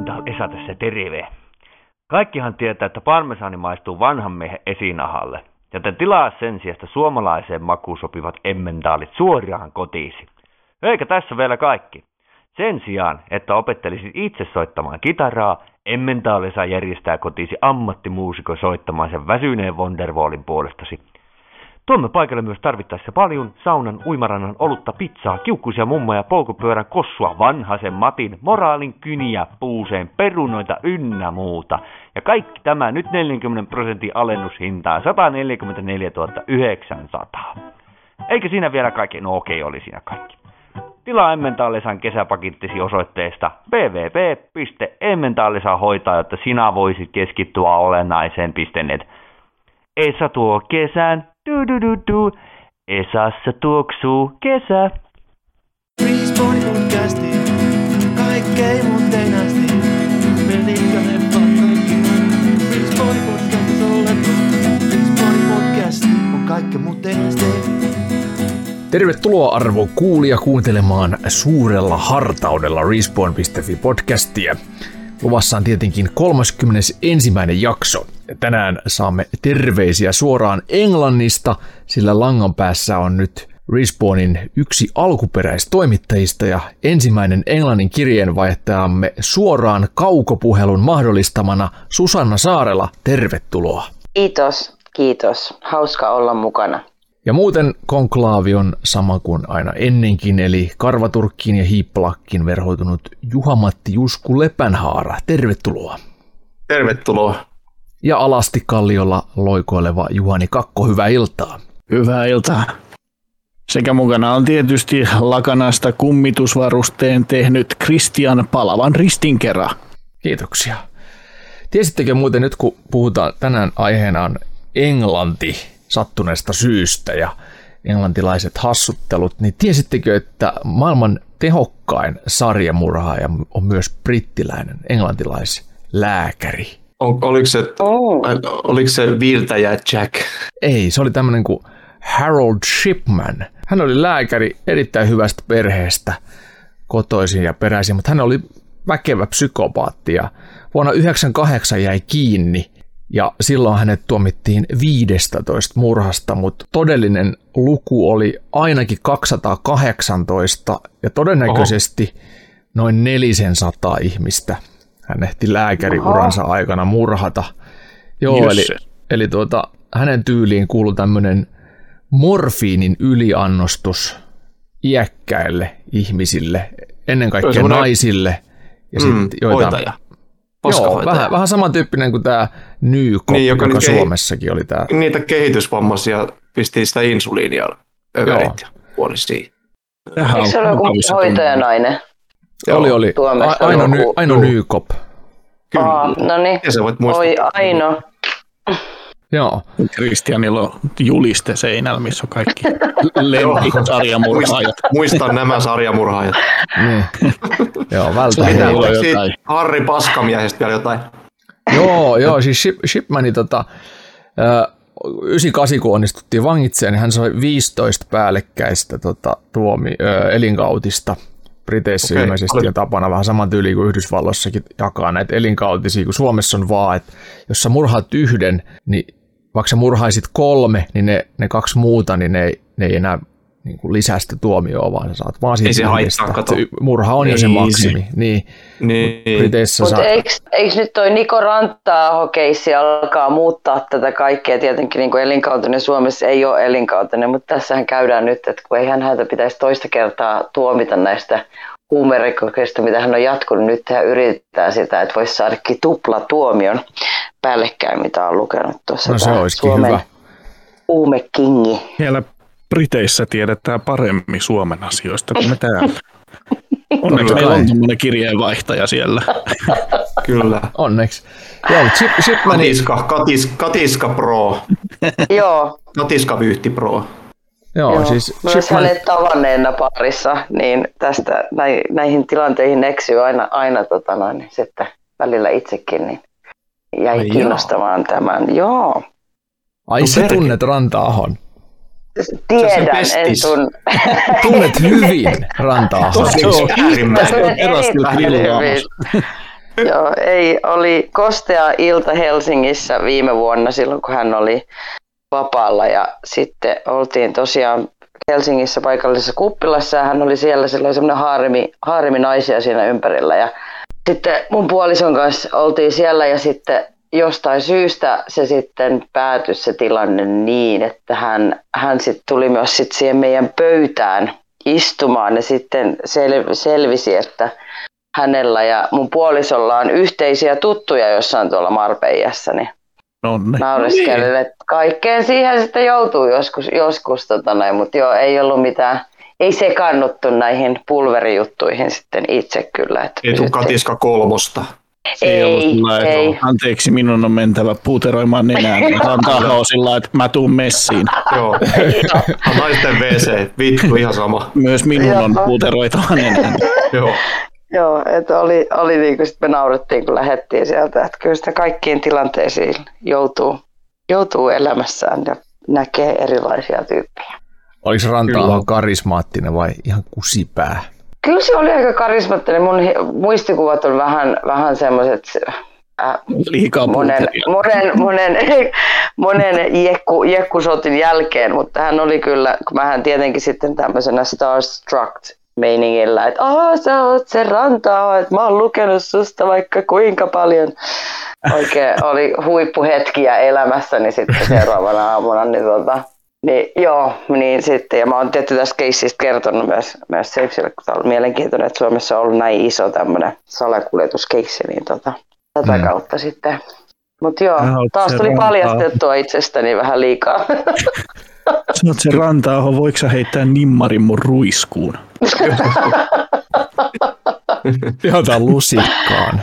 Emmental Esa tässä terve. Kaikkihan tietää, että parmesaani maistuu vanhan miehen esinahalle, joten tilaa sen sijasta suomalaiseen makuun sopivat Emmentaalit suoraan kotiisi. Eikä tässä vielä kaikki. Sen sijaan, että opettelisit itse soittamaan kitaraa, Emmental Esa järjestää kotiisi ammattimuusikon soittamaan sen väsyneen Wonderwallin puolestasi. Tuomme paikalle myös tarvittaessa paljon saunan, uimarannan, olutta, pizzaa, kiukkuisia mummoja, polkupyörän, kossua, vanhasen Matin, moraalin kyniä, puuseen, perunoita ynnä muuta. Ja kaikki tämä nyt 40% alennushintaa, 144 900. Eikä siinä vielä kaikki? No okei, oli siinä kaikki. Tilaa Emmental Esan kesäpakettisi osoitteesta www.emmentalesa.hoitaa, jotta sinä voisit keskittyä olennaiseen .net. Esa tuo kesän, du. Esassa tuoksuu kesä. Respawn podcasti, kaikkei mut ei nästi. Melikö heppaa kaikki. Respawn podcast on Respawn podcast on kaikki mut ei nästi. Tervetuloa arvon kuulija kuuntelemaan suurella hartaudella Respawn.fi podcastia. Luvassa on tietenkin 31. jakso. Tänään saamme terveisiä suoraan Englannista, sillä langan päässä on nyt Respawnin yksi alkuperäistoimittajista ja ensimmäinen englannin kirjeenvaihtajamme suoraan kaukopuhelun mahdollistamana Susanna Saarela. Tervetuloa. Kiitos. Hauska olla mukana. Ja muuten konklaavi on sama kuin aina ennenkin, eli karvaturkkiin ja hiippalakkiin verhoitunut Juha-Matti Jusku Lepänhaara. Tervetuloa. Tervetuloa. Ja alasti kalliolla loikoileva Juhani Kakko, hyvää iltaa. Hyvää iltaa. Sekä mukana on tietysti lakanasta kummitusvarusteen tehnyt Kristian Palavan Ristinkera. Kiitoksia. Tiesittekö muuten nyt, kun puhutaan tänään aiheena on Englanti sattuneesta syystä ja englantilaiset hassuttelut, niin tiesittekö, että maailman tehokkain sarjamurhaaja on myös brittiläinen englantilaislääkäri? Oliko se viiltäjä Jack? Ei, se oli tämmöinen kuin Harold Shipman. Hän oli lääkäri erittäin hyvästä perheestä kotoisin ja peräisin, mutta hän oli väkevä psykopaatti ja vuonna 1998 jäi kiinni. Ja silloin hänet tuomittiin 15 murhasta, mutta todellinen luku oli ainakin 218 ja todennäköisesti noin 400 ihmistä hän ehti lääkäriuransa aikana murhata. Joo, eli hänen tyyliin kuului tämmöinen morfiinin yliannostus iäkkäille ihmisille, ennen kaikkea naisille ja sitten hoitaja. Joo, vähän samantyyppinen kuin tämä Nykop, niin, joka Suomessakin oli tämä. Niitä kehitysvammaisia pisti sitä insuliinia överit ja kuoli siihen. Eikö se ole joku hoitajanainen? Oli. Aino Nykop. Kyllä. No niin. Ja sä voit muistaa. Oi Aino. Joo. Kristianilla on juliste seinällä, missä on kaikki lempisarjamurhaajat. Muistan nämä sarjamurhaajat. Niin. Joo, välttämättä. Harri Paskamiehestä vielä jotain. Joo, siis Shipmani 98 kun onnistuttiin vangitseen, niin hän sai 15 päällekkäistä elinkautista. Briteissä ilmeisesti on tapana vähän saman tyyliin kuin Yhdysvalloissakin jakaa näitä elinkautisia, kun Suomessa on vaan, että jos sä murhaat yhden, niin vaikka sä murhaisit 3, niin ne 2 muuta, niin ne ei enää niin kuin lisää sitä tuomioon, vaan sä saat vaan siitä yhdestä. Murha on jo se maksimi. Niin. Mutta eikö nyt toi Niko Rantaa-keissi alkaa muuttaa tätä kaikkea? Tietenkin niin kuin elinkautinen Suomessa ei ole elinkautinen, mutta tässähän käydään nyt, että kun ei häntä pitäisi toista kertaa tuomita näistä huumerikokeista, mitä hän on jatkunut. Nyt hän yrittää sitä, että voisi saadakin tuplatuomion päällekkäin, mitä on lukenut tuossa. No se olisikin Suomen hyvä. Huumekingi. Siellä Briteissä tiedetään paremmin Suomen asioista kuin me täällä. Onneksi meillä on tämmöinen kirjeenvaihtaja siellä. Kyllä. Onneksi. Joo, Shipmani. Katiska Pro. Joo. Katiskavyyhti Pro. Joo, siis myös hänet tavanneena parissa, niin tästä näihin tilanteihin eksyy aina niin sitten välillä itsekin niin jäi kiinnostamaan tämän. Joo. Ai sä tunnet Ranta-ahon? Tiedän, en tunnet hyvin Ranta-ahon. Erittäin hyvin. Joo, oli kostea ilta Helsingissä viime vuonna silloin, kun hän oli vapaalla. Ja sitten oltiin tosiaan Helsingissä paikallisessa kuppilassa ja hän oli siellä semmoinen haarimi naisia siinä ympärillä. Ja sitten mun puolison kanssa oltiin siellä ja sitten jostain syystä se sitten päätyi se tilanne niin, että hän sitten tuli myös sit siihen meidän pöytään istumaan ja sitten selvisi, että hänellä ja mun puolisolla on yhteisiä tuttuja jossain tuolla Marbejassa, niin naureskelin, että kaikkeen siihen sitten joutuu joskus mutta joo, ei ollut mitään, ei sekannuttu näihin pulverijuttuihin sitten itse kyllä. Ei tule Katiska kolmosta. Ei. Anteeksi, minun on mentävä puuteroimaan nenään. Rantaa sillä että mä tuun messiin. Joo. Naisten WC, vittu ihan sama. Myös minun on puuteroitava nenään. Joo, että oli niin kuin me naurettiin, kun lähdettiin sieltä, että kyllä sitä kaikkiin tilanteisiin joutuu elämässään ja näkee erilaisia tyyppejä. Oliko Ranta-aho karismaattinen vai ihan kusipää? Kyllä se oli aika karismaattinen. Mun muistikuvat on vähän semmoiset monen jekkusotin jälkeen, mutta hän oli kyllä, kun mähän tietenkin sitten tämmöisenä starstruck meiningillä, että sä oot se Ranta-aho, että mä oon lukenut susta vaikka kuinka paljon. Oikein oli huippuhetkiä elämässäni sitten seuraavana aamuna, niin sitten, ja mä oon tietysti tästä keissistä kertonut myös Seipsille, kun tämä on mielenkiintoinen, että Suomessa on ollut näin iso tämmöinen salakuljetuskeissi, niin tätä kautta sitten. Mutta joo, taas tuli paljastettua itsestäni vähän liikaa. Sä oot se Ranta-aho, voiko sä heittää nimmarin mun ruiskuun? Johtaa lusikkaan.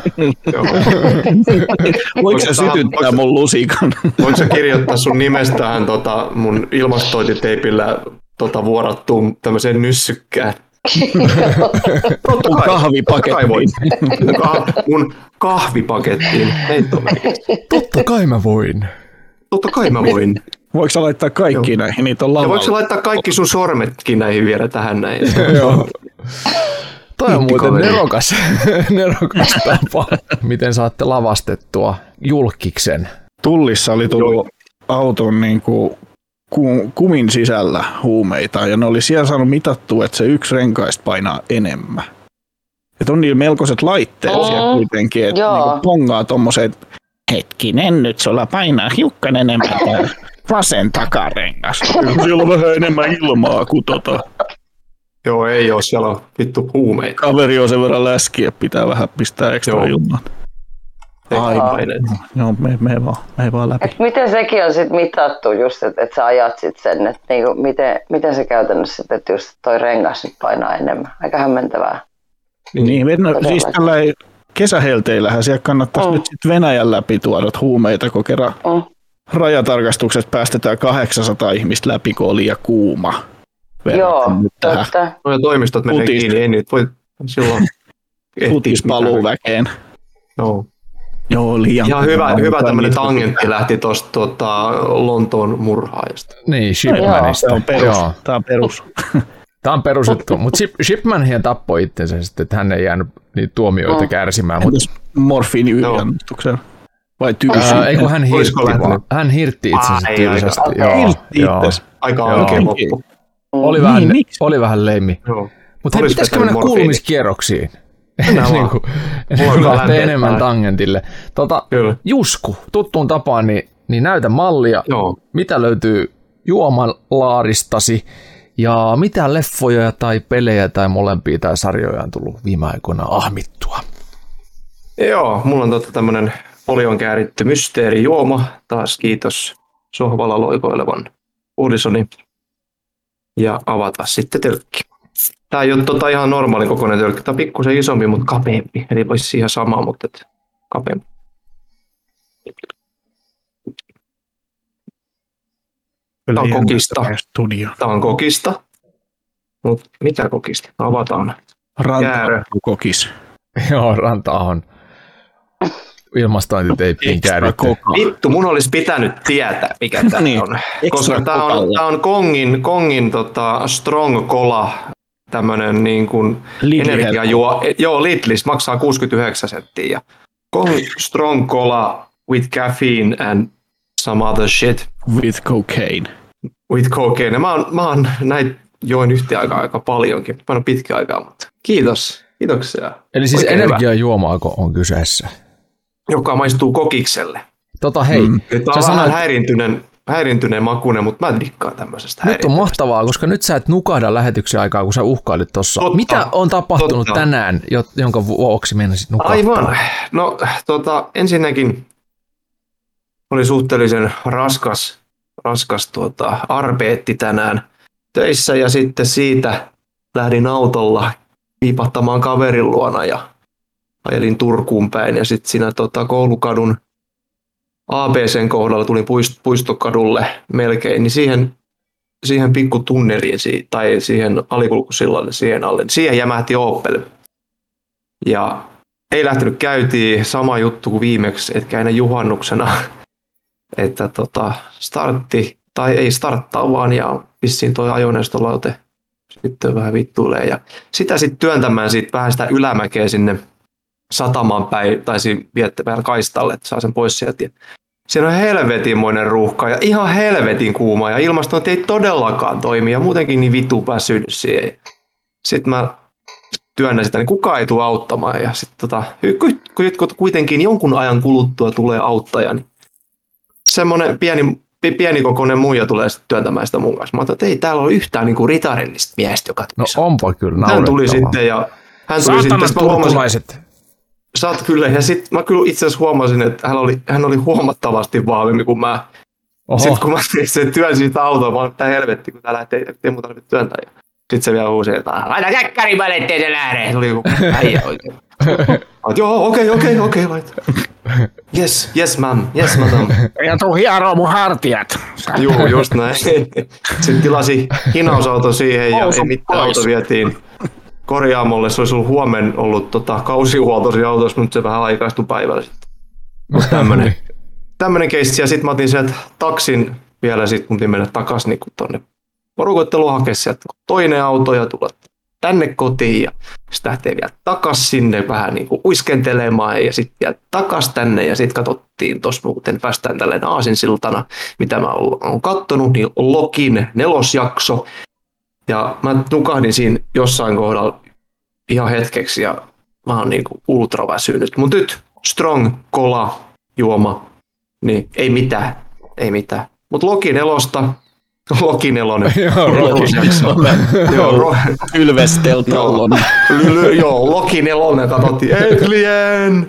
Voiko sä sytyttää mun lusikan? Voiko sä kirjoittaa sun nimestähän mun ilmastointiteipillä vuorattuun tämmöiseen nyssykkään? Mun kahvipakettiin. Mun kahvipakettiin. Totta kai mä voin. Voiko sä laittaa kaikki näihin? Niitä on lavalla. Ja voiko sä laittaa kaikki sun sormetkin näihin vielä tähän näin? Joo. Toi on muuten nerokas tapa, miten saatte lavastettua julkiksen. Tullissa oli tullut auton niin kuin kumin sisällä huumeita ja ne oli siellä saanut mitattua, että se yksi renkaista painaa enemmän. Että on niillä melkoiset laitteet siellä kuitenkin, että niin pongaa tommoset, hetkinen, nyt sulla painaa hiukkan enemmän tämä vasen takarengas. Siellä on vähän enemmän ilmaa kuin Joo, ei ole, siellä on vittu huumeita. Kaveri on sen verran läskiä, pitää vähän pistää ekstra ilmaa. Joo, me vaan läpi. Et miten sekin on sit mitattu just, että sä ajat sit sen, että niinku, miten se käytännössä, että just toi rengas nyt painaa enemmän. Aika hämmentävää. Niin, siis tällainen kesähelteillähän siellä kannattaisi nyt sit Venäjän läpi tuodot huumeita, kun kerran rajatarkastuksesta päästetään 800 ihmistä läpi, kun oli liian kuuma. Joo, totta. No ja toimistot menee kiinni, ei niitä voi silloin Futis paluu väkeen. Joo, liian ihan hyvä tämmöinen tangentti lähti tuosta Lontoon murhaajasta. Niin, Shipmanista. Tämä on perus. Tämä on perusjuttu, mutta Shipman tappoi itsensä sitten, että hän ei jäänyt niitä tuomioita kärsimään. Morfiini yliannostuksella. Vai tyysi? Ei kun hän hirtti itsensä tyylisesti. Aika oikein loppu. Oli vähän leimi. Mutta hei, pitäisikö mennä kuulumiskierroksiin? Lähtee enemmän tangentille. Jusku, tuttuun tapaan, niin näytä mallia. Mitä löytyy juomalaaristasi ja mitä leffoja tai pelejä tai molempia tai sarjoja on tullut viime aikoina ahmittua? Joo, mulla on tämmönen polion kääritty mysteerijuoma. Taas kiitos sohvalla loikoilevan Uudisoni. Ja avata sitten tölkki. Tää ei ole ihan normaali kokoinen tölkki. Tää on pikkusen isompi, mutta kapeampi. Eli voisi ihan sama, mutta kapeampi. Tää on kokista. Tää on kokista. Mut mitä kokista? Avataan. Ranta-kokis. Joo, Ranta-ahon ilmastointiteippiin kääritty. Vittu, mun olisi pitänyt tietää, mikä tää on. Koska tää on Kongin Strong Cola tämmönen niin kuin energiajuo. Joo, Lidlis maksaa 69 senttiä. Ja Kong Strong Cola with caffeine and some other shit. With cocaine. With cocaine. Mä oon näitä join yhtä aikaa aika paljonkin. Mä oon pitkä aikaa, mutta kiitoksia. Eli siis energiajuomaako on kyseessä? Joka maistuu kokikselle. Hei. Tämä on vähän häirintyneen makuinen, mutta mä dikkaan tämmöisestä. Nyt on mahtavaa, koska nyt sä et nukahda lähetyksen aikaa, kun sä uhkailit tossa. Mitä on tapahtunut tänään, jonka vuoksi meinasit nukahtaa? Aivan. No ensinnäkin oli suhteellisen raskas arbeetti tänään töissä ja sitten siitä lähdin autolla piipahtamaan kaverin luona ja ajelin Turkuun päin ja sitten siinä koulukadun ABCn kohdalla tulin puistokadulle melkein, niin siihen pikkutunneliin tai siihen alikulkusillalle siihen alle, siihen jämähti Opel. Ja ei lähtenyt käyntiin, sama juttu kuin viimeksi, etkä ennen juhannuksena, että startti, tai ei starttaa vaan, ja vissiin toi ajoneistolaute sitten vähän vittuilee. Ja sitä sitten työntämään vähän sitä ylämäkeä sinne satamaan päin, tai siinä viettämään kaistalle, että saa sen pois sieltä. Siinä on helvetinmoinen ruuhka ja ihan helvetin kuuma ja ilmastot ei todellakaan toimi ja muutenkin niin vittu väsynyt siihen. Sitten mä työnnän sitä, niin kukaan ei tule auttamaan ja sitten kuitenkin jonkun ajan kuluttua tulee auttaja, niin semmoinen pienikokoinen muija tulee sitten työntämään sitä mun kanssa. Mä ajattelin, että ei täällä ole yhtään niin kuin ritarillista miestä, joka tuli. No onpa kyllä naurettavaa. Hän tuli sitten ja Saat kyllä, ja sitten mä kyllä itse asiassa huomasin, että hän oli huomattavasti vahvempi kuin mä. Sitten kun mä se työnsin sitä autoa, mä olin, mitä helvetti, kun tää lähtee, ei mun tarvitse työntää. Sitten se vielä huusi, että laita käkkäri päälle, ettei se lähde. Se oli joku äijä oikein. Joo, okei, laita. Yes ma'am, yes madam. Ja tuu hieroo mun hartiat. Juu, just näin. Sitten tilasi hinausauton siihen ja ei mitään, auto vietiin korjaamolle. Se olisi ollut huomenna ollut kausihuolto siinä autossa, mutta se vähän aikaistui päivällä sitten. Tämmönen keissi. Ja sitten mä otin sieltä taksin vielä, sitten mun piti mennä takaisin niin tuonne porukoitteluun hakea sieltä toinen auto ja tulla tänne kotiin. Ja sitten lähtee vielä takaisin sinne vähän niin kuin uiskentelemaan ja sitten vielä takaisin tänne. Ja sitten katsottiin tuossa muuten, päästään tälleen aasinsiltana, mitä mä oon kattonut, niin Lokin 4. jakso. Ja mä nukahdin siinä jossain kohdalla ihan hetkeksi ja mä oon niinku ultra väsynyt. Mut nyt Strong Cola juoma, niin ei mitään. Mut Loki 4. Loki 4. Ylvesteltallon. Joo, Loki 4. Katsottiin. Adrien!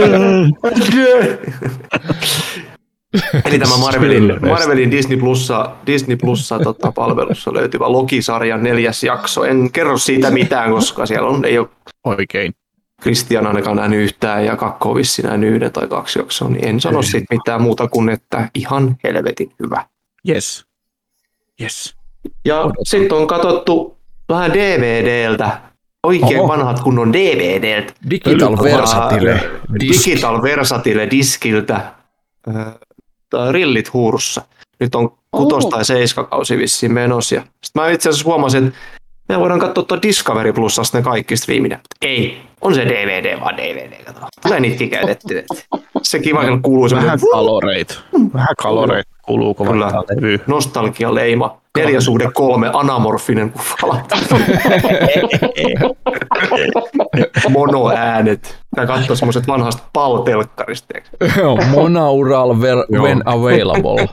Eli tämä Marvelin Disney Plussa palvelussa löytyvä Loki-sarjan 4. jakso. En kerro siitä mitään, koska siellä ei ole oikein Kristian ainakaan nähnyt yhtään ja Kakko vissiin nähnyt 1 tai 2 jaksoa, niin en sano siitä mitään muuta kuin, että ihan helvetin hyvä. Yes. Ja sitten on katsottu vähän DVDltä, oikein vanhat kunnon DVDltä. Digital Versatile diskiltä. Rillit huurussa. Nyt on 6 tai 7 kausi vissiin menossa. Sitten mä itse asiassa huomasin, että me voidaan katsoa tuon Discovery Plusasta ne kaikki striiminä. Ei, on se DVD vaan DVD. Kato. Tulee niitä käytetty. Se kiva, kun kuuluu semmoinen. Vähän kaloreita kuuluu kovaa levy. Nostalgia leima. 4:3 anamorfinen kuvala. Monoäänet. Mä katsoin semmoiset vanhasta PAL-telkkarista. Joo, monaural when available.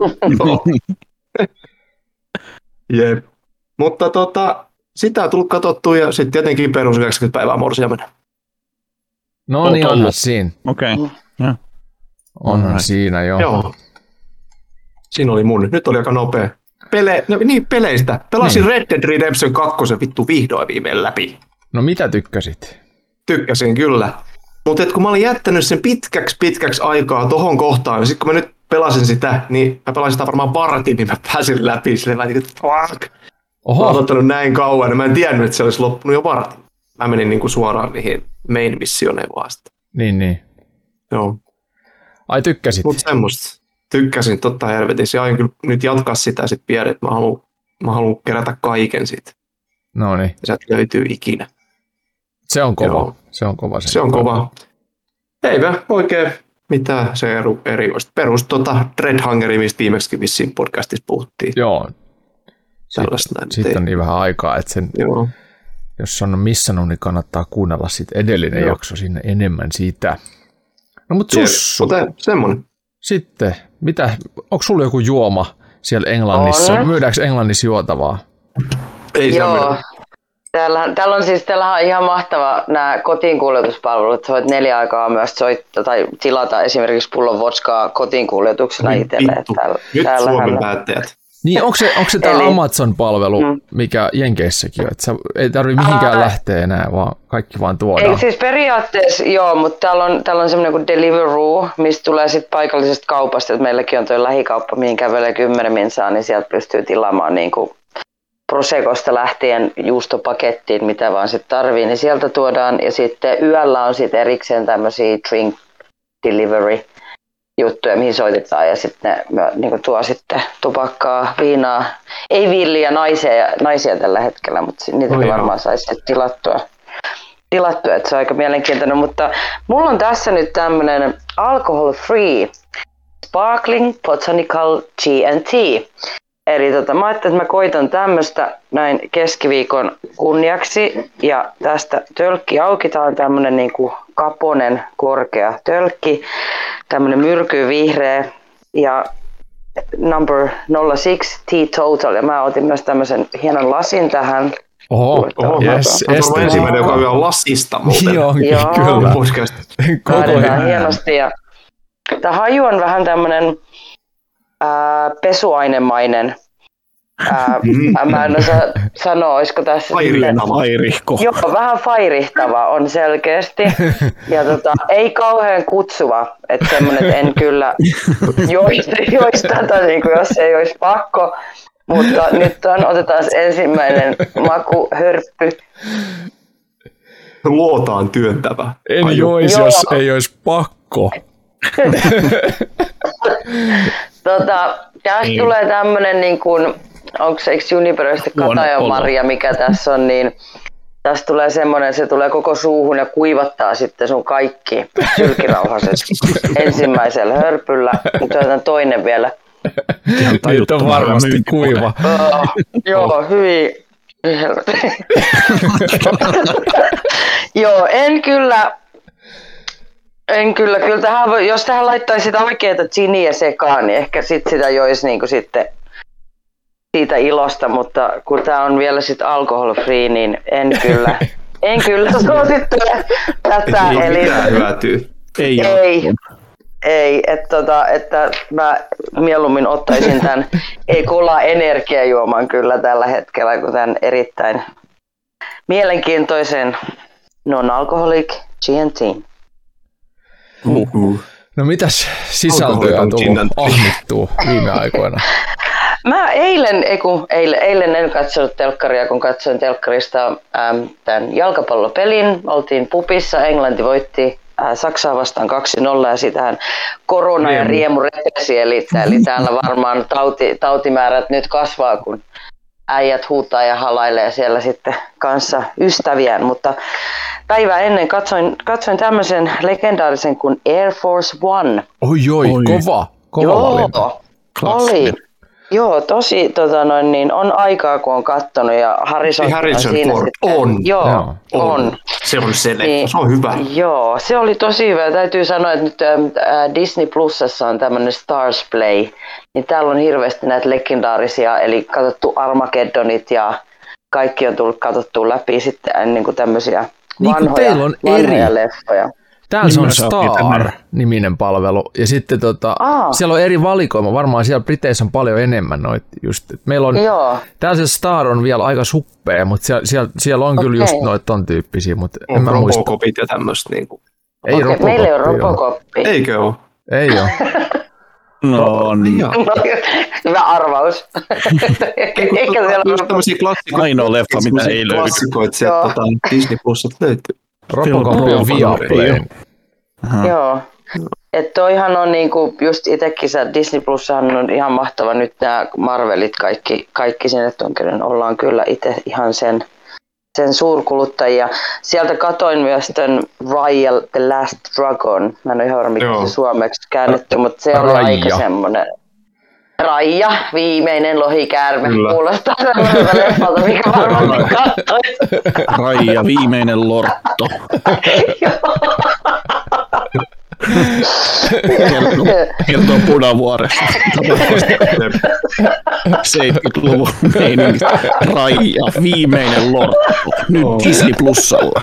Jep. Mutta sitä on tullut katsottua ja sitten tietenkin perus 90 päivää morsiamena. No niin, onhan siinä. Okei. Onhan siinä jo. Joo. Siinä oli mun. Nyt oli aika nopea. Peleistä. Pelasin Red Dead Redemption 2 vittu vihdoin viimein läpi. No mitä tykkäsit? Tykkäsin kyllä. Mutta kun mä olin jättänyt sen pitkäksi aikaa tohon kohtaan, niin sitten kun mä nyt pelasin sitä, niin mä pelasin sitä varmaan vartin, niin mä pääsin läpi. Silleen mä että fuck. Mä oon ottanut näin kauan, ja mä en tiennyt, että se olisi loppunut jo vartin. Mä menin niinku suoraan niihin main missioneen vasta. Niin. Joo. Ai tykkäsit? Mut semmoista. Tykkäsin totta helvetissä ja aion kyllä nyt jatkaa sitä sit pian, että mä haluan kerätä kaiken siitä. No niin. Sieltä löytyy ikinä. Se on kova. Joo. Se on kova. Eipä oikein mitään se erikoista. Perus Dreadhungeri, mistä viimeksi vissiin podcastissa puhuttiin. Joo. Sitten on niin vähän aikaa, että sen, jos on missannut, niin kannattaa kuunnella sitten edellinen jakso sinne enemmän siitä. No mutta Sussu. Semmoinen. Sitten, onko sulla joku juoma siellä Englannissa? On. Myydäänkö Englannissa juotavaa? Ei Joo. Täällä on ihan mahtava nämä kotiinkuljetuspalvelut. Sä voit 4 aikaa myös soittaa tai tilata esimerkiksi pullon vodskaa kotiinkuljetuksena itselle. Nyt Suomen päättäjät. Niin, onko se tämä Amazon-palvelu, mikä Jenkeissäkin on? Että ei tarvitse mihinkään lähteä enää, vaan kaikki vaan tuodaan. Ei siis periaatteessa joo, mutta täällä on semmoinen kuin Deliveroo, mistä tulee sitten paikallisesta kaupasta. Että meilläkin on tuo lähikauppa, mihin kävelee 10 minsaa, niin sieltä pystyy tilaamaan niin kuin Prosecosta lähtien juustopakettiin, mitä vaan sitten tarvii, niin sieltä tuodaan. Ja sitten yöllä on sitten erikseen tämmöisiä drink delivery juttuja, mihin soitetaan ja sitten ne niin tuo sitten tupakkaa, viinaa, ei villiä naisia tällä hetkellä, mutta niitä varmaan saisi tilattua, että se on aika mielenkiintoinen, mutta mulla on tässä nyt tämmöinen alcohol free sparkling botanical G&T. Eli mä ajattelin, että mä koitan tämmöistä näin keskiviikon kunniaksi ja tästä tölkki auki. Tää on tämmönen niinku kaponen korkea tölkki, tämmönen myrkyvihreä ja number 06 Teetotal. Ja mä otin myös tämmöisen hienon lasin tähän. Oho, yes. On ensimmäinen, joka on lasista muuten. Joo, kyllä. Kaadetaan hienosti. Ja tää haju on vähän tämmönen pesuainemainen. Mä en osaa sanoa, olisiko tässä fairihko. Joo, vähän fairihtava on selkeästi. Ja ei kauhean kutsuva, että semmoinen, että en kyllä joisi tätä, niin kuin jos ei olisi pakko. Mutta nyt otetaan ensimmäinen makuhörppy. Luotaan työntävä. En joisi, jos ei olisi pakko. Tästä tulee tämmönen niin kuin, onko se Juniperista katajanmarja, mikä tässä on, niin tästä tulee semmoinen, se tulee koko suuhun ja kuivattaa sitten sun kaikki sylkirauhaset ensimmäisellä hörpyllä. Nyt otetaan toinen vielä. Nyt on varmasti kuiva. Joo, hyvin. Joo, kyllä tähän voi, jos tähän laittaisi sitä oikeaa giniä sekaan, niin ehkä sitä joisi niinku sitten siitä ilosta, mutta kun tää on vielä sit alcohol free, niin en kyllä suosittele tätä. Eli hyötyy. Ei, että mä mieluummin ottaisin tämän E-Cola energiajuoman kyllä tällä hetkellä, kun tämän erittäin mielenkiintoisen non-alcoholic G&T. No mitäs sisältöjä on tullut ahmittua viime aikoina? Mä eilen en katsonut telkkaria, kun katsoin telkkarista tämän jalkapallopelin. Oltiin pubissa, Englanti voitti Saksaa vastaan 2-0 ja sitähän korona ja riemu repesi, eli täällä varmaan tautimäärät nyt kasvaa, kun äijät huutaa ja halailee siellä sitten kanssa ystäviään, mutta päivää ennen katsoin tämmöisen legendaarisen kuin Air Force One. Oi, kova valinta. Oli. Joo, tosi niin on aikaa, kun on kattonut ja Harrison Ford on. Joo, on. Se on se on hyvä. Joo, se oli tosi hyvä. Täytyy sanoa, että nyt Disney Plusassa on tämmöinen Stars Play, niin täällä on hirveästi näitä legendaarisia, eli katsottu Armageddonit ja kaikki on tullut katsottua läpi sitten niin kuin tämmöisiä vanhoja leffoja. Täällä se on Star-niminen palvelu, ja sitten siellä on eri valikoima, varmaan siellä Briteissä on paljon enemmän noita just. Meillä on, täällä se Star on vielä aika suppea, mutta siellä on kyllä just noita ton tyyppisiä, mutta en mä muista. Robocopit ja tämmöistä niinku. Ei Robocopia. Meillä ei ole Robocopia. Eikö ole? Ei ole. No niin. Hyvä arvaus. Eikä siellä ole tämmöisiä klassikoita. Ainoa leffa, mitä ei löydy. Klassikoita sieltä Disney Plusat löytyy. Robocop on Viaplay. Joo. Että toihan on niinku, just itsekin se Disney Plussahan on ihan mahtava nyt nämä Marvelit kaikki sinne ollaan kyllä itse ihan sen sen suurkuluttajia. Sieltä katoin myös tämän Raya The Last Dragon. Mä en ole ihan varma, mikä se suomeksi käännetty, mutta se oli aika semmoinen. Raya, viimeinen lohikäärme. Kuulostaa sellaiselta leffalta, mikä varmaan katsoisi. Raya, viimeinen lortto. Kertoo Punavuoresta. 70-luvun meiningistä. Raya, viimeinen lortto. Nyt Disney Plusalla.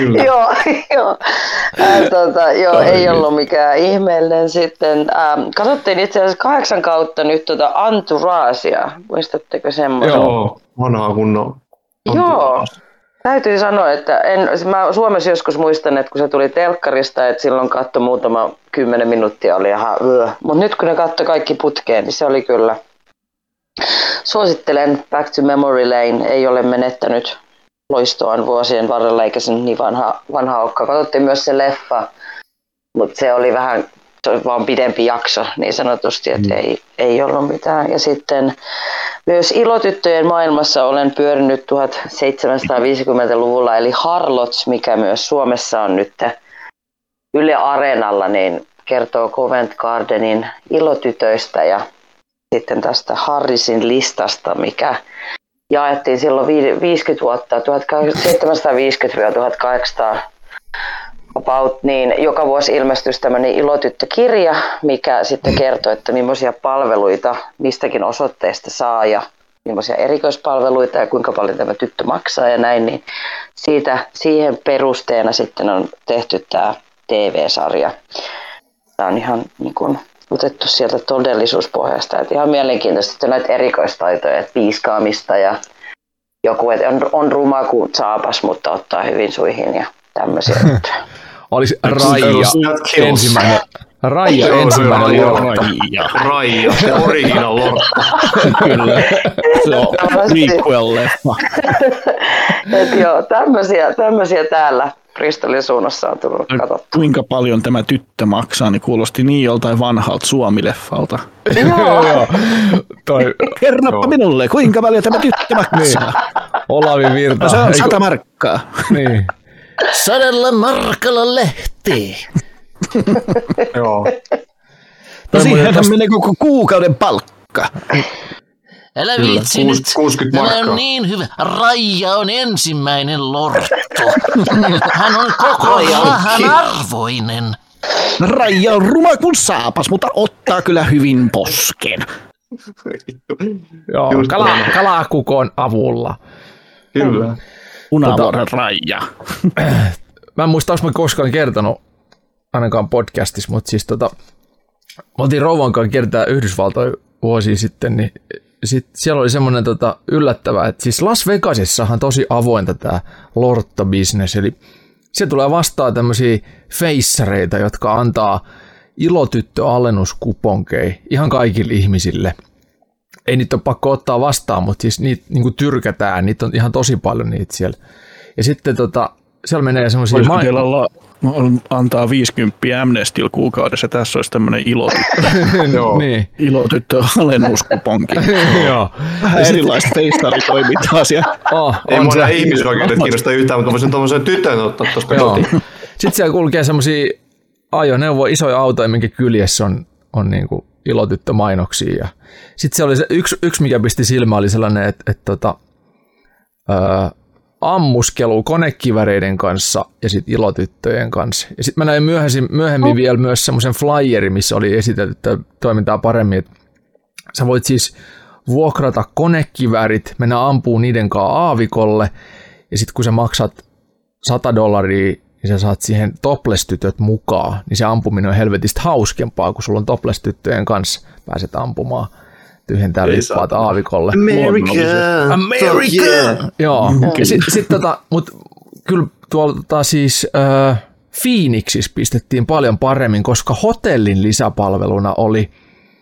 Joo, ei ollut mikään ihmeellinen sitten. Katsottiin itse asiassa 8 kautta nyt Entouragea. Muistatteko semmoista? Joo, vanhaa kunnon. Joo. Täytyy sanoa, että mä Suomessa joskus muistan, että kun se tuli telkkarista, että silloin katsoi muutama 10 minuuttia, oli ihan mutta nyt kun ne katsoi kaikki putkeen, niin se oli kyllä. Suosittelen Back to Memory Lane, ei ole menettänyt loistoaan vuosien varrella, eikä se niin vanha olekaan. Katsottiin myös se leffa, mutta se oli vaan pidempi jakso niin sanotusti, että ei ollut mitään. Ja sitten myös Ilotyttöjen maailmassa olen pyörinyt 1750-luvulla, eli Harlots, mikä myös Suomessa on nyt Yle Areenalla, niin kertoo Covent Gardenin ilotytöistä ja sitten tästä Harrisin listasta, mikä jaettiin silloin 50 vuotta, 1750-1800 about, niin joka vuosi ilmestyi tämmöinen ilotyttökirja, mikä sitten kertoo, että millaisia palveluita mistäkin osoitteesta saa ja millaisia erikoispalveluita ja kuinka paljon tämä tyttö maksaa ja näin, niin siihen perusteena sitten on tehty tämä TV-sarja. Tämä on ihan niin kuin otettu sieltä todellisuuspohjasta, että ihan mielenkiintoista, että näitä erikoistaitoja, että piiskaamista ja joku, että on ruma kuin saapas, mutta ottaa hyvin suihin ja tämmöisiä. Olisi Raija ensimmäinen. Raija ensimmäinen lortto. Raija, the original lortto. Kyllä. Se on prequel-leffa. Joo, tämmöisiä täällä Bristolin suunnassa on tullut katsottu. Kuinka paljon tämä tyttö maksaa, niin kuulosti niin joltain vanhalta Suomi-leffalta. Joo. Kerroppa minulle, kuinka paljon tämä tyttö maksaa. Olavi Virta. No, se on 100 markkaa. Niin. 100 markalla lehti. Joo. No siihenhän menee koko kuukauden palkka. Älä viitsi nyt. 60 markkaa. Tämä on niin hyvä. Raija on ensimmäinen lortto. Hän on koko rahan arvoinen. Raija on ruma kuin saapas, mutta ottaa kyllä hyvin posken. Joo, kalakukon avulla. Kyllä. Punavuoren Raija. Mä en muista, onko mä koskaan kertonut ainakaan podcastissa, mutta siis me oltiin rouvan kanssa kiertää Yhdysvaltoja vuosia sitten, niin siellä oli semmoinen yllättävä, että siis Las Vegasissahan tosi avointa tämä lortto-business, eli siellä tulee vastaan tämmöisiä feissareita, jotka antaa ilotyttöalennuskuponkeja ihan kaikille ihmisille. Ei niitä ole pakko ottaa vastaan, mutta siis niitä niin tyrkätään, niitä on ihan tosi paljon niitä siellä. Ja sitten siellä menee semmoisia... antaa 50 Amnestyllä kuukaudessa, tässä olisi tämmöinen ilotyttö. Niin. Ilotyttöalennuskuponki. Joo. Vähän erilaista feistaritoimintaa siellä. Ei mua ihmisoikeudet kiinnostaa yhtään, mutta voisin tuommoisen tytön ottaa tuosta kotiin. Sitten siellä kulkee semmoisia isoja autoja, minkä kyljessä on niinku ilotyttömainoksia. Ja sitten se oli se yksi, mikä pisti silmään, oli sellainen, että ammuskelu konekiväreiden kanssa ja sitten ilotyttöjen kanssa. Ja sitten mä näin myöhemmin vielä myös semmoisen flyerin, missä oli esitelty toimintaa paremmin. Että sä voit siis vuokrata konekivärit, mennä ampuu niiden kanssa aavikolle ja sitten kun sä maksat $100, niin sä saat siihen topless-tytöt mukaan, niin se ampuminen on helvetistä hauskempaa, kun sulla on topless-tyttöjen kanssa pääset ampumaan. Tyhjentää lippaat aavikolle. America! Joo. Sitten mutta kyllä tuolta siis Phoenixissa pistettiin paljon paremmin, koska hotellin lisäpalveluna oli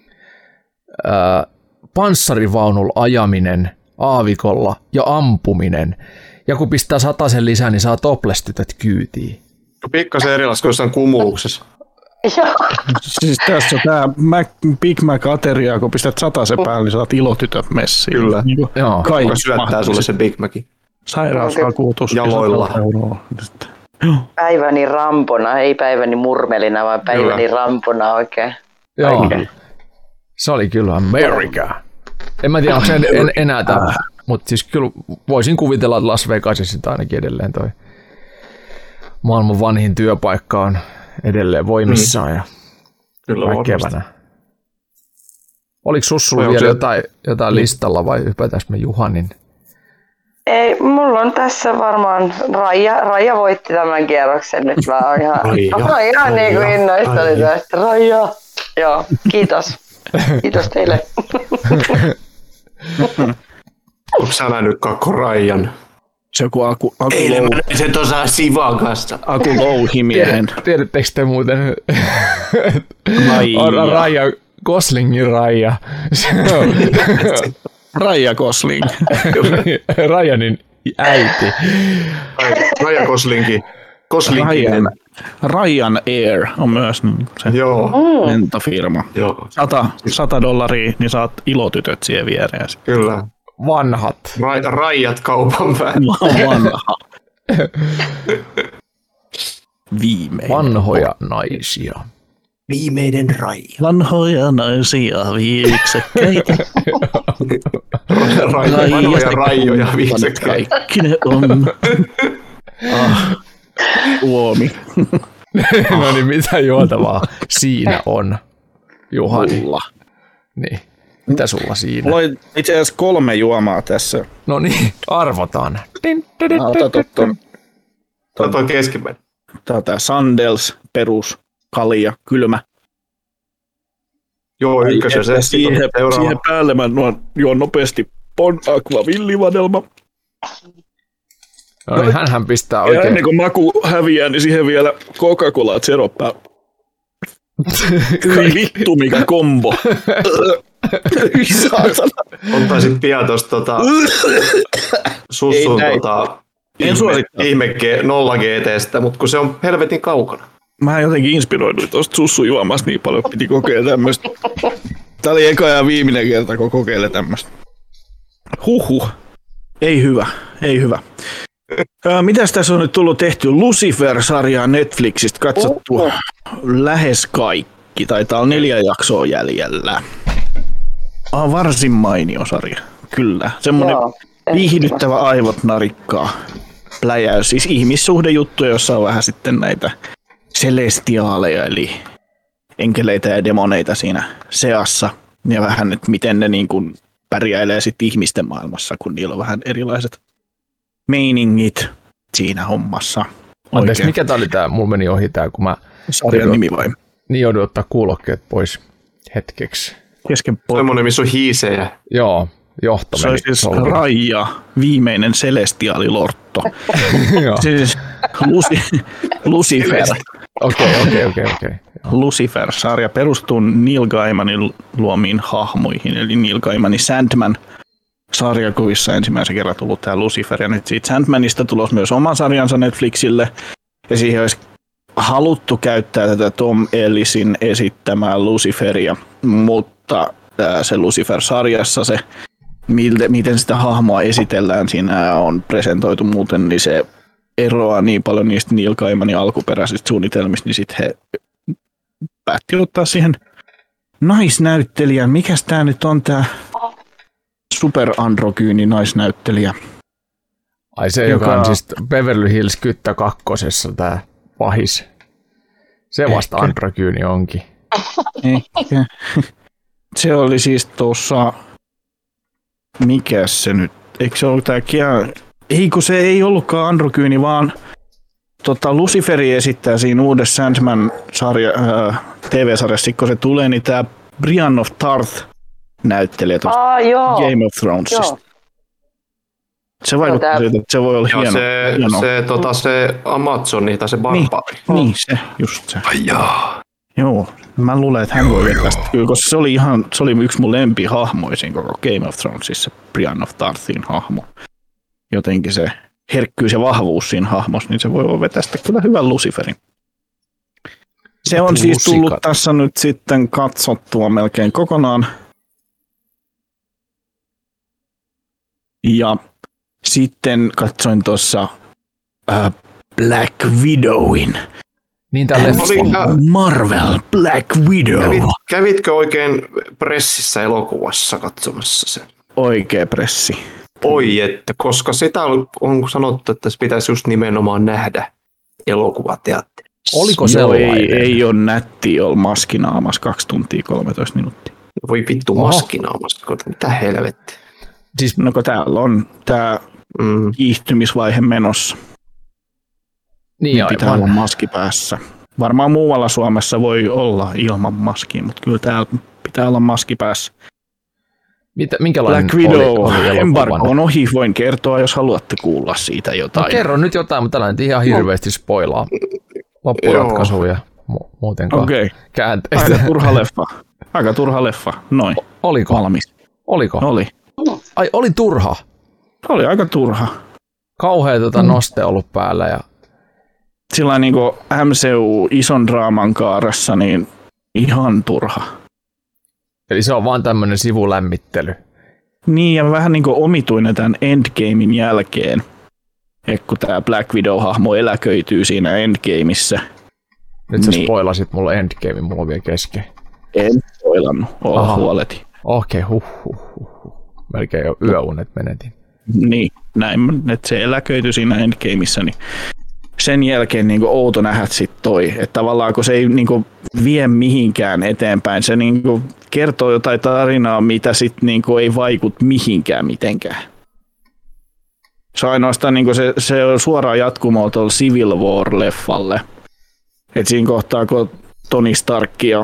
panssarivaunulla ajaminen aavikolla ja ampuminen. Ja kun pistää 100 lisää, niin saa topless-tytöt kyytiin. Pikkasen erilaista kuin jossain kumuluksessa. Siis tässä on tämä Big Mac-ateria, kun pistät 100 päälle, niin saat ilotytöt messiin. Kyllä. Joo. Kuka syöttää sulle se Big Macin? Sairausvakuutus. Jaloilla. Päiväni rampona, ei päiväni murmelina, vaan päiväni rampona oikein. Joo, se oli kyllä America. En mä tiedä, onko se enää tämä, mutta siis kyllä voisin kuvitella, että Las Vegasissa ainakin edelleen toi maailman vanhin työpaikka on edelleen voimissaan ja väkevänä. Oliko sussulla vielä jotain listalla vai hypätäis me Juhanin? Ei, mulla on tässä varmaan Raija voitti tämän kierroksen nyt. Mä oon ihan niin kuin innoissani tästä. Raija! Joo, kiitos. Kiitos teille. Onko sä nähnyt Kakko Raijan? Se joku Aku se tuossa Sivan kanssa. Aku Louhimiehen. Tiedättekö te muuten Raija Goslingin Raija? Raija Gosling. Rajanin äiti. Raja Goslinki. Ryan Air on myös se lentofirma. Joo. $100, niin saat ilotytöt siihen viereen. Kyllä. Vanhat. Raijat kaupan päälle. Vanha. Viimeinen. Vanhoja naisia. Viimeinen Raija. Vanhoja naisia, viiksekkäitä. Vanhoja Raijoja, viiksekkäitä. Kaikki ne on. Uomi. No niin, mitä juotavaa siinä on, Juhani? Mulla. Niin. Mitä sulla siinä? Mulla on itse asiassa 3 juomaa tässä. No niin, arvotaan. Tämä on keskimmäinen. Tää on tää Sandels, perus, kalja, kylmä. Joo, ykkösen. Siihen päälle mä juon nopeasti Bon Aqua villivadelma. No niin, hänhän pistää oikein. Ja ennen kuin maku häviää, niin siihen vielä Coca-Cola Zero pää. Vittu mikä kombo. Ottaisit pian tosta sussun ihme 0 GT:stä, mutta kun se on helvetin kaukana. Mä jotenkin inspiroiduin tosta sussujuomasta niin paljon, piti kokeilla tämmöstä. Tää oli eka ja viimeinen kerta, kun kokeile tämmöstä. Huhhuh. Ei hyvä. Mitäs tässä on nyt tullut tehty? Lucifer-sarjaa Netflixistä katsottu lähes kaikki. Taitaa olla 4 jaksoa jäljellä. Varsin mainio sarja, kyllä. Semmoinen viihdyttävä aivot narikkaa pläjäys. Siis ihmissuhdejuttuja, jossa on vähän sitten näitä celestiaaleja, eli enkeleitä ja demoneita siinä seassa. Ja vähän, että miten ne niin kuin pärjäilee sitten ihmisten maailmassa, kun niillä on vähän erilaiset meiningit siinä hommassa. Anteeksi, mikä tää oli tää? Mulla meni ohi tää, kun mä... Sarjan nimi vai? Niin joudun ottaa kuulokkeet pois hetkeksi. Semmoinen, missä on hiisejä. Joo, johto meni. Se on siis Raija, viimeinen celestiaalilortto. Siis Lucifer. Okei. Lucifer-sarja perustuu Neil Gaimanin luomiin hahmoihin, eli Neil Gaimanin Sandman sarjakuvissa ensimmäisen kerran tullut tämä Lucifer, ja nyt siitä Sandmanista tulos myös oma sarjansa Netflixille, ja siihen olisi haluttu käyttää tätä Tom Ellisin esittämää Luciferia, mutta se Lucifer-sarjassa se, miten sitä hahmoa esitellään, siinä on presentoitu muuten, niin se eroaa niin paljon niistä Neil Gaimanin alkuperäisistä suunnitelmista, niin sitten he päätti ottaa siihen naisnäyttelijän. Mikäs tää nyt on tää superandrogyyni naisnäyttelijä? Ai se, joka on siis Beverly Hills Kyttä 2, tää pahis. Se vasta androgyyni onkin. Ehkä. Se oli siis tuossa, mikäs se nyt, eikö se ollut tää ei kun se ei ollutkaan androgyyni, vaan Luciferi esittää siinä uudessa Sandman-sarja, TV-sarjassa, kun se tulee, niin tää Brienne of Tarth näyttelee tuosta Game of Thronesista. Se vaikuttaa siltä, että se voi olla hieno. Se Amazoni tai se barbaari. Niin, se, just se. Joo, mä luulen, että hän voi vetää sitä kyllä, koska se oli yksi mun lempihahmoisin koko Game of Thronesissa, Brienne of Tarthin hahmo. Jotenkin se herkkyys ja vahvuus siinä hahmossa, niin se voi vetää sitä kyllä hyvän Luciferin. Se on siis tullut tässä nyt sitten katsottua melkein kokonaan. Ja Sitten katsoin tuossa Black Widowin. Niin tää Marvel Black Widow. Kävitkö oikein pressissä elokuvassa katsomassa sen? Oikea pressi. Oi, että koska sitä on sanottu, että se pitäisi just nimenomaan nähdä elokuvateatterissa. Oliko sellainen? Ei ole nättiä olla maskinaamassa 2 tuntia 13 minuuttia. Voi vittu maskinaamassa, mitä helvettiä. Siis kun täällä on tää kiihtymisvaihe menossa. Niin pitää olla maski päässä. Varmaan muualla Suomessa voi olla ilman maskia, mutta kyllä täällä pitää olla maski päässä. Minkälainen Black Widow oli embargo on ohi, voin kertoa, jos haluatte kuulla siitä jotain. No kerro nyt jotain, mutta tällä nyt ihan hirveästi spoilaa loppuratkaisuja muutenkaan. Okei. Käänteistä. Aika turha leffa. Noin. Oliko? Valmis. Oliko? Oli. Ai, oli turha? Oli aika turha. Kauhea noste ollut päällä. Ja... Sillä niin kuin MCU ison draaman kaaressa, niin ihan turha. Eli se on vaan tämmöinen sivulämmittely. Niin, ja vähän niin kuin omituinen tämän Endgamein jälkeen. Et kun tämä Black Widow-hahmo eläköityy siinä Endgameissa. Nyt sä spoilasit mulle Endgamein, mulla on vielä kesken. En spoilannut, huoleti. Okei, melkein jo yöunet menetin. Niin, näin, että se eläköityi siinä Endgameissa, niin sen jälkeen niin kuin outo nähdä sit toi, että tavallaan kun se ei niin kuin vie mihinkään eteenpäin, se niin kuin kertoo jotain tarinaa, mitä sitten niin kuin ei vaikuta mihinkään mitenkään. Se on ainoastaan niin kuin se on suoraan jatkumoa tuolla Civil War-leffalle. Et siinä kohtaa, kun Tony Stark ja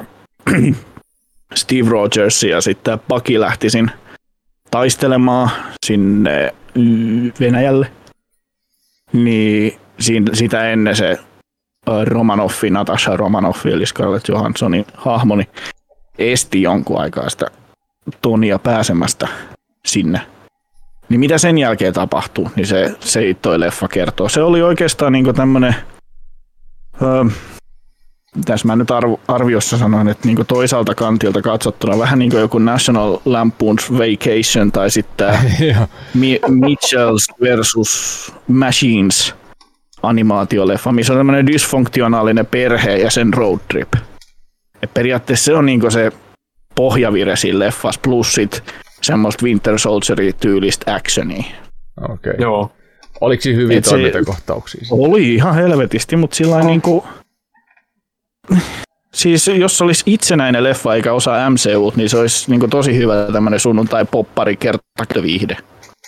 Steve Rogers ja sitten Bucky lähti taistelemaan sinne Venäjälle, niin sitä ennen se Natasha Romanoff, eli Scarlett Johanssonin hahmo, niin esti jonkun aikaa sitä Tonya pääsemästä sinne. Niin mitä sen jälkeen tapahtuu, niin se toi leffa kertoo. Se oli oikeastaan niinku tämmönen, mitäs mä nyt arviossa sanoin, että niinku toiselta kantilta katsottuna vähän niin kuin joku National Lampoon's Vacation tai sitten Mitchells versus Machines animaatioleffa, missä on tämmöinen dysfunktionaalinen perhe ja sen road trip. Et periaatteessa se on niinku se pohjavire siinä leffassa, plus sit semmoista Winter Soldier-tyylistä actionia. Okei. Joo. Oliko siinä hyviä toimintakohtauksia? Oli ihan helvetisti, mutta sillä niinku... Siis jos olisi itsenäinen leffa eikä osa MCU, niin se olisi niinku tosi hyvä tämmöinen sunnuntai-poppari kertaviihde.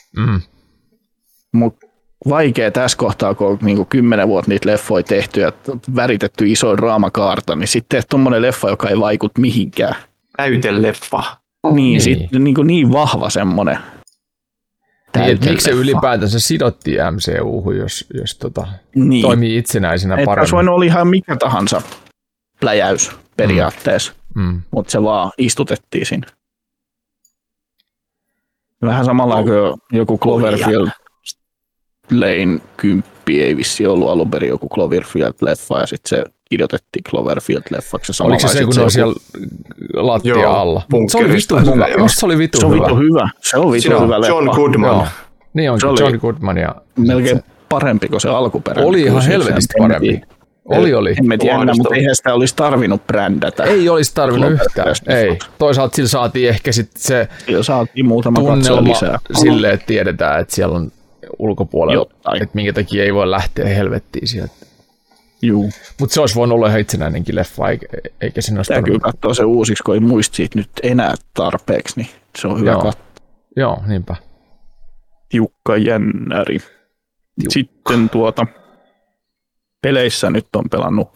Mutta vaikea tässä kohtaa, kun on niinku 10 vuotta niitä leffoja tehty ja väritetty iso draamakaarta, niin sitten tommonen leffa, joka ei vaikuta mihinkään. Täyteleffa. Niin, sitten niin vahva semmonen. Miksi se ylipäätänsä sidottiin MCU:hun, jos niin. Toimii itsenäisenä paremmin? Että voinut olla ihan mikä tahansa pläjäys periaatteessa, mutta se vaan istutettiin siinä. Vähän samalla kuin joku Cloverfield Lane 10 ei vissi ollut alun perin joku Cloverfield-leffa, ja sitten se kirjoitettiin Cloverfield-leffaksi. Oliko se kun ne on siellä lattia alla? Se oli vitu hyvä. Se oli vitu hyvä. Se on vitu hyvä leffa. John Goodman. Joo. Niin on John Goodman. Ja melkein parempi kuin se alkuperäinen. Oli ihan helvetisti parempi. Oli. En tiedä, mutta eihän sitä olisi tarvinnut brändätä. Ei olisi tarvinnut yhtään. Ei. Toisaalta sillä saatiin ehkä sitten se tunnelma silleen, että tiedetään, että siellä on ulkopuolella, jotain. Että minkä takia ei voi lähteä helvettiin sieltä. Mutta se olisi voinut olla ihan itsenäinenkin leffa, eikä sen olisi kyllä katsoa se uusiksi, kun ei muista siitä nyt enää tarpeeksi, niin se on hyvä katsoa. Joo, niinpä. Jukka Jännäri. Sitten peleissä nyt on pelannut.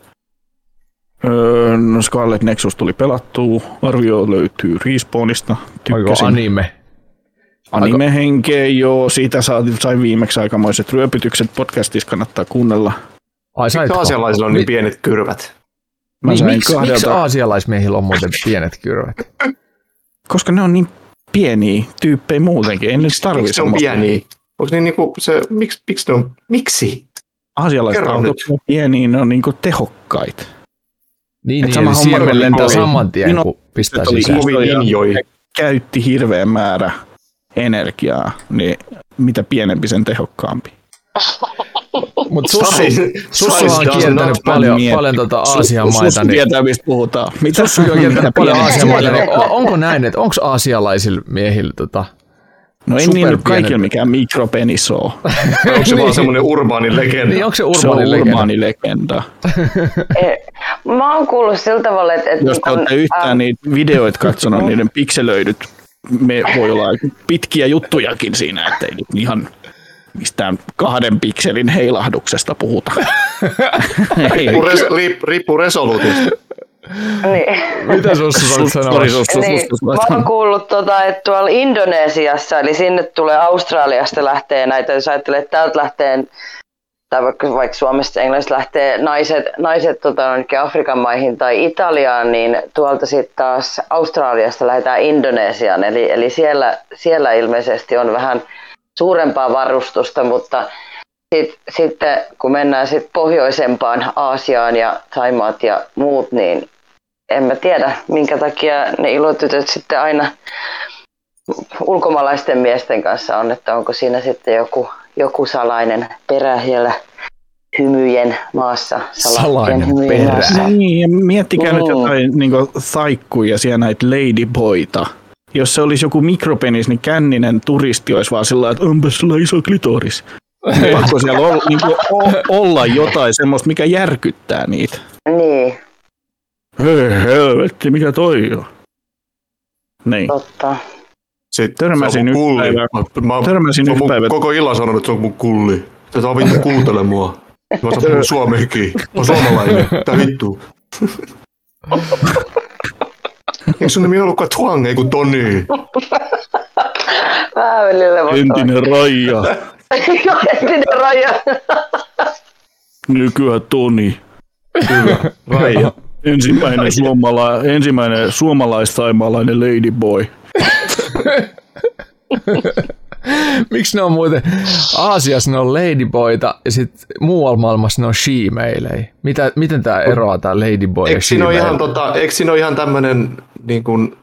Scarlet Nexus tuli pelattua. Arvio löytyy Respawnista. Oliko anime? Anime-henkeä, joo. Siitä sai viimeksi aikamoiset ryöpytykset. Podcastissa kannattaa kuunnella. Miksi aasialaisilla on niin pienet kyrvät? Miksi aasialaismiehillä on muuten pienet kyrvät? Koska ne on niin pieniä tyyppejä muutenkin. Ei nyt tarvitse semmoista. Miksi ne on pieniä? Onko ne niinku se, miksi ne on, miksi? Aasialaiset autot on pieniä, ne on niinku tehokkaita. Niin, eli siemen lentää saman tien, kun pistää sisään. Käytti hirveän määrä energiaa, niin mitä pienempi sen tehokkaampi. Mutta Sussu on kiertänyt paljon Aasian maita. Sussu tietää, mistä puhutaan. Sussukin on kiertänyt paljon Aasian maita. Niin onko näin, että onko aasialaisilla miehillä no ei niin nyt kaikilla mikään mikropenis ole. Onko se vaan semmoinen urbaani legenda? Niin, onko se urbaani legenda? Mä oon kuullut sillä tavalla, että jos te olette yhtään niitä videoita katsonut, niiden pikselöidyt, me voi olla pitkiä juttujakin siinä, ettei nyt ihan mistään 2 pikselin heilahduksesta puhuta. Riippuu resoluutiosta. Niin. Mitä Sussu voit sanoa? Mä oon kuullut, että tuolla Indonesiassa, eli sinne tulee Australiasta lähtee näitä, jos ajattelee, että täältä lähtee, tai vaikka Suomesta Englannista lähtee naiset Afrikan maihin tai Italiaan, niin tuolta sitten taas Australiasta lähdetään Indonesiaan, eli siellä ilmeisesti on vähän suurempaa varustusta, mutta sitten kun mennään pohjoisempaan Aasiaan ja Thaimaat ja muut, niin en mä tiedä, minkä takia ne ilotytöt sitten aina ulkomaalaisten miesten kanssa on, että onko siinä sitten joku salainen perä siellä hymyjen maassa. Salainen perä. Niin, miettikää nyt jotain niin saikkuja siellä näitä ladyboita. Jos se olisi joku mikropenis, niin känninen turisti olisi vaan sillä että onpas sillä iso klitoris. Pakko siellä olla jotain semmoista, mikä järkyttää niitä. Niin. Helvetti, mikä toi on? Niin. Totta. Sitten törmäsin yksi päivä. Koko illan sanonut, että se on mun kulli. Se saa vittu kuuntele mua. Mä saan puhua suomekin. Mä oon suomalainen. Tää vittu. Eikö sun nimi ollutkaan Tuang, ei kun Toni? Entinen Raija. Entinen Raija. Nykyään Toni. Kyllä, Raija. Ensimmäinen suomalais-taimaalainen ladyboy. Miksi ne on muuten Aasiassa ne on ladyboita ja sitten muualla maailmassa ne on she-mailejä? Miten tämä eroaa tämä ladyboy ja she-mail? Eikö siinä ole ihan tämmöinen niin kuin,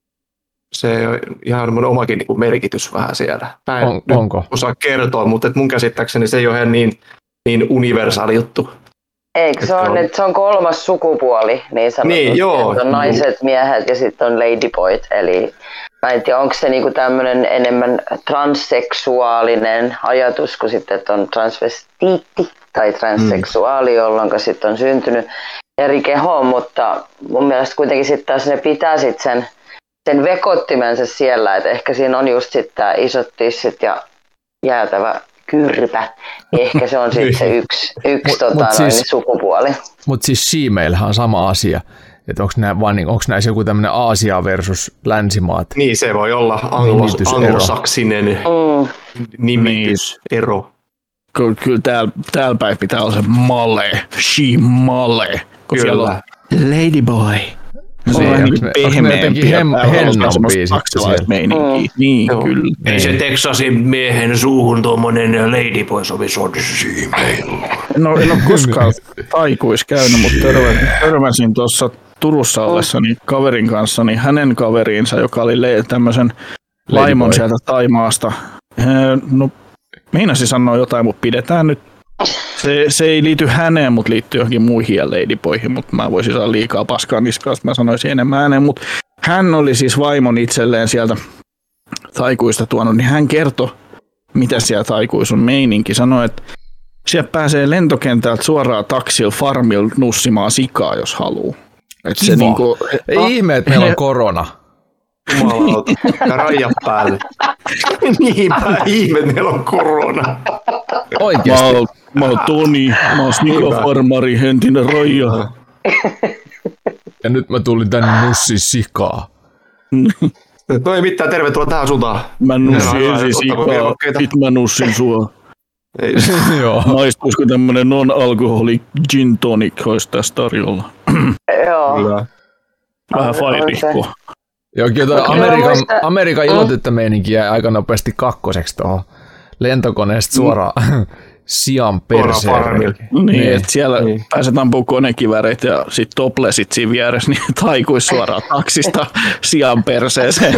se on ihan omakin niin kuin merkitys vähän siellä? Mä en onko? Osaa kertoa, mutta mun käsittääkseni se ei ole ihan niin universaali juttu. Eikö se on, että se on 3. sukupuoli, niin sanotusti. Niin, joo. On naiset, miehet ja sitten on ladyboyt. Eli mä en tiedä, onko se niinku tämmöinen enemmän transseksuaalinen ajatus, kuin sitten, että on transvestiitti tai transseksuaali, jolloin sitten on syntynyt eri kehoon, mutta mun mielestä kuitenkin sitten taas ne pitää sitten sen vekottimensa siellä, että ehkä siinä on just sitten tämä isot tissit ja jäätävä kyrpä. Ehkä se on sitten se yksi sukupuoli. Mutta siis she-mailhän on sama asia. Että onko näissä joku tämmöinen Aasia versus länsimaat? Niin, se voi olla anglosaksinen nimitysero. Kyllä täällä päin pitää olla se male, she-male. Siellä on ladyboy. Se on vähän pehmeämpi ja hennompi saksalaismeininkiä. Niin, kyllä. Ei se Texasin miehen suuhun tuommoinen ladyboy sovi she-mail. No en ole koskaan taikuis käynyt, mutta törmäsin tuossa Turussa ollessani kaverin kanssa, niin hänen kaveriinsa, joka oli tämmöisen laimon sieltä Taimaasta. No, meinasin sanoa jotain, mutta pidetään nyt. Se ei liity häneen, mutta liittyy johonkin muihin ja ladyboihin, mutta mä voisin saada liikaa paskaa niskaa, jos mä sanoisin enemmän ääneen. Mutta hän oli siis vaimon itselleen sieltä taikuista tuonut, niin hän kertoi, mitä siellä taikuissa on meininki. Sanoi, että sieltä pääsee lentokentältä suoraan taksilla farmilla nussimaan sikaa, jos haluaa. Se niinku, ei ihme, että meillä on korona. Jumalauta. Ja raija päälle. Niinpä ihme, että meillä on korona. Oikeesti. Mä oon Toni, mä oon sikafarmari, entinen Raija. Ja nyt mä tulin tänne nussin sikaa. No ei mitään, tervetuloa tähän suuntaan. Mä nussin ensin sikaa, sit mä nussin sua. Maistuisiko tämmönen non-alkoholi gin tonic olisi tässä tarjolla? Joo. Vähän fairikkoa. Jokin Amerikan ilotyttömeininki jäi aika nopeasti kakkoseksi tuohon lentokoneesta sian perseen. Niin, että siellä pääset ampumaan konekiväreitä ja sitten toplesit siinä vieressä, niin taikuisi suoraan taksista sian perseeseen.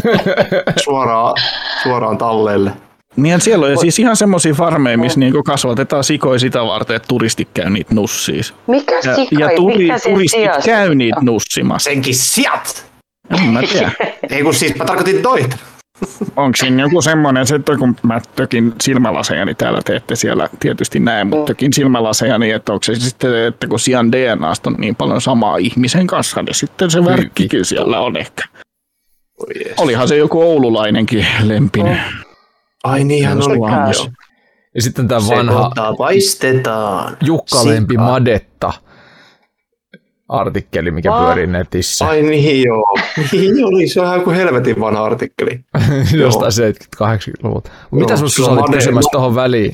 Suoraan talleille. Niin siellä on siis ihan semmoisia farmeja, missä niinku kasvatetaan sikoja sitä varten, että turistit käy niitä nussiis. Mikä sikoja? Ja turistit käy niitä nussimassa. Senkin siat! En mä tiedä. Ei kun siis mä tarkoitin toita. Onko siinä joku semmoinen, että kun mä tökin silmälaseja, niin täällä te ette siellä tietysti näe, mutta tökin silmälaseja, niin että onko se sitten, että kun sian DNAsta on niin paljon samaa ihmisen kanssa, niin sitten se värkkikin siellä on ehkä. Olihan se joku oululainenkin lempinen. Ai niinhän oli. Ja sitten tämä vanha paistetaan. Jukka Lempi Madetta artikkeli, mikä pyörii netissä. Ai niin joo. Niin oli, se on ihan kuin helvetin vanha artikkeli. Jostain 70-80-luvulta. Mitä sinussa olit kysymässä tuohon väliin?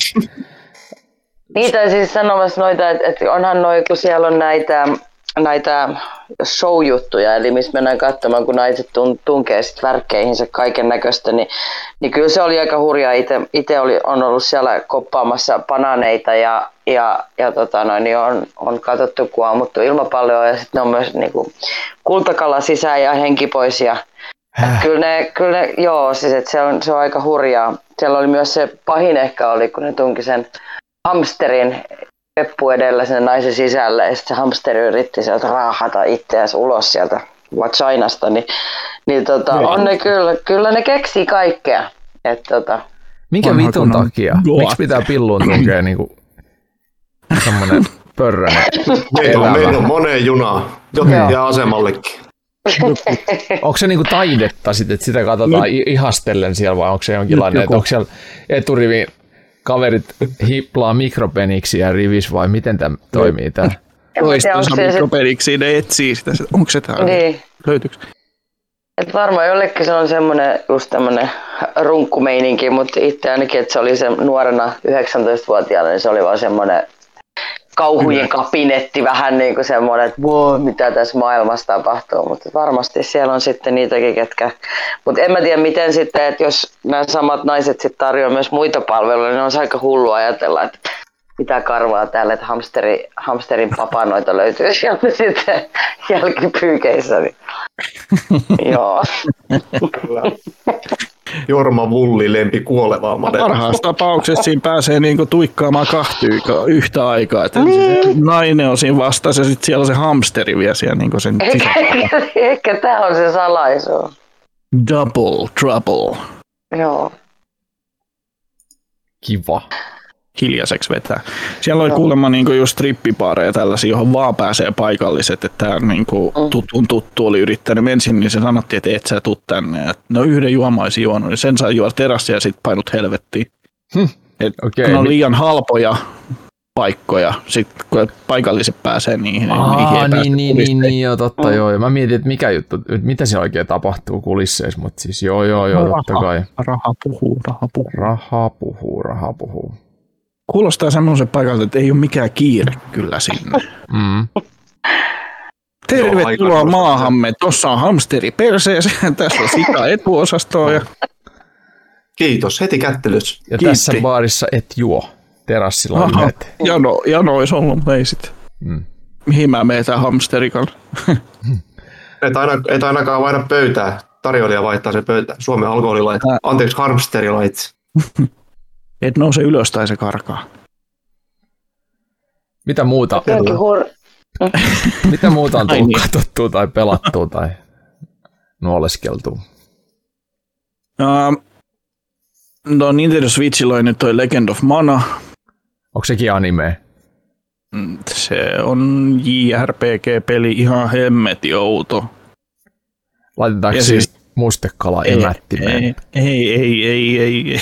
Niitä siis sanomassa noita, että onhan noi, kun siellä on näitä show-juttuja, eli missä mennään katsomaan, kun naiset tunkee sit värkkeihinsä kaiken näköistä, niin kyllä se oli aika hurjaa. Itse on ollut siellä koppaamassa banaaneita ja niin on katsottu, kun on ammuttu ilmapalloa ja sitten on myös niinku kultakala sisään ja henki pois. Ja, kyllä ne, joo, siis että se on aika hurjaa. Siellä oli myös se pahin ehkä oli, kun ne tunki sen hamsterin peppu edellä sen naisen sisälle ja sitten se hamsteri yritti sieltä raahata itseänsä ulos sieltä vaginasta, niin on ne kyllä ne keksii kaikkea. Minkä vitun takia? Miksi pitää pilluun tunkea niinku semmonen pörrönen meillä on moneen junaan, ja asemallekin. Onko se niinku taidetta sitten, että sitä katsotaan ihastellen siellä vai onko se jonkinlainen, että onko siellä eturivin kaverit hiplaa mikropeniksiä rivis vai miten tämä toimii tää? Toistensa mikropeniksiä, ne etsii sitä. Onko se täällä? Niin. Löytyykö? Et varmaan jollekin se on semmoinen just tämmöinen runkkumeininki, mutta itse ainakin, että se oli se nuorena 19-vuotiaana, niin se oli vaan semmoinen kauhujen kabinetti, vähän niin kuin semmoinen, että wow, mitä tässä maailmassa tapahtuu, mutta varmasti siellä on sitten niitäkin, ketkä, mutta en mä tiedä miten sitten, että jos nämä samat naiset sitten tarjoaa myös muita palveluja, niin on aika hullua ajatella, että mitä karvaa täällä, että hamsterin papanoita löytyy sieltä sitten jälkipyykeissä, niin joo. Jorma Vulli lempi kuolevaa Madetta. Parhaassa tapauksessa siinä pääsee niinku tuikkaamaan kahta yhtä aikaa. Että nainen on siinä vastassa ja sitten siellä on se hamsteri vielä siellä niinku sen sisällä. Ehkä tämä on se salaisuus. Double trouble. Joo. Kiva. Hiljaiseksi vetää. Siellä oli kuulemma niinku just strippipaareja tällaisia, johon vaan pääsee paikalliset. Että tämä niinku tuttu oli yrittänyt ensin, niin se sanottiin, että et sä tuu tänne. Et no yhden juomaisi juonut, niin sen sai juoda terassia ja sitten painut helvettiin. Okay. Ne on liian halpoja paikkoja, sitten kun paikalliset pääsee niihin. Niin, joo, totta joo. Ja mä mietin, että mikä juttu, mitä siellä oikein tapahtuu kulisseissa, mutta siis joo, totta kai. Raha puhuu. Kuulostaa semmoisen paikalta, että ei ole mikään kiire kyllä sinne. Tervetuloa maahamme. Tuossa on hamsteri perseeseen, tässä on sika etuosastoa. Ja... Kiitos, heti kättelys. Ja tässä baarissa et juo. Terassilla on yhdet. Jano olisi ollut, mutta ei sit. Mihin mä meetään hamsterikan? Et ainakaan vaihda pöytää. Tarjoilija vaihtaa se pöytää. Suomen alkoholilait. Anteeksi, hamsterilait. Et nouse ylös tai se karkaa. Mitä muuta? Mitä muuta on tullut katsottua tai pelattua tai nuoleskeltua? No Nintendo Switchillä on nyt toi Legend of Mana. Onko sekin anime? Se on JRPG-peli ihan hemmetin outo. Laitetaanko siis mustekala emättimeen? Ei.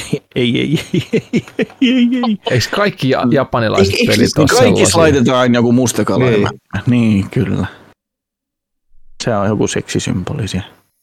Eikö kaikki japanilaiset pelit ole sellaisia? Kaikissa laitetaan aina joku mustekala emättimeen. Niin, kyllä. Se on joku seksisymboli siellä.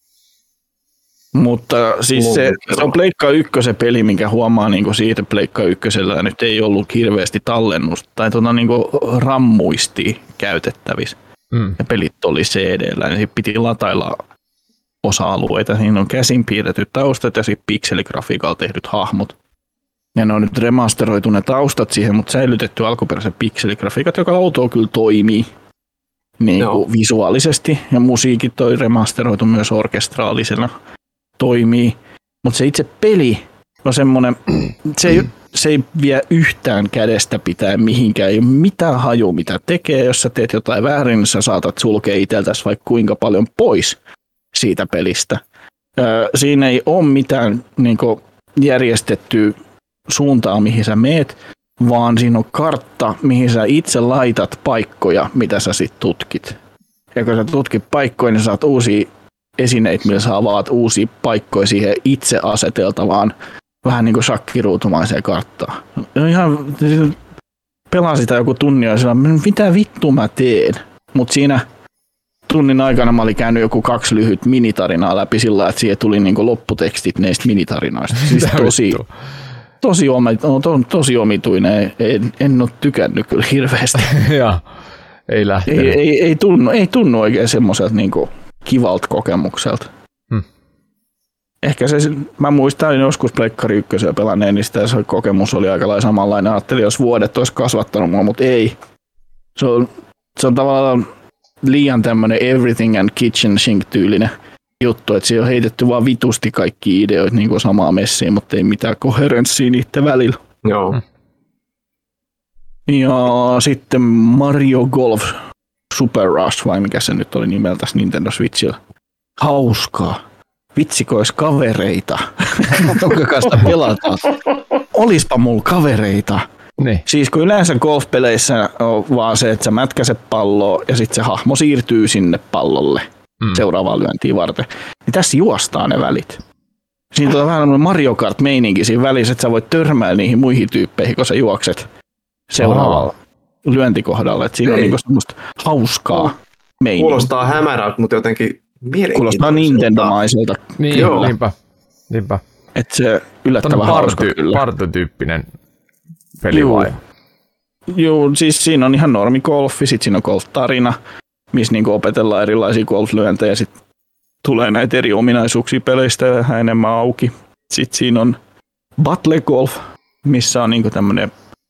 Mutta siis se on Pleikka 1 peli, minkä huomaa niinku siitä Pleikka 1:llä nyt ei ollut hirveästi tallennusta tai niinku rammuistia käytettävissä. Ja pelit oli CD-llä, niin piti latailla osa-alueita. Siinä on käsin piirretyt taustat ja sitten pikseligrafiikalla tehdyt hahmot. Ja ne on nyt remasteroitu ne taustat siihen, mutta säilytetty alkuperäiset pikseligrafiikat, joka auto kyllä toimii niin kuin visuaalisesti. Ja musiikit toi remasteroitu myös orkestraalisena toimii. Mutta se itse peli on semmoinen, se ei vie yhtään kädestä pitää mihinkään. Ei ole mitään hajua, mitä tekee. Jos sä teet jotain väärin, niin sä saatat sulkea itseltäsi vaikka kuinka paljon pois siitä pelistä. Siinä ei ole mitään niin kuin järjestettyä suuntaa, mihin sä meet, vaan siinä on kartta, mihin sä itse laitat paikkoja, mitä sä sit tutkit. Ja kun sä tutkit paikkoja, niin saat uusia esineitä, millä sä avaat uusia paikkoja siihen itse aseteltavaan, vähän niin kuin shakkiruutumaiseen karttaan. Ihan pelaan sitä joku tunnin ja sillä, mitä vittu mä teen? Mutta siinä tunnin aikana mä olin käynyt joku 2 lyhyt minitarinaa läpi sillä, että siihen tuli niinku lopputekstit näistä minitarinoista. Siis tosi omituinen. En ole tykännyt kyllä hirveästi. Ja, ei lähtenyt. Ei tunnu oikein semmoiselta niinku kivalta kokemukselta. Ehkä se, mä muistan joskus Pleikkari 1 pelanneen, niin sitä se kokemus oli aika lailla samanlainen. Ajattelin, jos vuodet olisi kasvattanut mua, mutta ei. Se on tavallaan liian tämmöinen everything and kitchen sink-tyylinen juttu, että siellä on heitetty vaan vitusti kaikki ideoit niin kuin samaa messiin, mutta ei mitään koherenssia niiden välillä. Joo. Ja sitten Mario Golf Super Rush, vai mikä se nyt oli nimeltä Nintendo Switchillä. Hauskaa. Vitsikois kavereita. Onko kanssa pelataan? Olispa mulla kavereita. Niin. Siis kun yleensä golfpeleissä on vaan se, että sä mätkäset palloa ja sitten se hahmo siirtyy sinne pallolle seuraavaan lyöntiin varten. Niin tässä juostaa ne välit. Siinä on vähän Mario Kart-meininki siinä välissä, että sä voit törmäillä niihin muihin tyyppeihin, kun sä juokset seuraavalla lyöntikohdalla. Että siinä on niinku semmoista hauskaa meininkiä. Kuulostaa hämärältä, mutta jotenkin mielenkiintoista. Kuulostaa Nintendo-maiselta. Niin, Joo. niinpä. Että se yllättävän hauska kyllä. Partotyyppinen peli vai? Joo, siis siinä on ihan normi golfi, sitten siinä on golf-tarina, missä niinku opetellaan erilaisia golflyöntejä, sitten tulee näitä eri ominaisuuksia peleistä vähän enemmän auki. Sitten siinä on battle golf, missä on niinku tämmöinen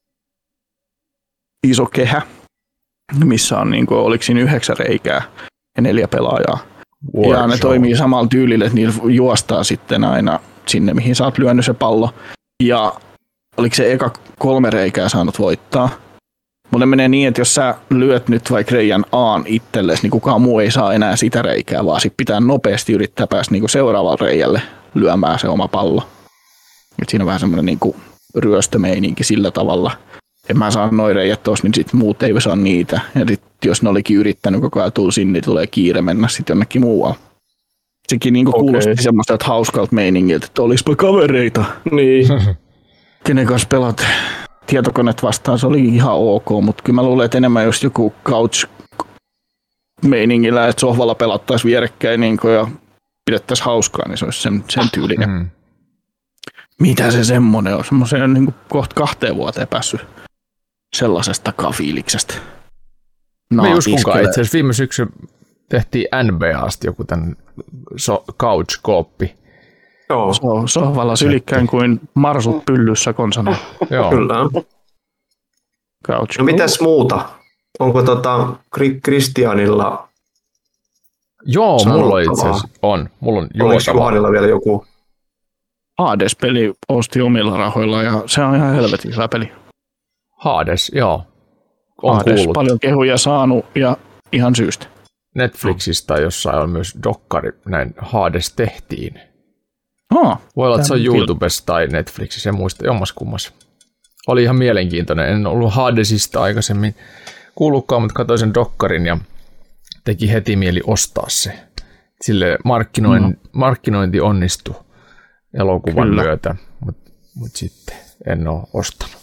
iso kehä, missä on niinku, oliko siinä 9 reikää ja 4 pelaajaa. Ja ne toimii samalla tyylillä, että niillä juostaa sitten aina sinne, mihin sä oot lyönyt se pallo. Ja oliko se eka 3 reikää saanut voittaa? Mulle menee niin, että jos sä lyöt nyt vaikka reijän A:n itsellesi, niin kukaan muu ei saa enää sitä reikää, vaan sit pitää nopeasti yrittää päästä niinku seuraavalle reijälle lyömään se oma pallo. Et siinä on vähän semmoinen niinku ryöstömeininki sillä tavalla. En mä saa noin reijät tossa, niin sit muut ei saa niitä. Ja sit jos ne olikin yrittänyt koko ajan tulla sinne, niin tulee kiire mennä sitten jonnekin muualle. Sekin niinku kuulosti semmoista hauskalta meiningiltä, että olispa kavereita. Niin. Kenen kanssa pelat tietokoneet vastaan, se oli ihan ok, mutta kyllä mä luulen, että enemmän jos joku couch-meiningillä, että sohvalla pelattaisiin vierekkäin niin ja pidettäisiin hauskaa, niin se olisi sen tyylinen. Mitä se semmoinen on? Semmoisen niin kohta 2 vuoteen päässyt sellaisesta fiiliksestä. Me uskonkaan itse asiassa viime syksy tehtiin NBAsta joku tämän couch-kooppi. Joo. Sohvalla sylikkään kuin marsut pyllyssä konsana. Joo. Kyllä. Couch. No mitäs muuta? Onko Kristianilla? Joo, mulla itse asiassa on. Mulla on Juhanilla vielä joku? Hades-peli osti omilla rahoilla ja se on ihan helvetin hyvä peli. Hades, joo. On Hades kuullut. paljon kehuja saanut ja ihan syystä. Netflixistä jossain on myös dokkari, näin Hades tehtiin. Voi olla, että se on YouTubessa tai Netflixissä, en muista, jommaskummassa. Oli ihan mielenkiintoinen. En ollut Hadesista aikaisemmin kuullutkaan, mutta katsoin sen dokkarin ja teki heti mieli ostaa se. Sille markkinointi onnistui elokuvan myötä, mutta sitten en ole ostanut.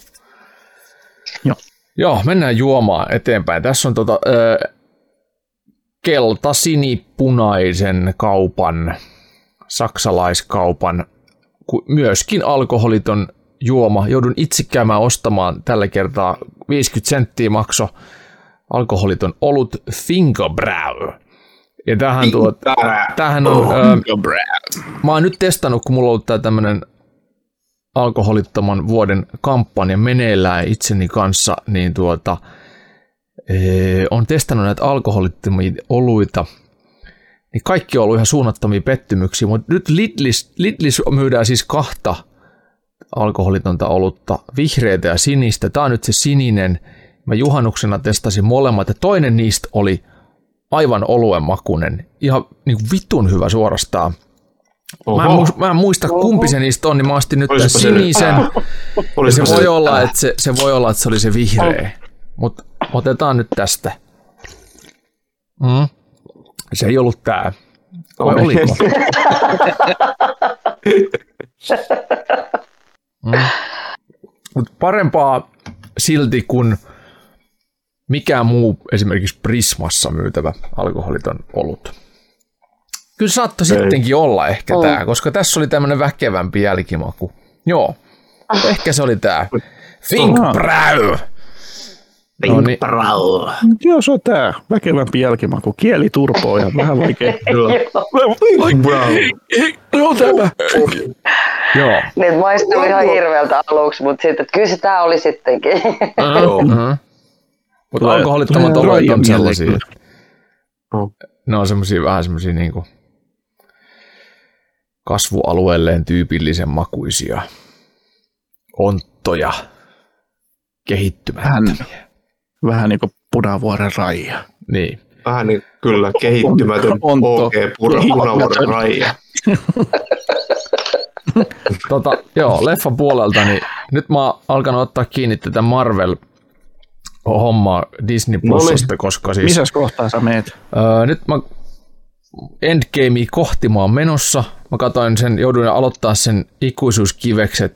Joo, mennään juomaan eteenpäin. Tässä on kelta-sinipunaisen kaupan, saksalaiskaupan, myöskin alkoholiton juoma. Joudun itse käymään ostamaan tällä kertaa 50 senttiä makso alkoholiton olut Fingerbrau. Ja tämähän on, mä oon nyt testannut, kun mulla on ollut tää tämmönen alkoholittoman vuoden kampanja meneillään itseni kanssa, niin on testannut näitä alkoholittomia oluita. Niin kaikki on ollut ihan suunnattomia pettymyksiä, mutta nyt Lidlis myydään siis 2 alkoholitonta olutta, vihreitä ja sinistä. Tämä on nyt se sininen. Mä juhannuksena testasin molemmat ja toinen niistä oli aivan oluen makuinen. Ihan niin kuin vitun hyvä suorastaan. Mä en muista kumpi se niistä on, niin mä ostin nyt tämän sinisen. Se voi olla, että se oli se vihreä. Mutta otetaan nyt tästä. Se ei ollut tää. Vai oliko? Mut parempaa silti kuin mikään muu esimerkiksi Prismassa myytävä alkoholiton olut. Kyllä saattoi sittenkin olla ehkä tää, koska tässä oli tämmönen väkevämpi jälkimaku. Joo, ehkä se oli tää. Think Brau! Think Brau! Joo, se on tää. Väkevämpi jälkimaku. Kieli turpoo ja vähän vaikea. Think Brau! Joo, tämä. Joo. Ne maistuu ihan hirveältä aluksi, mutta sitten, kyllä se tää oli sittenkin. Mutta alkoholittomat oluet on sellaisia. Ne on vähän semmosia niinku kasvualueelleen tyypillisen makuisia onttoja, kehittymättömiä. Vähän niinku Punavuoren raija. Niin. Vähän niin kyllä kehittymätön OG Punavuoren raija. Joo, leffan puolelta, niin nyt mä oon alkanut ottaa kiinni tätä Marvel-hommaa Disney Plusasta, koska siis... Missäs kohtaa sä meet? Nyt mä Endgamea kohti mä oon menossa. Mä katsoin sen, jouduin aloittaa sen ikuisuuskivekset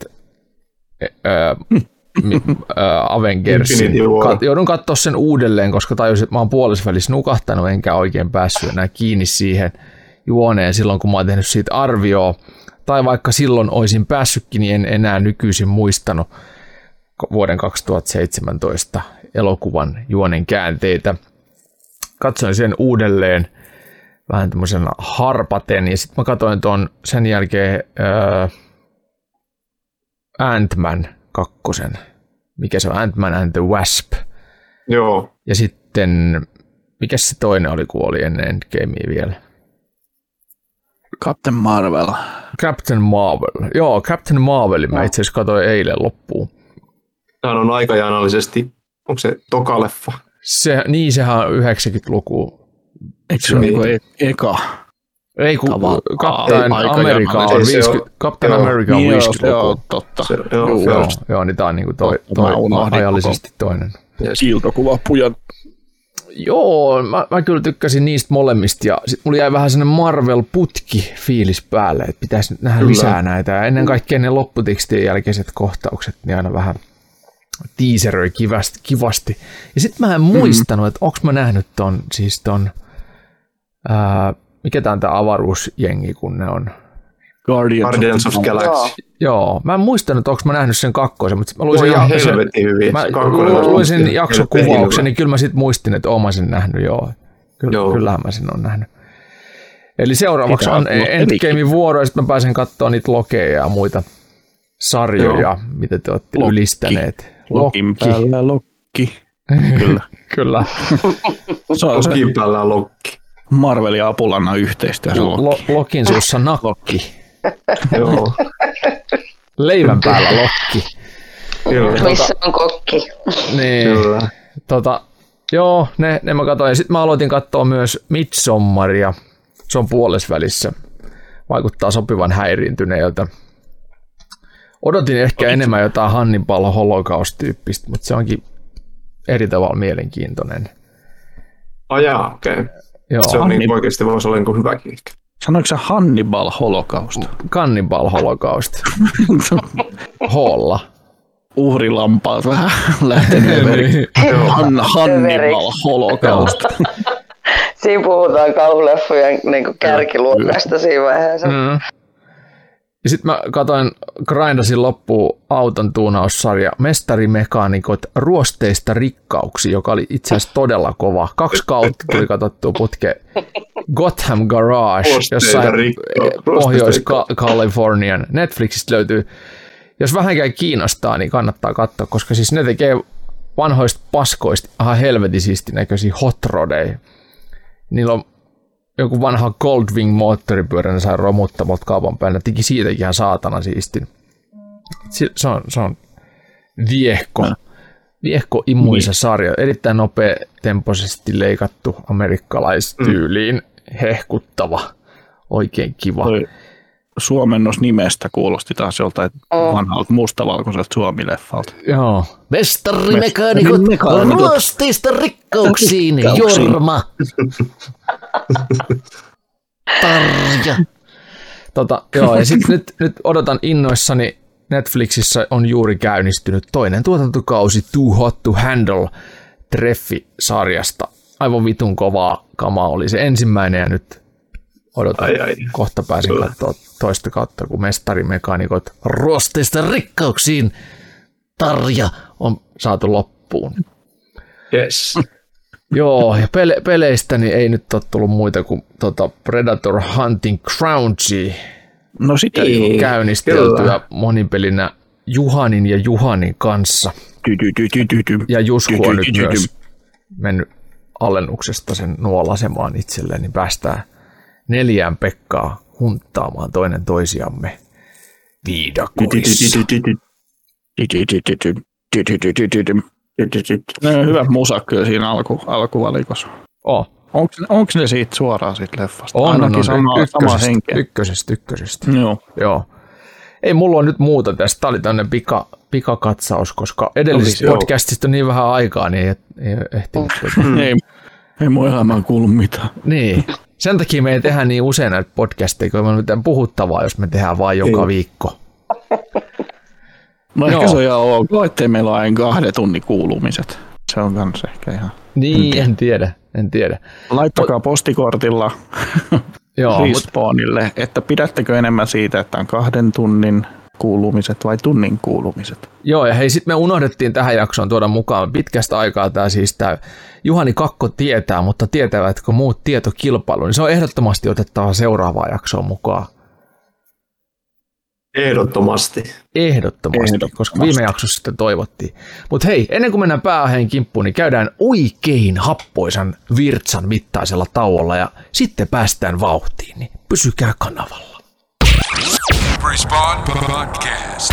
Avengersin. Joudun katsoa sen uudelleen, koska tajusin, että mä oon puolesvälissä nukahtanut, enkä oikein päässyt enää kiinni siihen juoneen silloin, kun mä oon tehnyt siitä arvioa. Tai vaikka silloin olisin päässytkin, niin en enää nykyisin muistanut vuoden 2017 elokuvan juonen käänteitä. Katsoin sen uudelleen vähän tämmöisen harpaten, ja sitten mä katsoin sen jälkeen Ant-Man 2. Mikä se on? Ant-Man and the Wasp. Joo. Ja sitten, mikä se toinen oli, kun oli ennen Endgamea vielä? Captain Marvel. Captain Marvel. Joo, Captain Marvelin mä itse asiassa katsoin eilen loppuun. Tämä on aikajanallisesti, onko se toka leffa? Sehän on 90-lukua. Eikö se ole niin eka? Ei, kun Captain America on 50-lukua. Joo, totta. Joo, niin tää on niinku toi ajallisesti toinen. Kiiltokuvapujan. Joo, mä kyllä tykkäsin niistä molemmista, ja sit mulla jäi vähän sellainen Marvel-putki-fiilis päälle, että pitäisi nyt nähdä lisää näitä, ja ennen kaikkea ne lopputekstien jälkeiset kohtaukset, niin aina vähän tiiseröi kivasti. Ja sit mä en muistanut, että onks mä nähnyt ton mikä tää on tää avaruusjengi, kun ne on Guardians of Galaxy. Joo, mä en muistanut, että onko mä nähnyt sen kakkosen, mutta mä luin sen jaksokuvauksen, niin kyllä mä sit muistin, että oon mä sen nähnyt, joo. Kyllähän mä sen on nähnyt. Eli seuraavaksi on Endgamein vuoro, ja sitten mä pääsen katsoa niitä lokeja ja muita sarjoja, mitä te olette ylistäneet. Lokin päällä lokki. Kyllä. Kyllä. Lokin päällä lokki. Marvel ja Apulanna yhteistyö. Lokin suussa nakki. Joo. Leivän päällä lokki. Missä on kokki? Niin. Kyllä. Joo, ne mä katsoin. Sitten mä aloitin katsoa myös Midsommaria. Se on puolesvälissä. Vaikuttaa sopivan häiriintyneeltä. Odotin ehkä enemmän jotain Hannibal Holocaust-tyyppistä, mutta se onkin eri tavalla mielenkiintoinen. Ajaa, okei. Okay. Joo. Se on niin oikeasti voisi olla niin hyväkin. Sanoiko sä Hannibal Holocaust? Cannibal Holocaust. Holla. Uhrilampaat vähän lähteneet. Hannibal Holocaust. Siinä puhutaan kauhuleffojen niin kärkiluokasta siinä vaiheessa. Ja sitten mä grindasin loppuun auton tuunaussarja Mestarimekaanikot ruosteista rikkauksi, joka oli itse asiassa todella kova. 2 kautta tuli katsottua putkeen. Gotham Garage, jossain Pohjois-Californian. Netflixistä löytyy. jos vähänkään kiinnostaa, niin kannattaa katsoa, koska siis ne tekee vanhoista paskoista ihan helvetisisti näköisiä hot rodeja. Niillä on joku vanha Goldwing moottoripyörä, ne sai romuttamolta kaupan päällä, teki siitäkin ihan saatana siistin. Se on viehko imuisa sarja, erittäin nopeatempoisesti leikattu amerikkalaistyyliin, hehkuttava, oikein kiva. Suomennos nimestä kuulosti taas joltain vanhalta mustavalkoiselta Suomi-leffalta. Joo. Mestarimekaanikot ruosteista rikkauksiin, Jorma. Tarja. Joo, ja sitten nyt odotan innoissani, Netflixissä on juuri käynnistynyt toinen tuotantokausi Too Hot to Handle -treffisarjasta. Aivan vitun kovaa kamaa oli se ensimmäinen, ja nyt odotan, kohta pääsin katsoa toista kautta, kun Mestarimekaanikot ruosteista rikkauksiin, Tarja on saatu loppuun. Yes. Joo, ja peleistä niin ei nyt ole tullut muita kuin Predator Hunting Groundsia. No sitä käynnisteltyä monipelinä Juhanin ja Juhanin kanssa. Ja Jusku on nyt myös mennyt alennuksesta sen nuolasemaan itselleen, niin päästään 4 Pekkaa hunttaamaan toinen toisiamme viidakoissa. Hyvä musa kyllä siinä alkuvalikossa. Onko ne siitä suoraan siitä leffasta? On sama henkeä. Ykkösestä. Joo. Ei mulla on nyt muuta tästä. Tämä oli tämmöinen pikakatsaus, koska edellisestä podcastista on niin vähän aikaa, niin ei ehtinyt. Ei mun elämään kuulu mitään. Niin. Sen takia me ei tehdä niin usein näitä podcasteja, kun me on mitään puhuttavaa, jos me tehdään vaan joka viikko. No ehkä se on ihan ok, ettei meillä ole aina 2 tunnin kuulumiset. Se on kans ehkä ihan... Niin, en tiedä. Laittakaa postikortilla Respawnille, että pidättekö enemmän siitä, että on 2 tunnin kuulumiset vai tunnin kuulumiset. Joo, ja hei, sitten me unohdettiin tähän jaksoon tuoda mukaan pitkästä aikaa tämä Juhani Kakko tietää, mutta tietävätkö muut tietokilpailu, niin se on ehdottomasti otettava seuraavaan jaksoon mukaan. Ehdottomasti, koska viime jaksossa sitten toivottiin. Mutta hei, ennen kuin mennään pääaiheen kimppuun, niin käydään oikein happoisan virtsan mittaisella tauolla ja sitten päästään vauhtiin, niin pysykää kanavalla. Respawn Podcast.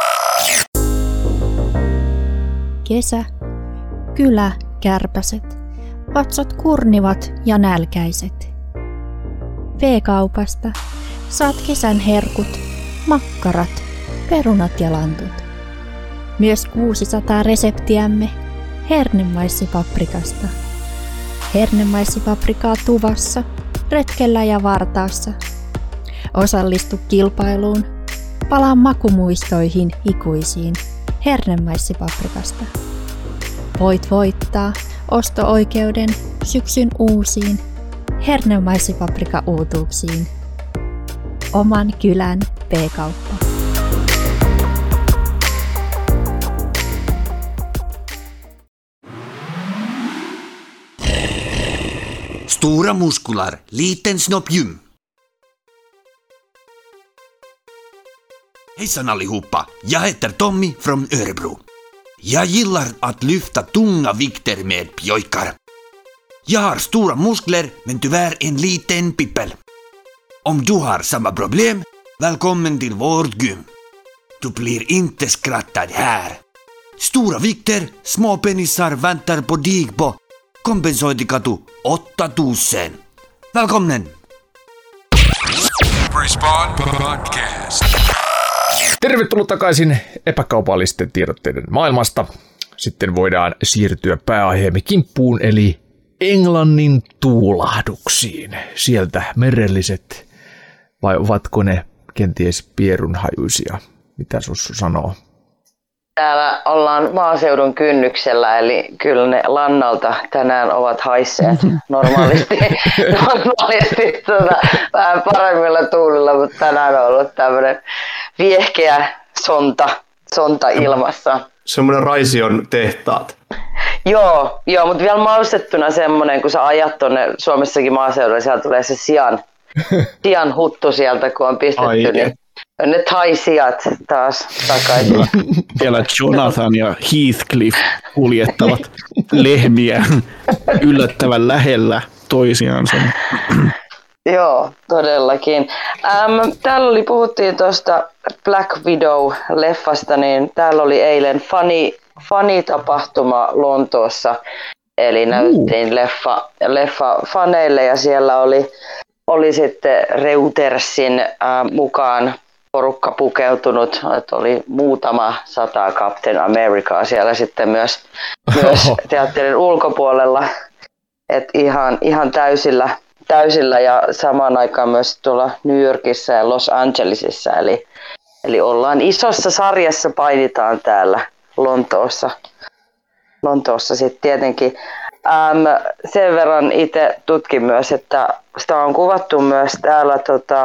Kesä, kylä, kärpäset, vatsat kurnivat ja nälkäiset. V-kaupasta saat kesän herkut, makkarat, perunat ja lantut. Myös 600 reseptiämme hernemaisipaprikasta. Hernemaisipaprikaa tuvassa, retkellä ja vartaassa. Osallistu kilpailuun. Palaa makumuistoihin ikuisiin hernemaisipaprikasta. Voit voittaa osto-oikeuden syksyn uusiin hernemaisipaprika-uutuuksiin. Oman kylän P-kauppa. Stora muskler, liten snopp gym. Hejsan allihopa, jag heter Tommy från Örebro. Jag gillar att lyfta tunga vikter med pjojkar. Jag har stora muskler men tyvärr en liten pippel. Om du har samma problem, välkommen till vårt gym. Du blir inte skrattad här. Stora vikter, små penissar väntar på dig på Kompensointikatu 8000. Välkommen! Respawn Podcast. Tervetuloa takaisin epäkaupallisten tiedotteiden maailmasta. Sitten voidaan siirtyä pääaiheemme kimppuun, eli Englannin tuulahduksiin. Sieltä merelliset, vai ovatko ne kenties pierunhajuisia? Mitä Sussu sanoo? Täällä ollaan maaseudun kynnyksellä, eli kyllä ne lannalta tänään ovat haisseet normaalisti vähän paremmilla tuulilla, mutta tänään on ollut tämmöinen viehkeä sonta ilmassa. Semmoinen Raision tehtaat. Joo, mutta vielä maustettuna semmoinen, kun sä ajat tuonne Suomessakin maaseudulla, siellä tulee se sian huttu sieltä, kun on pistetty, niin ne taisijat taas takaisin. Siellä Jonathan ja Heathcliff kuljettavat lehmiä yllättävän lähellä toisiansa. Joo, todellakin. Täällä puhuttiin tuosta Black Widow-leffasta, niin täällä oli eilen fanitapahtuma Lontoossa. Eli näyttiin leffa faneille ja siellä oli sitten Reutersin mukaan porukka pukeutunut, että oli muutama 100 Captain Americaa siellä sitten myös teatterin ulkopuolella, että ihan täysillä ja samaan aikaan myös tuolla New Yorkissa ja Los Angelesissa, eli ollaan isossa sarjassa, painitaan täällä Lontoossa sitten tietenkin. Sen verran itse tutkin myös, että sitä on kuvattu myös täällä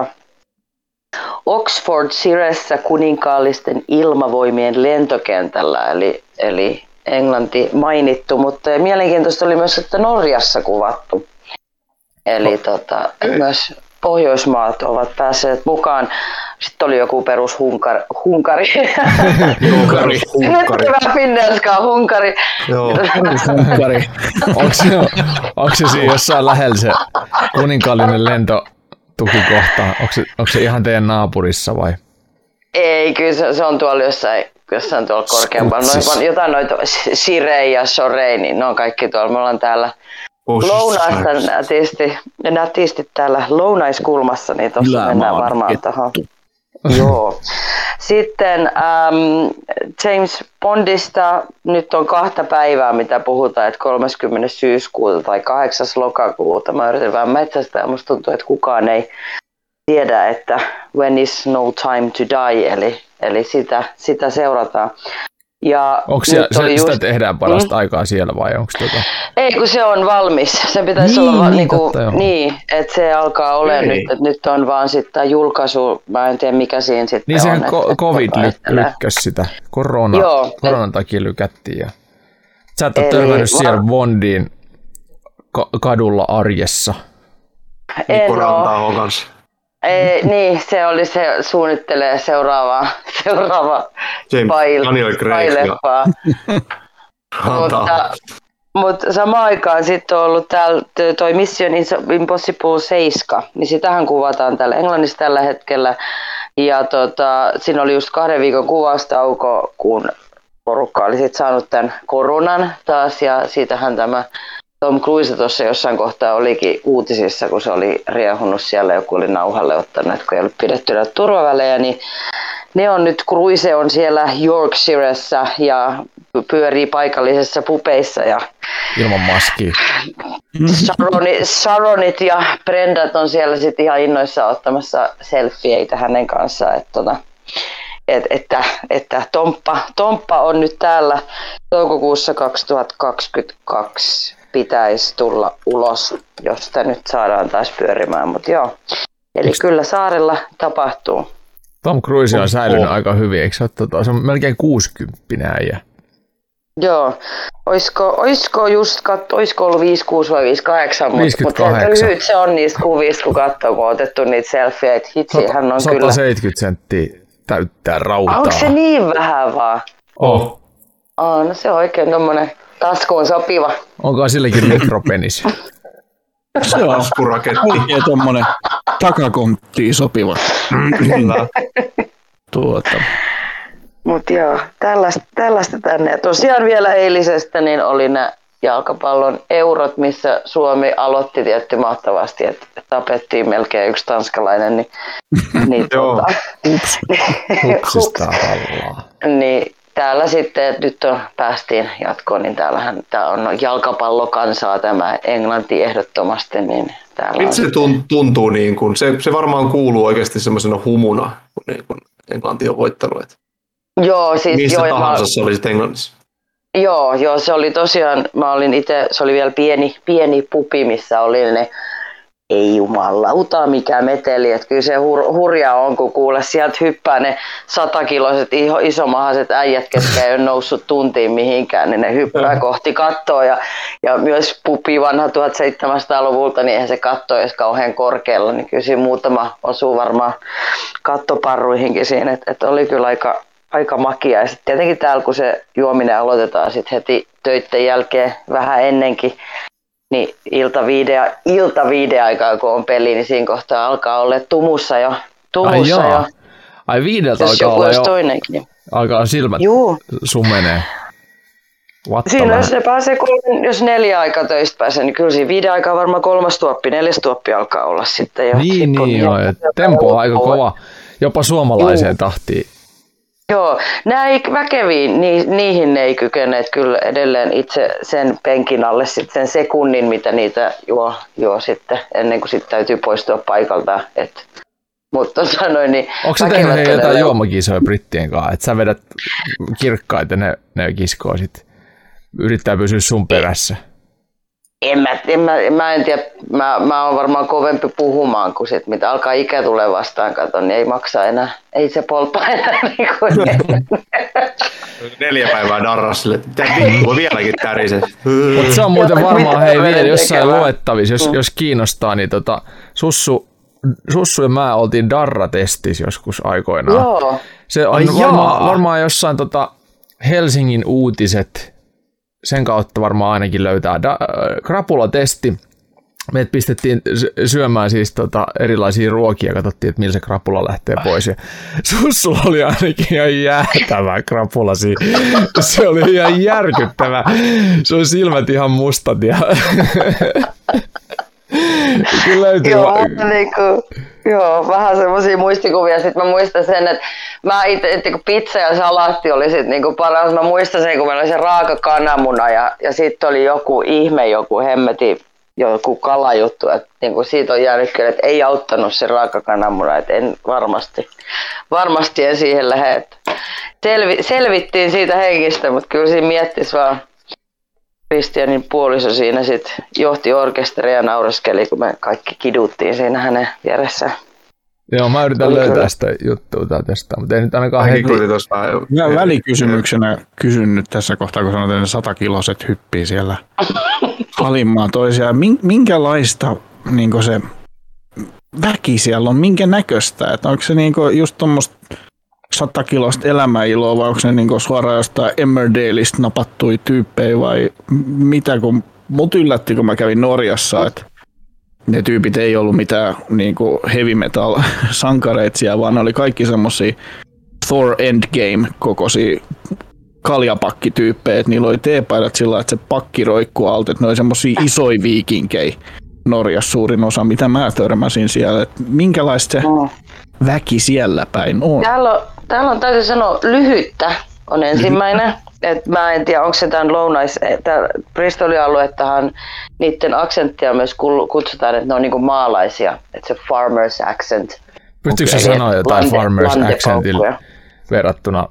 Oxfordshiressä kuninkaallisten ilmavoimien lentokentällä, eli Englanti mainittu, mutta mielenkiintoista oli myös, että Norjassa kuvattu. Eli myös Pohjoismaat ovat päässeet mukaan. Sitten oli joku perus Hunkari. Hunkari. Hunkari. Joo. Hunkari. Onko se siinä jossain lähellä se kuninkaallinen lentotukikohta? Onko se ihan teidän naapurissa vai? Ei, kyllä se on tuolla jossain tuolla korkeampana. Jotain noita Shirei ja Shorei, niin ne on kaikki tuolla. Me ollaan täällä lounaasta nätisti täällä lounaiskulmassa, niin tuossa mennään varmaan tuohon. Joo. Sitten James Bondista nyt on 2 päivää, mitä puhutaan, että 30. syyskuuta tai 8. lokakuuta. Mä yritän vähän metsästä ja musta tuntuu, että kukaan ei tiedä, että when is no time to die, eli sitä seurataan. Onko sitä tehdään parasta aikaa siellä vai onko Ei, kun se on valmis. Se pitäisi olla niin, että se alkaa olemaan nyt, että nyt on vaan sitten julkaisu, mä en tiedä mikä siinä sitten niin on. Niin sehän COVID lykkäsi sitä, koronan takia lykättiin. Ja sä et ole törmännyt siellä Bondiin kadulla arjessa. Mikko Rantaahon kanssa. Ei, niin, se oli se suunnittelee seuraavaa leffaa. Mutta samaan aikaan sitten on ollut täällä toi Mission Impossible 7, niin sitähän kuvataan täällä Englannissa tällä hetkellä. Ja siinä oli just 2 viikon kuvaustauko, kun porukka oli sitten saanut tämän koronan taas, ja siitähän tämä Tom Cruise tuossa jossain kohtaa olikin uutisissa, kun se oli riehunut siellä, joku oli nauhalle ottanut, kun ei ollut pidetty näitä turvavälejä, niin ne on nyt, Cruise on siellä Yorkshiressa ja pyörii paikallisessa pupeissa. Ja ilman maskia. Sharonit ja Brendat on siellä sitten ihan innoissaan ottamassa selfieitä hänen kanssaan, että Tomppa on nyt täällä toukokuussa 2022 pitäisi tulla ulos, jos sitä nyt saadaan taas pyörimään, mutta joo. Eli kyllä saarella tapahtuu. Tom Cruise on säilynyt aika hyvin, eikö se on melkein 60 äijä? Joo. Oisko ollut 56 vai 58, 58. Mutta lyhyt se on niistä kuvista, kun katsoo, kun on otettu niitä selfieitä. Hitsi, hän on 170 senttiä täyttää rautaa. Onko se niin vähän vaan? No se on oikein tommonen taskuun sopiva. Onko silläkin mikropenis? Se on oikein tommonen takakonttiin sopiva. Mut joo, tällaista tänne. Ja tosiaan vielä eilisestä niin oli nämä jalkapallon eurot, missä Suomi aloitti tietty mahtavasti, että tapettiin melkein yksi tanskalainen. Niin niin täällä sitten, nyt päästiin jatkoon, niin tää on jalkapallokansaa tämä Englanti ehdottomasti. Niin täällä se tuntuu niin kuin, se varmaan kuuluu oikeasti semmoisena humuna, kun Englanti on voittanut. Joo, siis missä tahansa se oli sitten Englannissa. Joo, se oli tosiaan, se oli vielä pieni pubi, missä oli ne ei jumalauta mikä meteli, että kyllä se hurjaa on, kun kuule sieltä hyppää ne 100-kiloiset isomahaiset äijät, ketkä ei ole noussut tuntiin mihinkään, niin ne hyppää kohti kattoa ja myös pupi vanha 1700-luvulta, niin eihän se katto edes kauhean korkealla, niin kyllä siinä muutama osuu varmaan kattoparruihinkin siinä, että oli kyllä aika makia. Ja sitten tietenkin täällä, kun se juominen aloitetaan sitten heti töitten jälkeen vähän ennenkin, niin ilta viiden aikaa, kun on peli, niin siinä kohtaa alkaa olla tumussa jo. Ai 5 alkaa olla jo. Toinenkin. Alkaa silmät sumenee. Siinä jos ne pääsee, jos 4 aikaa töistä pääsee, niin kyllä siinä 5 aikaa varmaan 3 tuoppi, 4 tuoppi alkaa olla sitten jo. Niin joo, tempo on aika kova, jopa suomalaiseen tahtiin. Joo, nämä väkeviin, niihin ne ei kykeneet kyllä edelleen itse sen penkin alle sen sekunnin, mitä niitä juo sitten, ennen kuin sitten täytyy poistua paikalta. Mutta sanoin, niin onko sä tehnyt jotain juomakisoja brittien kanssa, että sä vedät kirkkaita ne kiskoo sitten, yrittää pysyä sun perässä? Mä en tiedä, mä oon varmaan kovempi puhumaan, kun sit, mitä alkaa ikä tulee vastaan, niin ei maksa enää, ei se polta enää niin kuin 4 päivää darrasille, mitä vittua vieläkin tärisee. Mutta se on muuten varmaan vielä jossain luettavissa, jos kiinnostaa, niin Sussu ja mä oltiin darratestissä joskus aikoinaan. Joo. Se on varmaan jossain Helsingin uutiset, sen kautta varmaan ainakin löytää krapulatesti. Meidät pistettiin syömään siis erilaisia ruokia ja katsottiin, että millä se krapula lähtee pois. Ja Sussulla oli ainakin ihan jäätävä krapula siinä. Se oli ihan järkyttävä. Se on silmät ihan mustat. Ja Joo, vähän semmoisia muistikuvia. Sitten mä muistan sen, että mä itse, kun pizza ja salaatti oli sit niinku paras. Mä muistan sen, kun meillä oli se raaka kananmuna ja sitten oli joku hemmeti, joku kalajuttu. Että niinku siitä on jäänyt kyllä, että ei auttanut se raaka kananmuna. Että en varmasti en siihen lähde. Selvittiin siitä henkistä, mutta kyllä siinä miettisi vaan. Kristianin puoliso siinä sitten johti orkesteria ja naureskeli, kun me kaikki kiduttiin siinä hänen vieressään. Joo, mä yritän löytää sitä juttua tästä, mutta ei nyt ainakaan heti. Mä välikysymyksenä kysyn nyt tässä kohtaa, kun sanotaan, että 100-kiloiset hyppii siellä halimmaan toisiaan. Minkälaista niin se väki siellä on, minkä näköistä? Että onko se niin just tuommoista 100-kiloista elämäiloa vai onko se niin suoraan jostain Emmerdaleista napattui tyyppejä vai mitä, kun mut yllätti, kun mä kävin Norjassa, että ne tyypit ei ollut mitään niin heavy metal sankareita siellä, vaan ne oli kaikki semmosia Thor Endgame-kokoisia kaljapakkityyppejä, että niillä oli teepaidat sillä, että se pakki roikkuu alta, että ne oli semmosia isoja viikinkejä Norjassa suurin osa, mitä mä törmäsin siellä, että minkälaista se väki siellä päin on? Täällä on täytyy sanoa lyhyttä on ensimmäinen. Et mä en tiedä, onko se tämän Bristolin aluettahan niiden aksenttia myös kutsutaan, että ne on niinku maalaisia. Että se farmer's accent. Pystyykö sä sanoa jotain farmer's accentilla verrattuna?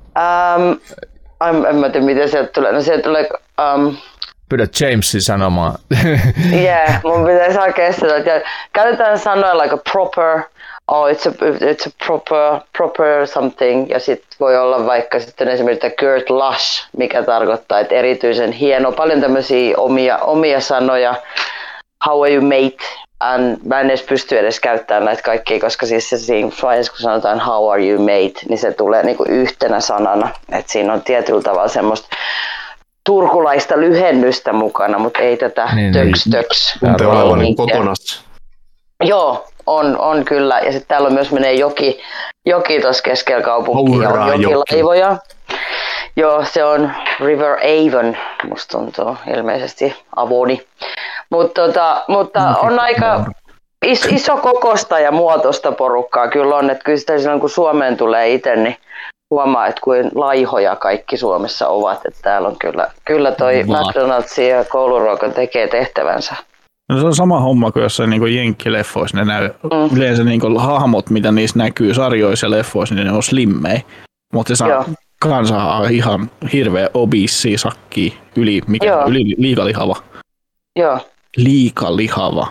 En mä tiedä, miten sieltä tulee. No sieltä tulee... Pyydä Jamesin sanomaan. Mun pitäisi hakea sitä. Käytetään sanoja like a proper... it's a proper something, ja sitten voi olla vaikka sitten esimerkiksi Kurt Lush, mikä tarkoittaa, että erityisen hieno, paljon tämmöisiä omia sanoja, how are you mate, mä en edes pysty edes käyttämään näitä kaikkia, koska siis se siinä vaiheessa, kun sanotaan how are you mate, niin se tulee niinku yhtenä sanana, että siinä on tietyllä tavalla semmoista turkulaista lyhennystä mukana, mutta ei tätä töks. Kotonassa. Joo, on kyllä. Ja sitten täällä on myös menee joki tuossa keskellä kaupunkia. On jokilaivoja. Joo, se on River Avon, musta tuntuu ilmeisesti Avoni. Mutta on aika iso kokosta ja muotoista porukkaa kyllä on. Että kyllä sitä silloin kun Suomeen tulee itse, niin huomaa, että kuin laihoja kaikki Suomessa ovat. Että täällä on kyllä toi McDonald's ja kouluruoka tekee tehtävänsä. No se on sama homma kuin jossain niin jenkkileffoissa. Ne yleensä niin hahmot, mitä niissä näkyy sarjoissa ja leffoissa, niin ne on slimmejä. Mutta se kansa on ihan hirveä obessia sakkia, yli liikalihava. Joo, Liika lihava.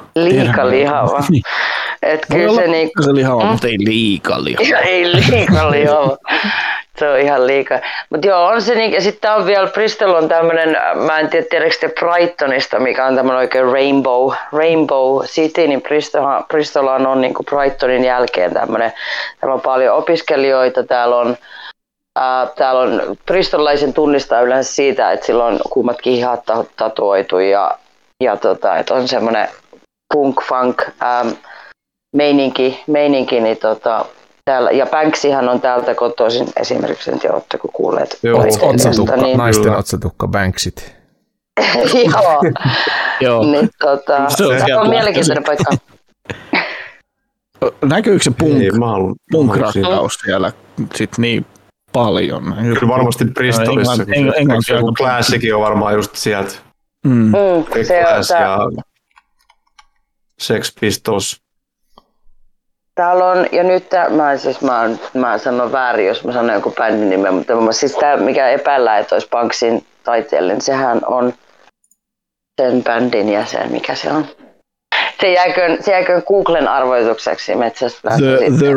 Et kyllä se niinku... Se lihava, mutta ei liika lihava. Ei liika lihava. Se on ihan liikaa. Mutta joo, on se niin, ja sitten on vielä, Bristol on tämmöinen, mä en tiedäkö te Brightonista, mikä on tämmöinen oikein Rainbow City, niin Bristol on niin kuin Brightonin jälkeen tämmöinen, täällä on paljon opiskelijoita, täällä on bristolaisen tunnistaa yleensä siitä, että sillä on kummatkin hihat tatuoitu ja että on semmoinen punk-funk meininki niin täällä, ja Banksihan on täältä kotoisin esimerkiksi, en tiedä, ootteko kuulleet. Otsatukka, niin, naisten otsatukka Banksit. Joo. Niin, se on mielenkiintoinen paikka. Näkyykö se punk-rakkaus siellä sit niin paljon? Kyllä varmasti Bristolissa. Joku Classicin on varmaan just sieltä. Se on ja Sex Pistols. Täällä on, ja nyt mä sanon väärin, jos mä sanon joku bändin nimen, mutta siis tämä, mikä epäillään, että olisi Banksin taiteellinen, niin sehän on sen bändin jäsen, mikä se on. Se jääköön Googlen arvoitukseksi metsästä. The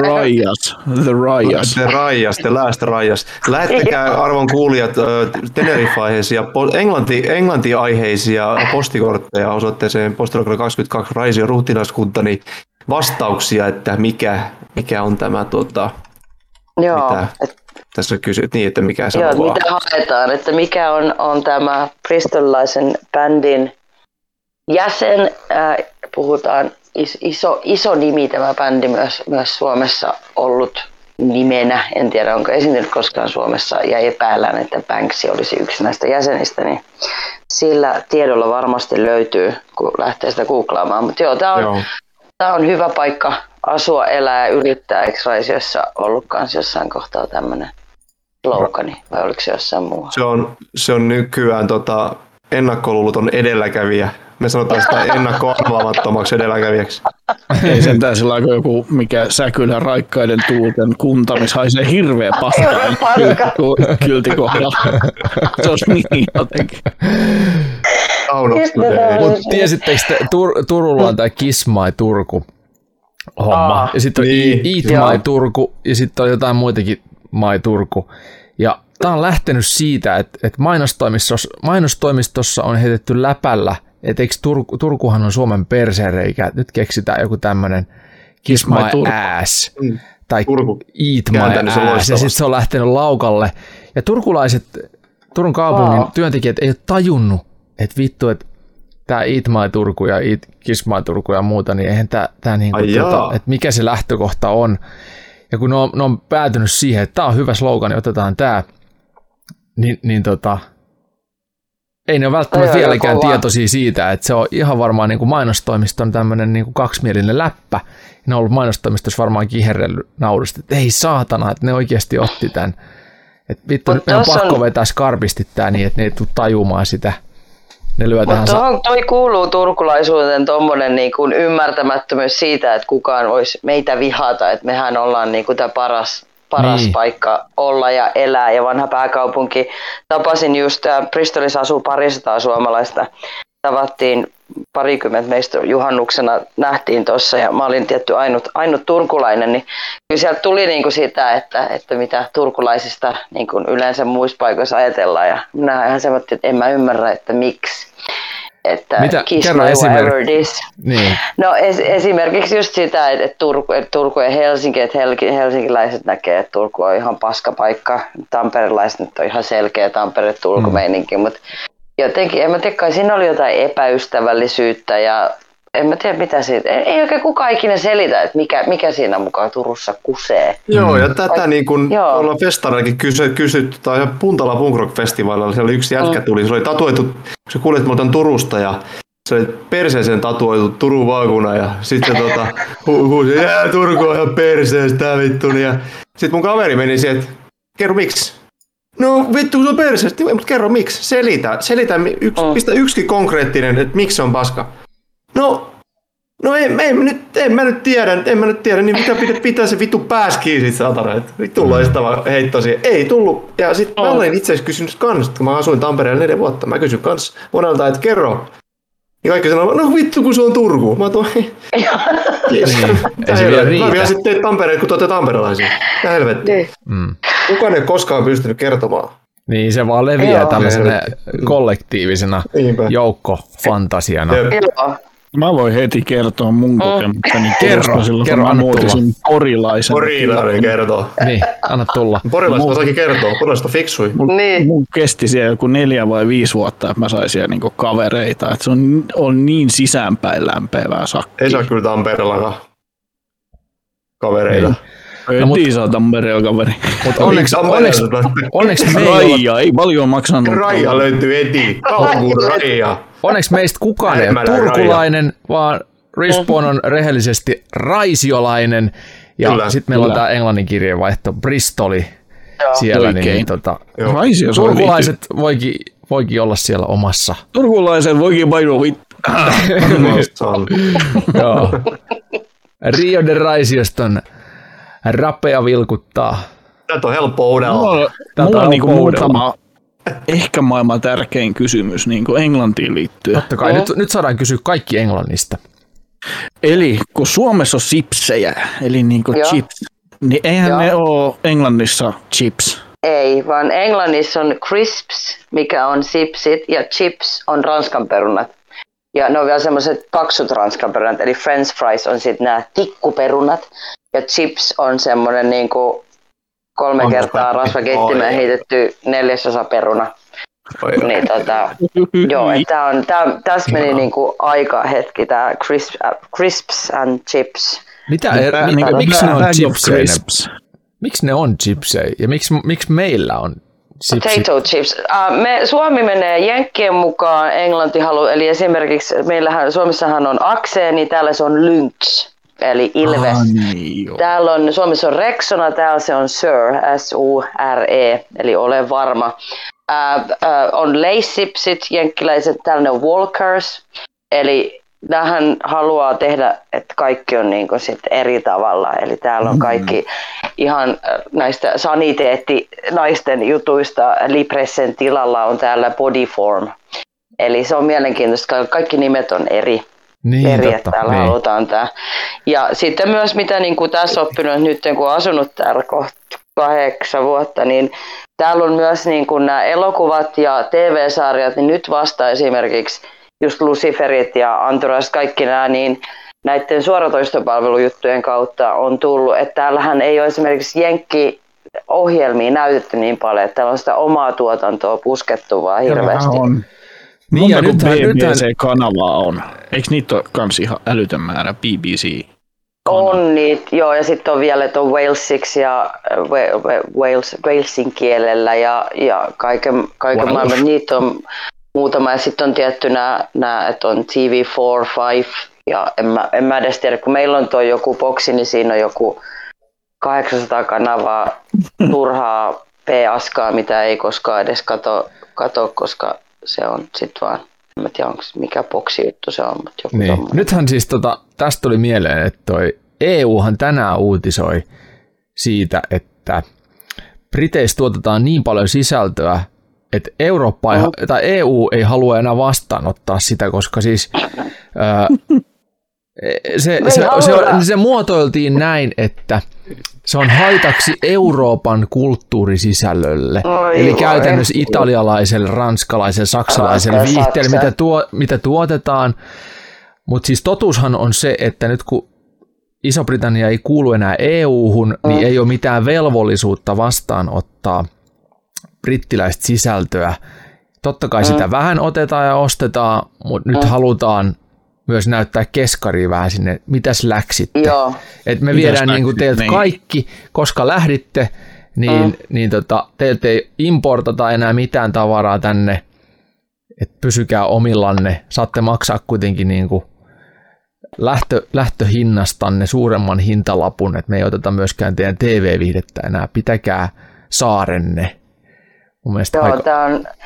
Last Rayas. Lähettäkää arvon kuulijat Tenerife-aiheisia, englanti-aiheisia postikortteja osoitteeseen Postilokro 22 Raisio ruhtinaskuntani vastauksia, että mikä on tämä mitä tässä kysyt niin, että mikä se on. Mitä haetaan, että mikä on tämä bristolilaisen bändin jäsen, puhutaan iso nimi tämä bändi myös Suomessa ollut nimenä, en tiedä onko esiintynyt koskaan Suomessa ja epäillään, että Banksy olisi yksi näistä jäsenistä, niin sillä tiedolla varmasti löytyy, kun lähtee sitä googlaamaan, mutta joo, tämä on hyvä paikka asua, elää ja yrittää, eikö Raisiossa ollut kanssa jossain kohtaa tämmöinen slogani, vai oliko se jossain muu? Se on nykyään ennakkoluuloton edelläkävijä. Me sanotaan sitä ennakkoarvaamattomaksi edelläkävijäksi. Ei sentään sillä kuin joku, mikä Säkylän raikkaiden tuulten kunta, missä haisee hirveä paska kyltikohdalla. Se olisi niin jotenkin. Mutta tiesittekö te, Turulla on tämä Kiss My Turku homma. Ja sitten on Eat My Turku ja sitten on jotain muitakin My Turku. Ja tämä on lähtenyt siitä, että mainostoimistossa on heitetty läpällä, että eikö Turkuhan on Suomen persereikä, nyt keksitään joku tämmöinen Kiss My Ass tai Eat My Ass, ja sitten se on lähtenyt laukalle. Ja Turun kaupungin työntekijät ei ole tajunnut, että vittu, että tämä Eat My Turku ja Kiss My Turku ja muuta, niin eihän tämä niinku, että mikä se lähtökohta on. Ja kun ne on päätynyt siihen, että tämä on hyvä slogan, niin otetaan tämä, niin ei ne ole välttämättä vieläkään tietoisia siitä, että se on ihan varmaan niin kuin mainostoimiston tämmöinen niin kuin kaksimielinen läppä. Ne on ollut mainostoimistossa varmaan kiherrellyt naudusta, että ei saatana, että ne oikeasti otti tämän. Että vittu, nyt meidän on pakko vetää skarpisti tämä niin, että ne ei tule tajumaan sitä. Mutta toi kuuluu turkulaisuuteen tuommoinen niin kuin ymmärtämättömyys siitä, että kukaan voisi meitä vihata, että mehän ollaan niin kuin tämä paras paikka olla ja elää ja vanha pääkaupunki. Tapasin just, Bristolissa asuu 200 suomalaista. Tavattiin parikymmentä meistä juhannuksena, nähtiin tuossa ja mä olin tietty ainut turkulainen, niin kyllä sieltä tuli niinku sitä, että mitä turkulaisista niinku yleensä muissa paikoissa ajatellaan ja minä ihan semmoinen, että en mä ymmärrä, että miksi. Että kiss my whatever it is. Niin. No esimerkiksi just sitä, että Turku ja Helsinki, että helsinkiläiset näkee, että Turku on ihan paskapaikka. Tamperelaiset nyt on ihan selkeä Tampere-Turku-meininki, mutta jotenkin, en mä tiedä, kai siinä oli jotain epäystävällisyyttä ja en mä tiedä mitä siitä, ei oikein kukaan ikinä selitä, että mikä siinä mukaan Turussa kusee. Joo, ja tätä niin kuin ollaan festareillakin kysytty, tai ihan Puntala Punk Rock-festivaalilla, siellä oli yksi jätkä tuli, se oli tatuoitu, kun se kuulet, mä otan Turusta ja se oli perseeseen tatuoitu Turun vaakuna ja sitten huusi, Turku on ihan perseestä vittu. Ja sitten mun kaveri meni siihen, että kerro miksi? No vittu, se on perseestä, mutta kerro miksi? Selitä pistä yksikin konkreettinen, että miksi se on paska. No en mä nyt tiedä, niin mitä pitää se vittu pääskiin sit satana, että vittu loistava heitto siihen. Ei tullut, ja sit mä olen itse asiassa kysynyt kans, kun mä asuin Tampereella 4 vuotta, mä kysyin kans monelta, että kerro, Ja kaikki sanoo, no vittu kun se on Turku. Mä tuon, mä vielä sitten teet Tampereen, kun te olette tamperelaisia. Ja helvetti. Kukaan ei koskaan pystynyt kertomaan. Niin, se vaan leviää tällaisena kollektiivisena joukkofantasiana. Mä voin heti kertoa mun kokemukseni. Kerro, anna tulla. Porilainen kertoo. Niin, anna tulla. Porilaista osaakin kertoa, porilaista fiksui. Mun kesti siellä joku 4 vai 5 vuotta, että mä sain siellä niinku kavereita. Että se on niin sisäänpäin lämpevää sakkia. Ei saa kyllä Tampereellakaan kavereita. Ei saa Tampereella kaveri. Mutta onneksi me Raija, ei paljon maksanut. Raija löytyy heti. Kaupunkin Raija. Onneksi meistä kukaan ei ole turkulainen, vaan Respawn on rehellisesti raisiolainen. Ja sitten meillä on tämä englannin kirjeenvaihto Bristoli siellä. Niin, turkulaiset voikin olla siellä omassa. Turkulaiset voikin painua Rio de Raisioston rapea vilkuttaa. Tätä on helppo uudella. Mulla on niinku muutama ehkä maailman tärkein kysymys niinku Englantiin liittyen. Totta kai, nyt saadaan kysyä kaikki Englannista. Eli kun Suomessa on sipsejä, eli niinku chips, niin eihän ne ole Englannissa chips. Ei, vaan Englannissa on crisps, mikä on sipsit, ja chips on ranskanperunat. Ja ne on vielä semmoiset paksut ranskanperunat, eli french fries on sitten nämä tikkuperunat. Ja chips on semmoinen niinku 3 kertaa rasvakeittimeen heitetty 4/4 peruna. Niin joo, tässä meni niinku aika hetki tää crisps and chips. Miksi ne on chipsejä? Miksi ne on chipsejä ja miksi meillä on chipsejä? Potato chips. Suomi menee jenkkien mukaan, Englanti haluaa, eli esimerkiksi Suomessahan on akseeni, täällä se on lynx. Eli ilves. Täällä on, Suomessa on Rexona, täällä se on Sure, S-U-R-E, eli ole varma. On Lay's-sipsit, jenkkiläiset, täällä on Walkers, eli tähän haluaa tehdä, että kaikki on niin kuin sit eri tavalla. Eli täällä on kaikki ihan näistä saniteettinaisten jutuista, Lipressen tilalla on täällä Bodyform. Eli se on mielenkiintoista, kaikki nimet on eri. Että täällä halutaan tää. Ja sitten myös mitä niin kuin tässä oppinut nyt kun on asunut täällä kohta 8 vuotta, niin täällä on myös niin kuin nämä elokuvat ja TV-sarjat, niin nyt vasta esimerkiksi just Luciferit ja Entourage, kaikki nämä, niin näiden suoratoistopalvelujuttujen kautta on tullut, että täällähän ei ole esimerkiksi jenkkiohjelmia näytetty niin paljon, että täällä on sitä omaa tuotantoa puskettu vaan hirveästi. Niin ja nyt BBC-kanavaa on. Eikö niitä ole kans ihan älytön määrä BBC? On niitä, joo, ja sitten on vielä Walesiksi ja Walesin kielellä ja kaiken maailman. Niitä on muutama, ja sitten on tietty nämä, että on TV4, 5, ja en mä edes tiedä, kun meillä on tuo joku boksi, niin siinä on joku 800 kanavaa turhaa P-askaa, mitä ei koskaan edes kato, koska se on sitten vaan, en tiedä onko mikä boksijuttu se on, mutta joku niin. Nythän siis tästä tuli mieleen, että toi EUhan tänään uutisoi siitä, että Briteissä tuotetaan niin paljon sisältöä, että tai EU ei halua enää vastaanottaa sitä, koska siis se muotoiltiin näin, että se on haitaksi Euroopan kulttuurisisällölle. Eli käytännössä italialaiselle, ranskalaiselle, saksalaiselle viihteelle, mitä tuotetaan. Mutta siis totuushan on se, että nyt kun Iso-Britannia ei kuulu enää EU-hun, niin ei ole mitään velvollisuutta vastaanottaa brittiläistä sisältöä. Totta kai sitä vähän otetaan ja ostetaan, mutta nyt halutaan myös näyttää keskaria vähän sinne, mitäs läksitte. Et me viedään niinku teiltä kaikki, koska lähditte, niin teiltä ei importata enää mitään tavaraa tänne, että pysykää omillanne. Saatte maksaa kuitenkin niinku lähtöhinnastanne suuremman hintalapun, että me ei oteta myöskään teidän TV-viihdettä enää. Pitäkää saarenne. Mun mielestä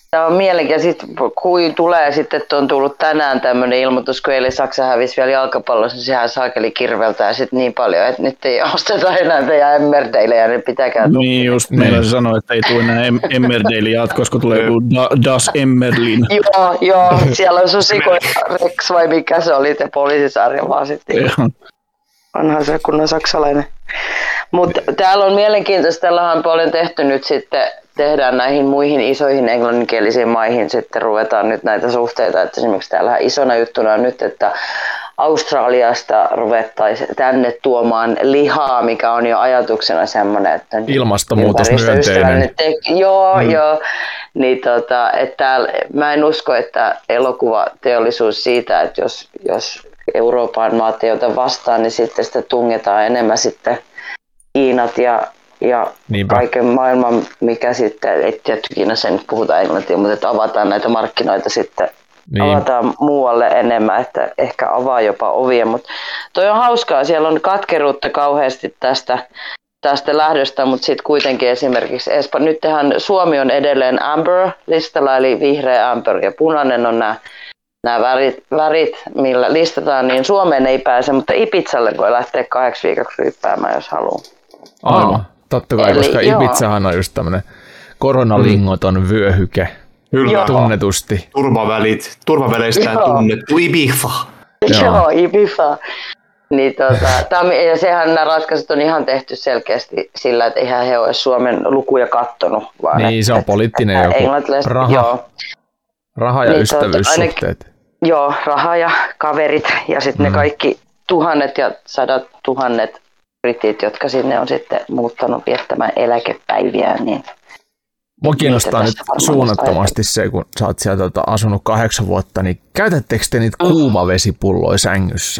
Tämä on mielenkiintoista. Sitten kun tulee sitten, että on tullut tänään tämmöinen ilmoitus, kun eilen Saksa hävisi vielä jalkapallossa, niin sehän saakeli kirveltää sitten niin paljon, että nyt ei osteta enää teidän Emmerdale ja ne pitää käydä. Niin just meillä se sanoi, että ei tule enää Emmerdale jatkossa, kun tulee joku Das Emmerlin. Joo, siellä on Susiko Rex vai mikä se oli, te poliisisarja vaan sitten. Onhan se kunnon saksalainen. Mutta täällä on mielenkiintoista, täällä on paljon tehty nyt sitten, tehdään näihin muihin isoihin englanninkielisiin maihin, sitten ruvetaan nyt näitä suhteita, että esimerkiksi täällä isona juttuna on nyt, että Australiasta ruvettaisiin tänne tuomaan lihaa, mikä on jo ajatuksena semmoinen, että ilmastonmuutosmyönteinen. Joo. Niin että mä en usko, että elokuvateollisuus siitä, että jos Euroopan maat ei ota vastaan, niin sitten sitä tungetaan enemmän sitten Kiinat ja kaiken maailman, mikä sitten, ei tietty Kiinassa nyt puhutaan englantia, mutta että avataan näitä markkinoita sitten, avataan muualle enemmän, että ehkä avaa jopa ovia, mutta toi on hauskaa, siellä on katkeruutta kauheasti tästä lähdöstä, mutta sitten kuitenkin esimerkiksi nythän Suomi on edelleen Amber-listalla, eli vihreä Amber ja punainen on nämä värit, millä listataan, niin Suomeen ei pääse, mutta Ibizalle voi lähteä 8 viikoksi ryyppäämään, jos haluaa. Aivan, totta kai, koska Ibizahan on just tämmöinen koronalingoton vyöhyke. Kyllä. Tunnetusti. Turvaväleistään tunnettu Ibiza. Joo, Ibiza. Niin ja sehän nämä ratkaisut on ihan tehty selkeästi sillä, että eihän he ole Suomen lukuja kattonut. Vaan niin, se on poliittinen joku raha ja niin, ystävyyssuhteet. Joo, raha ja kaverit ja sitten ne kaikki tuhannet ja 100 000 britit, jotka sinne on sitten muuttanut viettämään eläkepäiviään. Niin mua kiinnostaa nyt suunnattomasti se, kun sä oot siellä asunut 8 vuotta, niin käytättekö te niitä kuumavesipulloja sängyssä?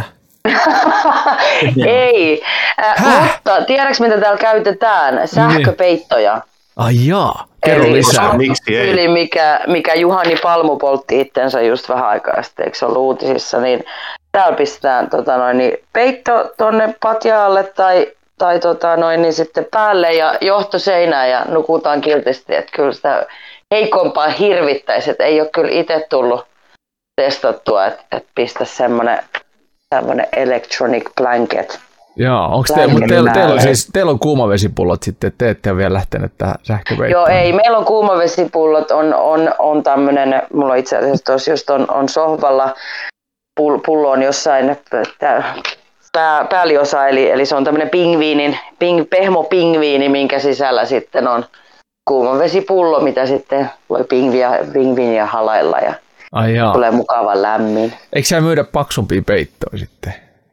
Ei, mutta tiedätkö mitä täällä käytetään? Sähköpeittoja. Ai jaa, kerro lisää. Miksi ei? Yli mikä Juhani Palmu poltti itsensä just vähän aikaa sitten, eikö se ollut uutisissa, niin täällä pistetään peitto tonne patjaalle tai niin sitten päälle ja johtoseinään ja nukutaan kiltisti, että kyllä sitä heikompaa hirvittäisi, että ei ole kyllä itse tullut testattua, että pistä semmoinen electronic blanket. Joo, onko teillä on kuumavesipullot sitten, te ette ole vielä lähteneet tähän sähköpeittoon? Joo, ei, meillä on kuumavesipullot, on tämmöinen, mulla itse asiassa tuossa just on sohvalla pullo on jossain pääliosa, eli se on tämmöinen pehmopingviini, minkä sisällä sitten on kuumavesipullo, mitä sitten voi pingviiniä halailla ja tulee mukavan lämmin. Eikö sä myydä paksumpia peittoja sitten?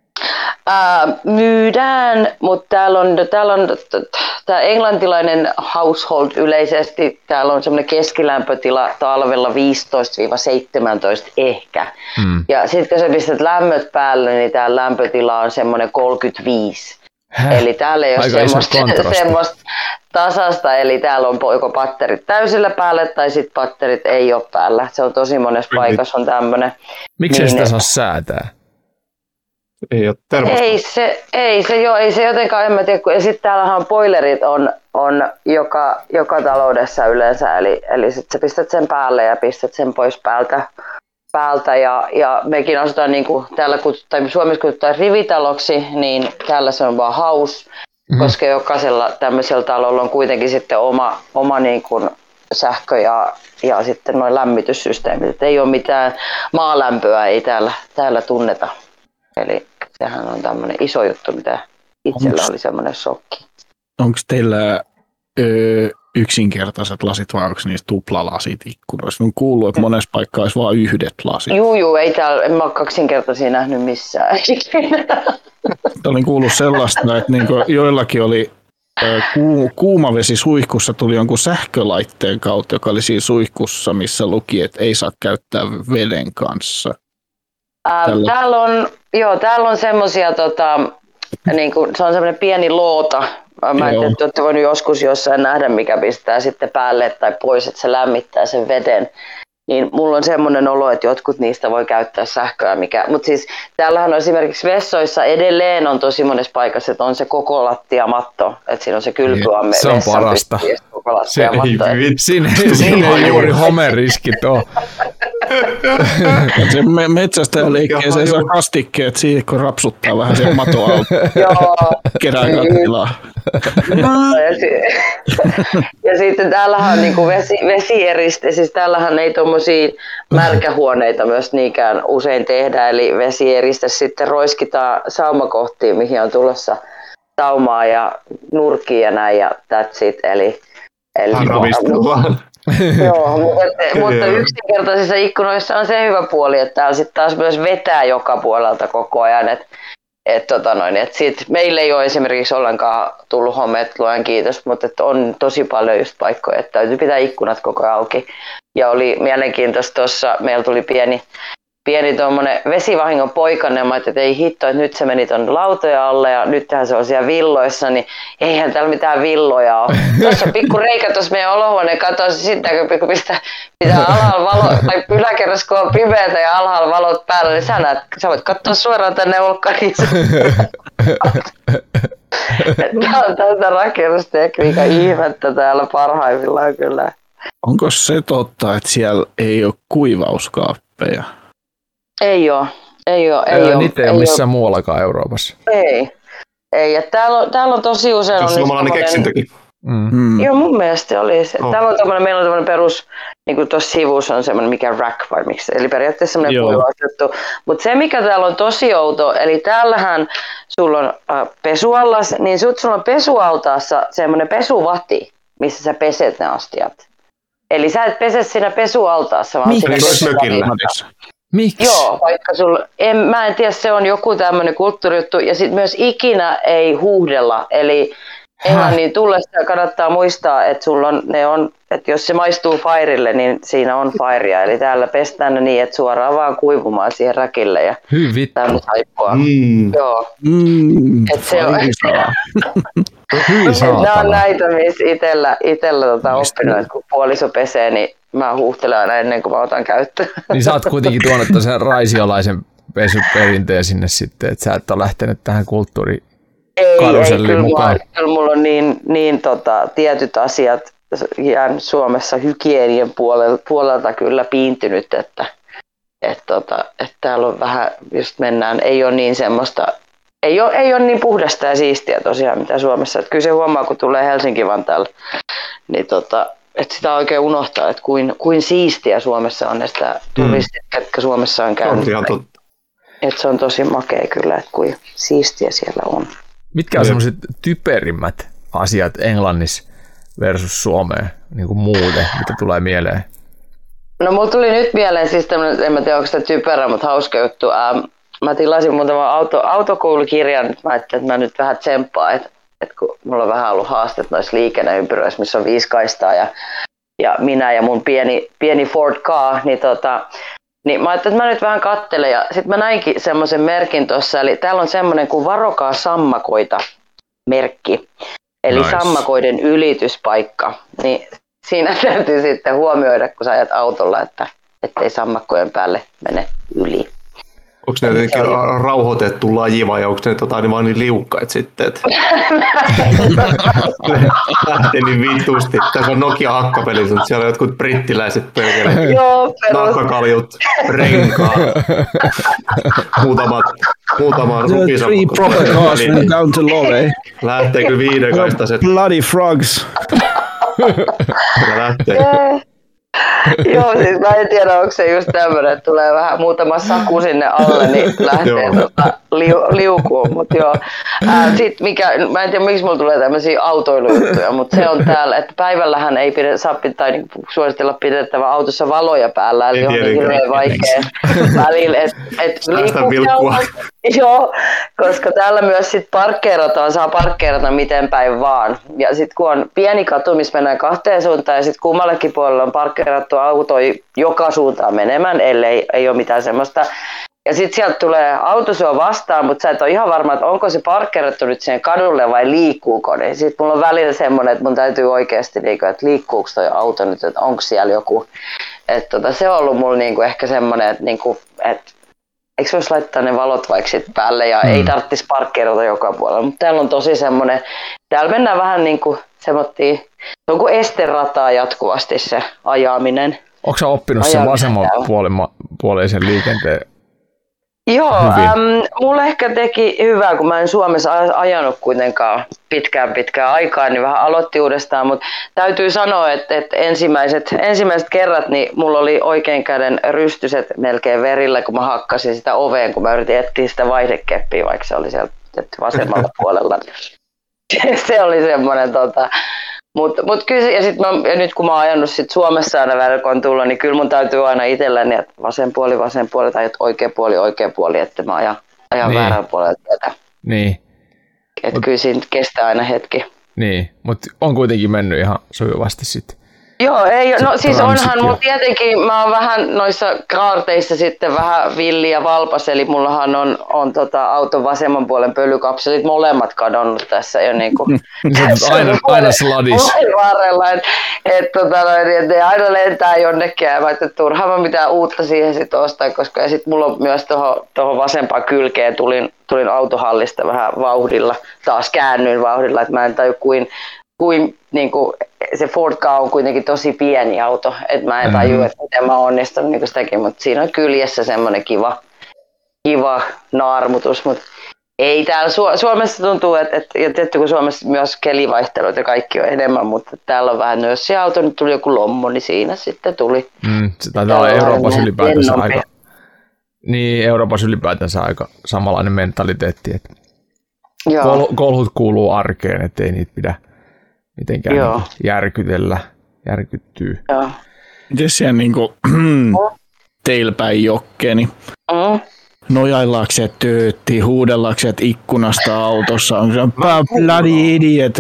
Myydään, mutta täällä on tämä englantilainen household yleisesti, täällä on semmoinen keskilämpötila talvella 15-17 ehkä. Ja sitten kun sä pistät lämmöt päälle, niin tämä lämpötila on semmoinen 35. Eli täällä ei ole semmoista tasasta, eli täällä on joko patterit täysillä päällä tai sitten patterit ei ole päällä. Se on tosi monessa paikassa on tämmöinen. Miksi sitä saa säätää? Ei se jotenkaan, en mä tiedä, ja sitten täällähän boilerit on joka taloudessa yleensä, eli sit sä pistät sen päälle ja pistät sen pois päältä ja mekin asutaan niinku täällä Suomessa kutsutaan rivitaloksi, niin täällä se on vaan house, koska jokaisella tämmöisellä talolla on kuitenkin sitten oma niinku sähkö ja sitten noin lämmityssysteemit, et ei ole mitään maalämpöä, ei täällä tunneta. Eli sehän on tämmöinen iso juttu, mitä itsellä oli semmoinen shokki. Onko teillä yksinkertaiset lasit vai onko niistä tuplalasit ikkunoissa? Olen kuullut, että monessa paikkaa olisi vain yhdet lasit. Joo, ei täällä, en mä ole kaksinkertaisia nähnyt missään. Olin kuullut sellaista, että niin joillakin oli kuumavesi suihkussa tuli jonkun sähkölaitteen kautta, joka oli siinä suihkussa, missä luki, että ei saa käyttää veden kanssa. Täällä on semmoisia, niinku, se on semmoinen pieni loota. Mä en tiedä, että olette voinut joskus jossain nähdä, mikä pistää sitten päälle tai pois, että se lämmittää sen veden. Niin mulla on semmoinen olo, että jotkut niistä voi käyttää sähköä. Mutta siis täällähän on esimerkiksi vessoissa edelleen on tosi monessa paikassa, että on se koko lattiamatto. Että siinä on se kylpyamme. Se on parasta. ulkolastia ja mattoja. Siinä ei juuri homeriskit ole. Se metsästäjä liikkeeseen saa kastikkeet siihen, kun rapsuttaa vähän sen matoalta. Kerää kattilaa. Ja sitten täällähän on niinku vesieriste, siis täällähän ei tuommoisia märkähuoneita myös niinkään usein tehdä, eli vesieriste sitten roiskitaan saumakohtiin, mihin on tulossa saumaa ja nurkia ja näin ja that's it, eli Joo, mutta yksinkertaisissa ikkunoissa on se hyvä puoli, että täällä sitten taas myös vetää joka puolelta koko ajan, että sit meillä ei ole esimerkiksi ollenkaan tullut homeet, luojan kiitos, mutta on tosi paljon just paikkoja, että täytyy pitää ikkunat koko ajan auki. Ja oli mielenkiintoista tuossa, meillä tuli pieni tuommoinen vesivahingon poikainen, mä että ei hitto, että nyt se meni tuon lautoja alle ja nythän se on siellä villoissa, niin eihän täällä mitään villoja ole. Tuossa on pikku reikä tuossa meidän olohuoneen katossa, sitten kun pitää alhaalla valot, tai yläkerrassa kun on pimeätä ja alhaalla valot päällä, niin sä voit katsoa suoraan tänne olkkariin. Tämä on tätä rakennustekniikan ihmettä täällä parhaimmillaan kyllä. Onko se totta, että siellä ei ole kuivauskaappeja? Ei ole. Niitä ei ole missään muuallakaan Euroopassa. Ei. Ja täällä on tosi usein... Se on suomalainen keksintökin. Joo, mun mielestä oli se. Meillä on tämmöinen perus, niin kuin tuossa sivussa on semmoinen, mikä rack vai miksi, eli periaatteessa semmoinen kuivausjuttu. Mutta se, mikä täällä on tosi outo, eli täällähän sulla on pesuallas, niin sulla on pesualtaassa semmoinen pesuvati, missä sä peset ne astiat. Eli sä et pese siinä pesualtaassa, vaan Miksi? Joo, vaikka mä en tiedä, se on joku tämmöinen kulttuurijuttu, ja sitten myös ikinä ei huuhdella, eli Englannin tullessa kannattaa muistaa, että että jos se maistuu fairille, niin siinä on fairia, eli täällä pestään ne niin, että suoraan vaan kuivumaan siihen räkille ja tämmöistä haippua. Joo. Että se on... Nämä on näitä, missä itsellä oppinut, että kun puoliso pesee, niin mä huuhtelen aina ennen kuin mä otan käyttöön. Niin sä oot kuitenkin tuonut sen raisiolaisen pesuperinteen sinne sitten, että sä et ole lähtenyt tähän kulttuurikaruselliin mukaan. Kyllä mulla on niin tietyt asiat jäänyt Suomessa hygienian puolelta kyllä piintynyt, että täällä on vähän, just mennään, ei ole niin semmoista, ei ole niin puhdasta ja siistiä tosiaan mitä Suomessa. Että kyllä se huomaa, kun tulee Helsinki-Vantaalle, niin että sitä oikein unohtaa, että kuin siistiä Suomessa on ne sitä turistit, jotka Suomessa on käynyt. Että se on tosi makea kyllä, että kuin siistiä siellä on. Mitkä on semmoiset typerimmät asiat Englannissa versus Suomeen, niin kuin muuten, mitä tulee mieleen? No mulla tuli nyt mieleen siis tämmöinen, en mä tiedä onko sitä typerä, mutta hauska juttu. Mä tilasin muutaman autokoulukirjan, mä ajattelin, että mä nyt vähän tsemppaan, että kun mulla on vähän ollut haasteet noissa liikenneympyröissä, missä on 5 kaistaa ja minä ja mun pieni Ford Ka, niin mä ajattelin, että mä nyt vähän katselen ja sitten mä näinkin semmoisen merkin tuossa, eli täällä on semmoinen kuin varokaa sammakoita merkki, eli sammakoiden ylityspaikka, niin siinä täytyy sitten huomioida, kun sä ajat autolla, että ettei sammakkojen päälle mene yli. Onko ne jotenkin rauhoitettu laji vai onko ne niin vaan niin liukkaita sitten? Että... Lähtee niin vitusti. Tässä on Nokia-hakkapelissä, mutta siellä on jotkut brittiläiset perkeleet. Joo, nakkakaljut, renkaat, muutama rukisammakko. Three proper cars went down to Lorry. Lähtee kyllä 5 kaistaset. Bloody frogs. Lähtee. Joo, siis mä en tiedä, onko se just tämmöinen, että tulee vähän muutama saku sinne alle, niin lähtee liukuun, mutta joo. Sitten mä en tiedä, miksi mulla tulee tämmöisiä autoilujuttuja, mutta se on täällä, että päivällähän ei saa tai suositella pidettävä autossa valoja päällä, eli on hirveän vaikea välillä, että liikkuu. Joo, koska täällä myös sit saa parkkeerata miten päin vaan. Ja sitten kun on pieni katu, missä mennään 2 suuntaan, ja sitten kummallekin puolella on parkkeerattu auto joka suuntaan menemään, ellei ei ole mitään semmoista. Ja sitten sieltä tulee auto sua vastaan, mutta sä et ole ihan varma, että onko se parkkeerattu nyt siihen kadulle vai liikkuuko. Niin sitten mulla on välillä semmoinen, että mun täytyy oikeasti, että liikkuuko toi auto nyt, että onko siellä joku. Että se on ollut mulla niinku ehkä semmoinen, että eikö voisi laittaa ne valot vaikka sit päälle ja ei tarvitsisi parkkeerata joka puolella. Mutta täällä on tosi semmoinen, täällä mennään vähän niin kuin semmoittiin Se on kuin esterataa jatkuvasti se ajaminen. Onko sä oppinut sen vasemmanpuoleisen liikenteen? Joo, mulle ehkä teki hyvää, kun mä en Suomessa ajanut kuitenkaan pitkään aikaa, niin vähän aloitti uudestaan, mutta täytyy sanoa, että ensimmäiset kerrat niin mulla oli oikein käden rystyset melkein verillä, kun mä hakkasin sitä oveen, kun mä yritin etsiä sitä vaihdekeppiä, vaikka se oli sieltä vasemmalla puolella. Se oli semmoinen Mut kyllä, ja nyt kun mä oon ajanut sit Suomessa aina välillä, kun on tullut, niin kyllä mun täytyy aina itselläni, että vasen puoli tai oikea puoli, että mä ajan väärällä puolella tätä. Niin. Että kyllä siinä kestää aina hetki. Niin, mutta on kuitenkin mennyt ihan sujuvasti sitten. Joo, siis onhan mun tietenkin, mä oon vähän noissa kaarteissa sitten vähän villi ja valpas, eli mullahan on auton vasemman puolen pölykapselit molemmat kadonnut tässä jo niinku. aina sladis. Varrella, että aina lentää jonnekin ja että turhaan mä mitään uutta siihen sitten ostaa, koska ja sit mulla on myös tohon vasempaan kylkeen tulin autohallista vähän vauhdilla, taas käännyin vauhdilla, että mä en taju kuin niinku, se Ford Ka on kuitenkin tosi pieni auto, että mä en tajua, että miten mä onnistun niin sitäkin, mutta siinä on kyljessä semmoinen kiva naarmutus, mutta ei täällä Suomessa tuntuu, että tietty kun Suomessa myös kelivaihtelut ja kaikki on enemmän, mutta täällä on vähän nössiauto, nyt tuli joku lommo, niin siinä sitten tuli. Se taitaa olla Euroopassa ylipäätänsä aika, niin Euroopassa ylipäätänsä aika samanlainen mentaliteetti, että kolhut kuuluu arkeen, ettei niitä pidä mitenkään järkyttyy. Miten siellä niinku teillä päin jokkeen, niin nojaillaanko se töötti, huudellaanko se ikkunasta autossa, onko se bloody idiot?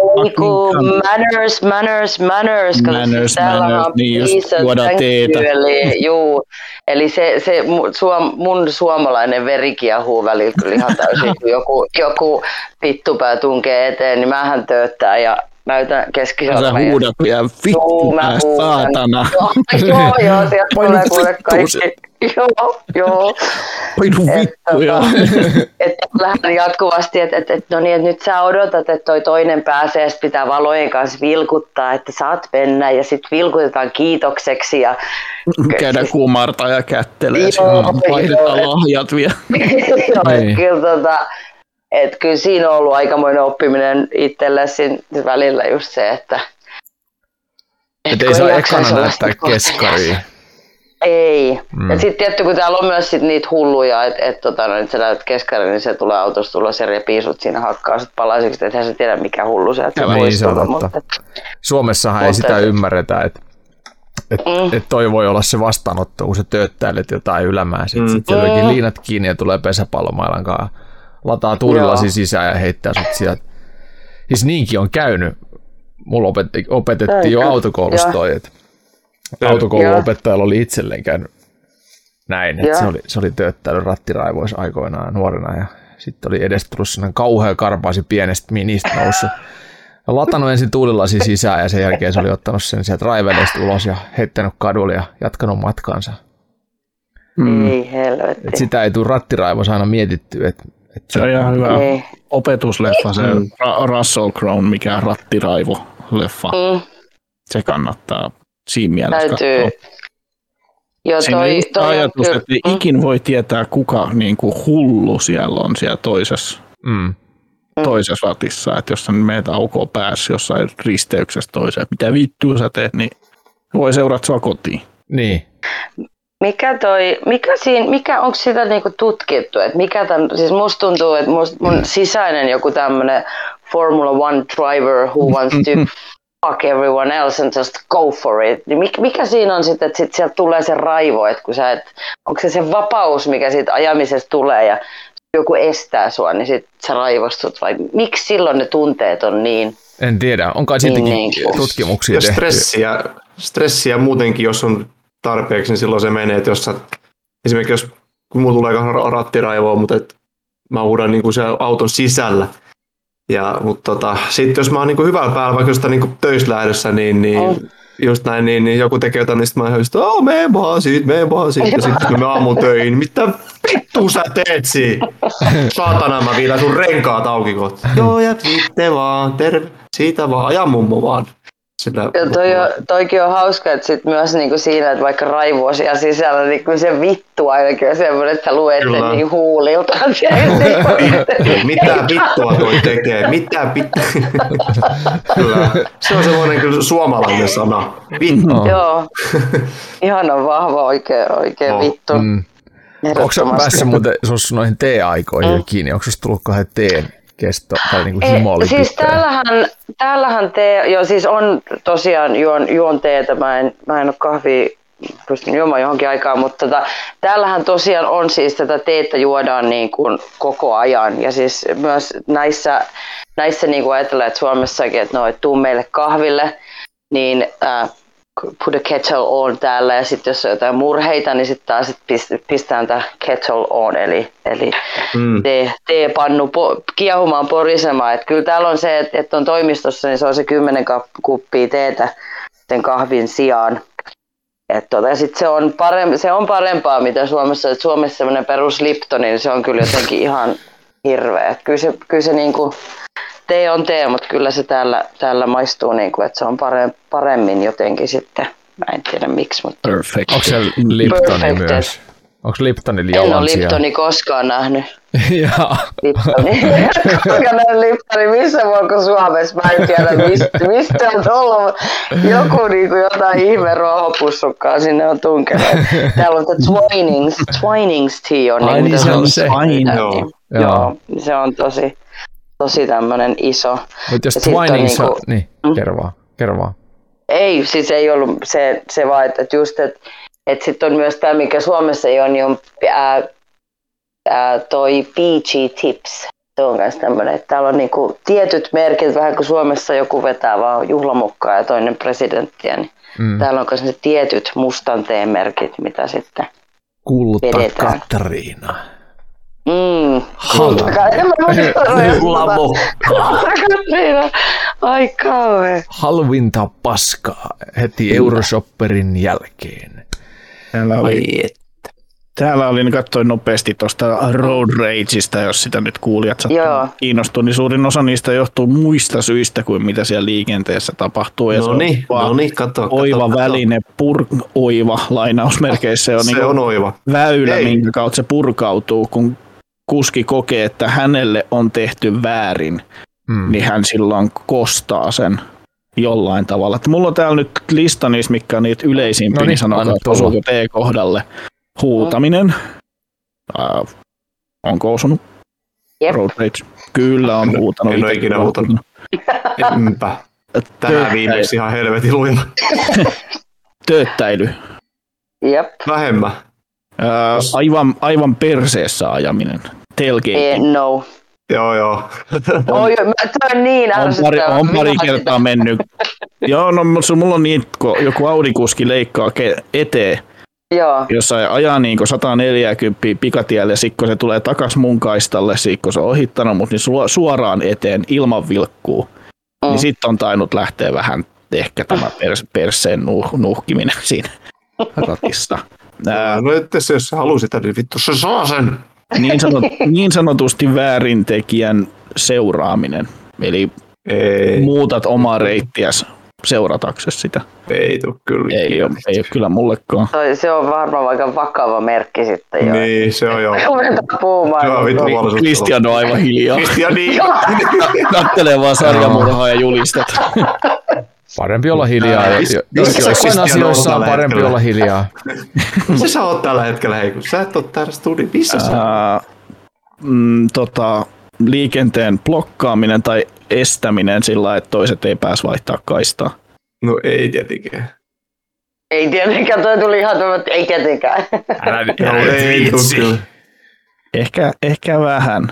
Manners, niin just juoda teetä. Eli se mun suomalainen veri kiehuu välillä kyllä ihan täysin, kun joku vittupää tunkee eteen, niin mähän tööttää ja näytän keskisormen. Sä huudat vielä vittu saatana. Joo, sieltä tulee kuule kaikki. Joo. Painu vittu, joo. Että lähden jatkuvasti, että no niin, että nyt sä odotat, että toi toinen pääsee ja pitää valojen kanssa vilkuttaa, että saat mennä ja sitten vilkutetaan kiitokseksi. Ja käydä kumartaa ja kättelee, vaihdetaan lahjat vielä. Että kyllä siinä on ollut aikamoinen oppiminen itselle välillä just se, että ei saa ekana näyttää keskariin. Ei. Ja sitten tietty, kun täällä on myös niitä hulluja, että sä näytät keskarin, niin se tulee autosta tulos ja repii sut siinä hakkaa sut palasiksi, ethän sä tiedä mikä hullu se, että mutta Suomessahan ei sitä ymmärretä, että toi voi olla se vastaanotto, kun sä tööttäilet jotain ylämää, sitten jotenkin liinat kiinni ja tulee pesäpallomailan kanssa, lataa tuulilasi sisään ja heittää sut sieltä. Siis niinkin on käynyt. Mulla opetettiin jo autokoulussa toi, että autokouluopettajalla oli itselleen käynyt näin, että se oli tööttänyt rattiraivoissa aikoinaan nuorena ja sitten oli edes tullut sellainen kauhea karpaasi pienestä ministä noussut. Ja latannut ensin tuulilasi sisään ja sen jälkeen se oli ottanut sen sieltä raiveleista ulos ja heittänyt kadulle ja jatkanut matkaansa. Ei helvetti. Et sitä ei tule rattiraivoissa aina mietittyä. Se on ihan hyvä opetusleffa, se Russell Crowe, mikä rattiraivo-leffa. Se kannattaa siinä mielessä katsoa. Siinä on ajatus, että ikin voi tietää, kuka niinku hullu siellä on siellä toisessa ratissa. Että jos sä meet aukoon päässä jossain risteyksessä toiseen, mitä vittua sä teet, niin voi seurata sua kotiin. Niin. Onko sitä niinku tutkittu, että siis musta tuntuu, että mun sisäinen joku tämmönen Formula One driver who wants to fuck everyone else and just go for it. Niin mikä siinä on sitten, että sit sieltä tulee se raivo, että kun onko se vapaus, mikä siitä ajamisesta tulee ja joku estää sua, niin sit sä raivostut vai miksi silloin ne tunteet on niin? En tiedä, onko siitäkin tutkimuksia tehty? Stressiä muutenkin, jos on tarpeeksi, niin silloin se menee, että jos esimerkiksi kun mulla tulee rattiraivoa, mutta mä huudan niin kuin siellä auton sisällä. Mutta sitten jos mä oon niin kuin hyvällä päällä, vaikka jostain niin kuin töissä lähdössä, niin just näin, niin joku tekee jotain, niin sitten mä oon mene vaan siitä. Ja sitten kun mä aamun töihin, mitä vittu sä teet siinä? Saatana, mä viilän sun renkaat auki kohta. Joo, ja sitten vaan, terve, siitä vaan, aja mummo vaan. Toikin on hauska, että sit myös niinku siinä, että vaikka raivoa siellä sisällä, niin kyllä se vittu ainakin on semmoinen, että sä luet sen niin huuliltaan. Mitä vittua toi tekee? Mitä vittua? Kyllä. Se on semmoinen kyllä suomalainen sana. Vittu. Joo. Ihanan vahva oikein vittu. Onko se päässyt muuten noihin T-aikoihin kiinni? Onko se tullut kahden T:n kesto tai niinku himolityttöön? Siis täällähän siis on tosiaan juon teetä, mä en ole kahvia pystyn juomaan johonkin aikaan, mutta täällähän tosiaan on siis tätä teetä juodaan niin kuin koko ajan ja siis myös näissä niin kuin ajatellaan, että Suomessakin, että tuu meille kahville, niin put a kettle on täällä ja sitten jos on jotain murheita, niin sitten taas pistetään tämä kettle on, eli teepannu kiehumaan porisemaan. Et kyllä täällä on se, että on toimistossa, niin se on se 10 kuppia teetä sen kahvin sijaan. Ja sitten se on parempaa, mitä Suomessa. Et Suomessa semmoinen perus Lipton, niin se on kyllä jotenkin ihan hirveä. Kyllä se niinku, tee on tee, mutta kyllä se täällä maistuu, niinku, että se on paremmin jotenkin sitten. Mä en tiedä miksi, mutta... Perfect. Onko se Liptoni myös? Onko Liptonilla jalansia? En ole Liptoni koskaan nähnyt. Jaa. Liptoni. Koska näin Liptoni missä voi Suomessa? Mä en tiedä mistä on tullut. Joku niinku jotain ihme ruohopussukkaa sinne on tunkenut. Täällä on Twinings tea on. Ai niin se on se. Joo, se on tosi tämmönen iso. Mutta jos Twinings on... Niin, kerro vaan. Ei, siis ei ollut se vaan, että just, että sitten on myös tämä, mikä Suomessa ei ole, niin on toi PG Tips. Se on myös tämmöinen, että täällä on niinku tietyt merkit, vähän kuin Suomessa joku vetää vaan juhlamukkaa ja toinen presidenttiä, niin täällä on myös ne tietyt mustan teen merkit, mitä sitten vedetään. Katriina. Katriina. Ai kauhe. Halvinta paskaa heti Euroshopperin jälkeen. Täällä oli, katsoin nopeasti tuosta Road Rageista, jos sitä nyt kuulijat kiinnostuu, niin suurin osa niistä johtuu muista syistä kuin mitä siellä liikenteessä tapahtuu. Ja kato. Oiva väline, oiva lainausmerkeissä on oiva väylä, minkä kautta se purkautuu, kun kuski kokee, että hänelle on tehty väärin, niin hän silloin kostaa sen jollain tavalla. Että mulla on täällä nyt lista niistä, mitkä on niitä yleisimpiä, niin sanotaan, että osuuko T-kohdalle. Huutaminen. Onko osunut? Jep. Road Rage. Kyllä on huutanut. En ole ikinä huutanut. Enpä. Tänään viimeksi ihan helvetin lujalla. Tööttäily. Jep. Vähemmän. Aivan perseessä ajaminen. Tailgate. No. Joo. Tämä on niin ärsyttävää. On pari kertaa mennyt. Joo, no mulla on niin, kun joku Audi-kuski leikkaa eteen. Joo. Jos ajaa niin 140 pikatielle, sitten se tulee takas mun kaistalle, kun se on ohittanut mut, niin suoraan eteen ilman vilkkuu. Niin sitten on tainnut lähteä vähän ehkä tämä perseen nuhkiminen siinä ratissa. No ettei jos sä halusit, niin vittu se saa sen. Niin sanotusti väärintekijän seuraaminen. Eli muutat omaa reittiäsi seurataksesi sitä. Ei tule kyllä. Ei ole kyllä mullekaan. Se on varmaan aika vakava merkki sitten jo. Niin, se on jo. Kristian on aivan hiljaa. Kattelee vaan sarjamurhaa ja julistat. Parempi olla hiljaa. Joissain asioissa on parempi olla hiljaa. Missä sä oot tällä hetkellä, hei, kun sä et ole täällä studiossa. Missä sä liikenteen blokkaaminen tai estäminen sillä, että toiset ei pääs vaihtaa kaistaa. No ei tietenkään. Ei tietenkään, toi tuli ihan tuolla, että ei tietenkään. Ei tule. Ehkä vähän.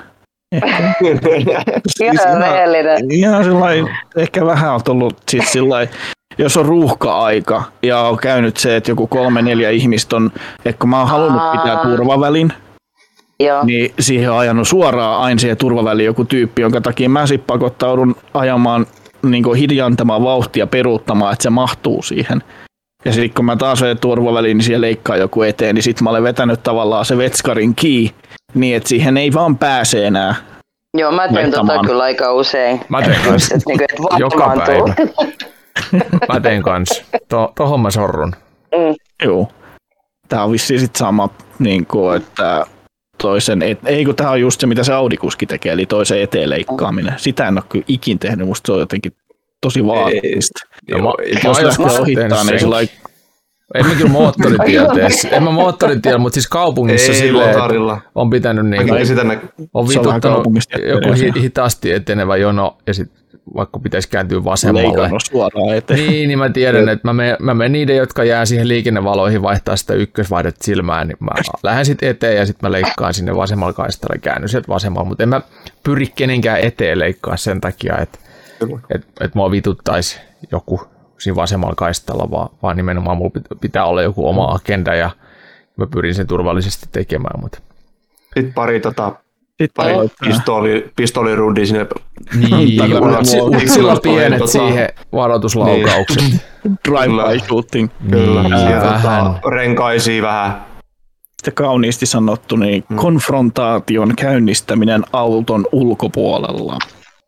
Ihan rehellinen. Ihan sellainen, ehkä vähän on tullut siis sillain, jos on ruuhka-aika ja on käynyt se, että joku 3-4 ihmistä on, että kun mä oon halunnut pitää turvavälin, niin siihen on ajanut suoraan aina siihen turvaväliin joku tyyppi, jonka takia mä sitten pakottaudun ajamaan niin hiljantamaan vauhtia peruuttamaan, että se mahtuu siihen. Ja sitten kun mä taas olen turvaväliin, niin siellä leikkaa joku eteen, niin sitten mä olen vetänyt tavallaan se vetskarin kiinni, niin että siihen ei vaan pääse enää. Joo, mä teen kyllä aika usein. Mä teen kanssa joka päivä. Mä teen kans. Tohon mä sorrun. Joo. Tää on vissiin sit sama, niinku, että toisen, kun tää on just se, mitä se Audi-kuski tekee, eli toisen eteen leikkaaminen. Sitä en ole kyllä ikin tehnyt, musta se on jotenkin tosi vaatista. Jos lähtee ohittaa, niin sillä en mä kyllä moottoritielteessä. En mä moottoritiellä, mutta siis kaupungissa silleen, on pitänyt niinku, on vituttanut joku hitaasti etenevä jono ja sit vaikka pitäisi kääntyä vasemmalle. Suoraan eteen. Niin mä tiedän, että mä menen niiden, jotka jää siihen liikennevaloihin vaihtaa sitä ykkösvaihdetta silmään, niin mä lähden sitten eteen ja sitten mä leikkaan sinne vasemmalla kaistalla ja käännyn sieltä vasemmalla, mutta en mä pyri kenenkään eteen leikkaa sen takia, että mua vituttaisi joku siinä vasemmalla kaistalla, vaan nimenomaan mulla pitää olla joku oma agenda ja mä pyrin sen turvallisesti tekemään. Mutta. Sitten pari pistoolirundi sinne. Niin, sillä on pienet siihen varoituslaukaukset. Drive-by shooting. Kyllä, renkaisia vähän. Sitten kauniisti sanottu, niin konfrontaation käynnistäminen auton ulkopuolella.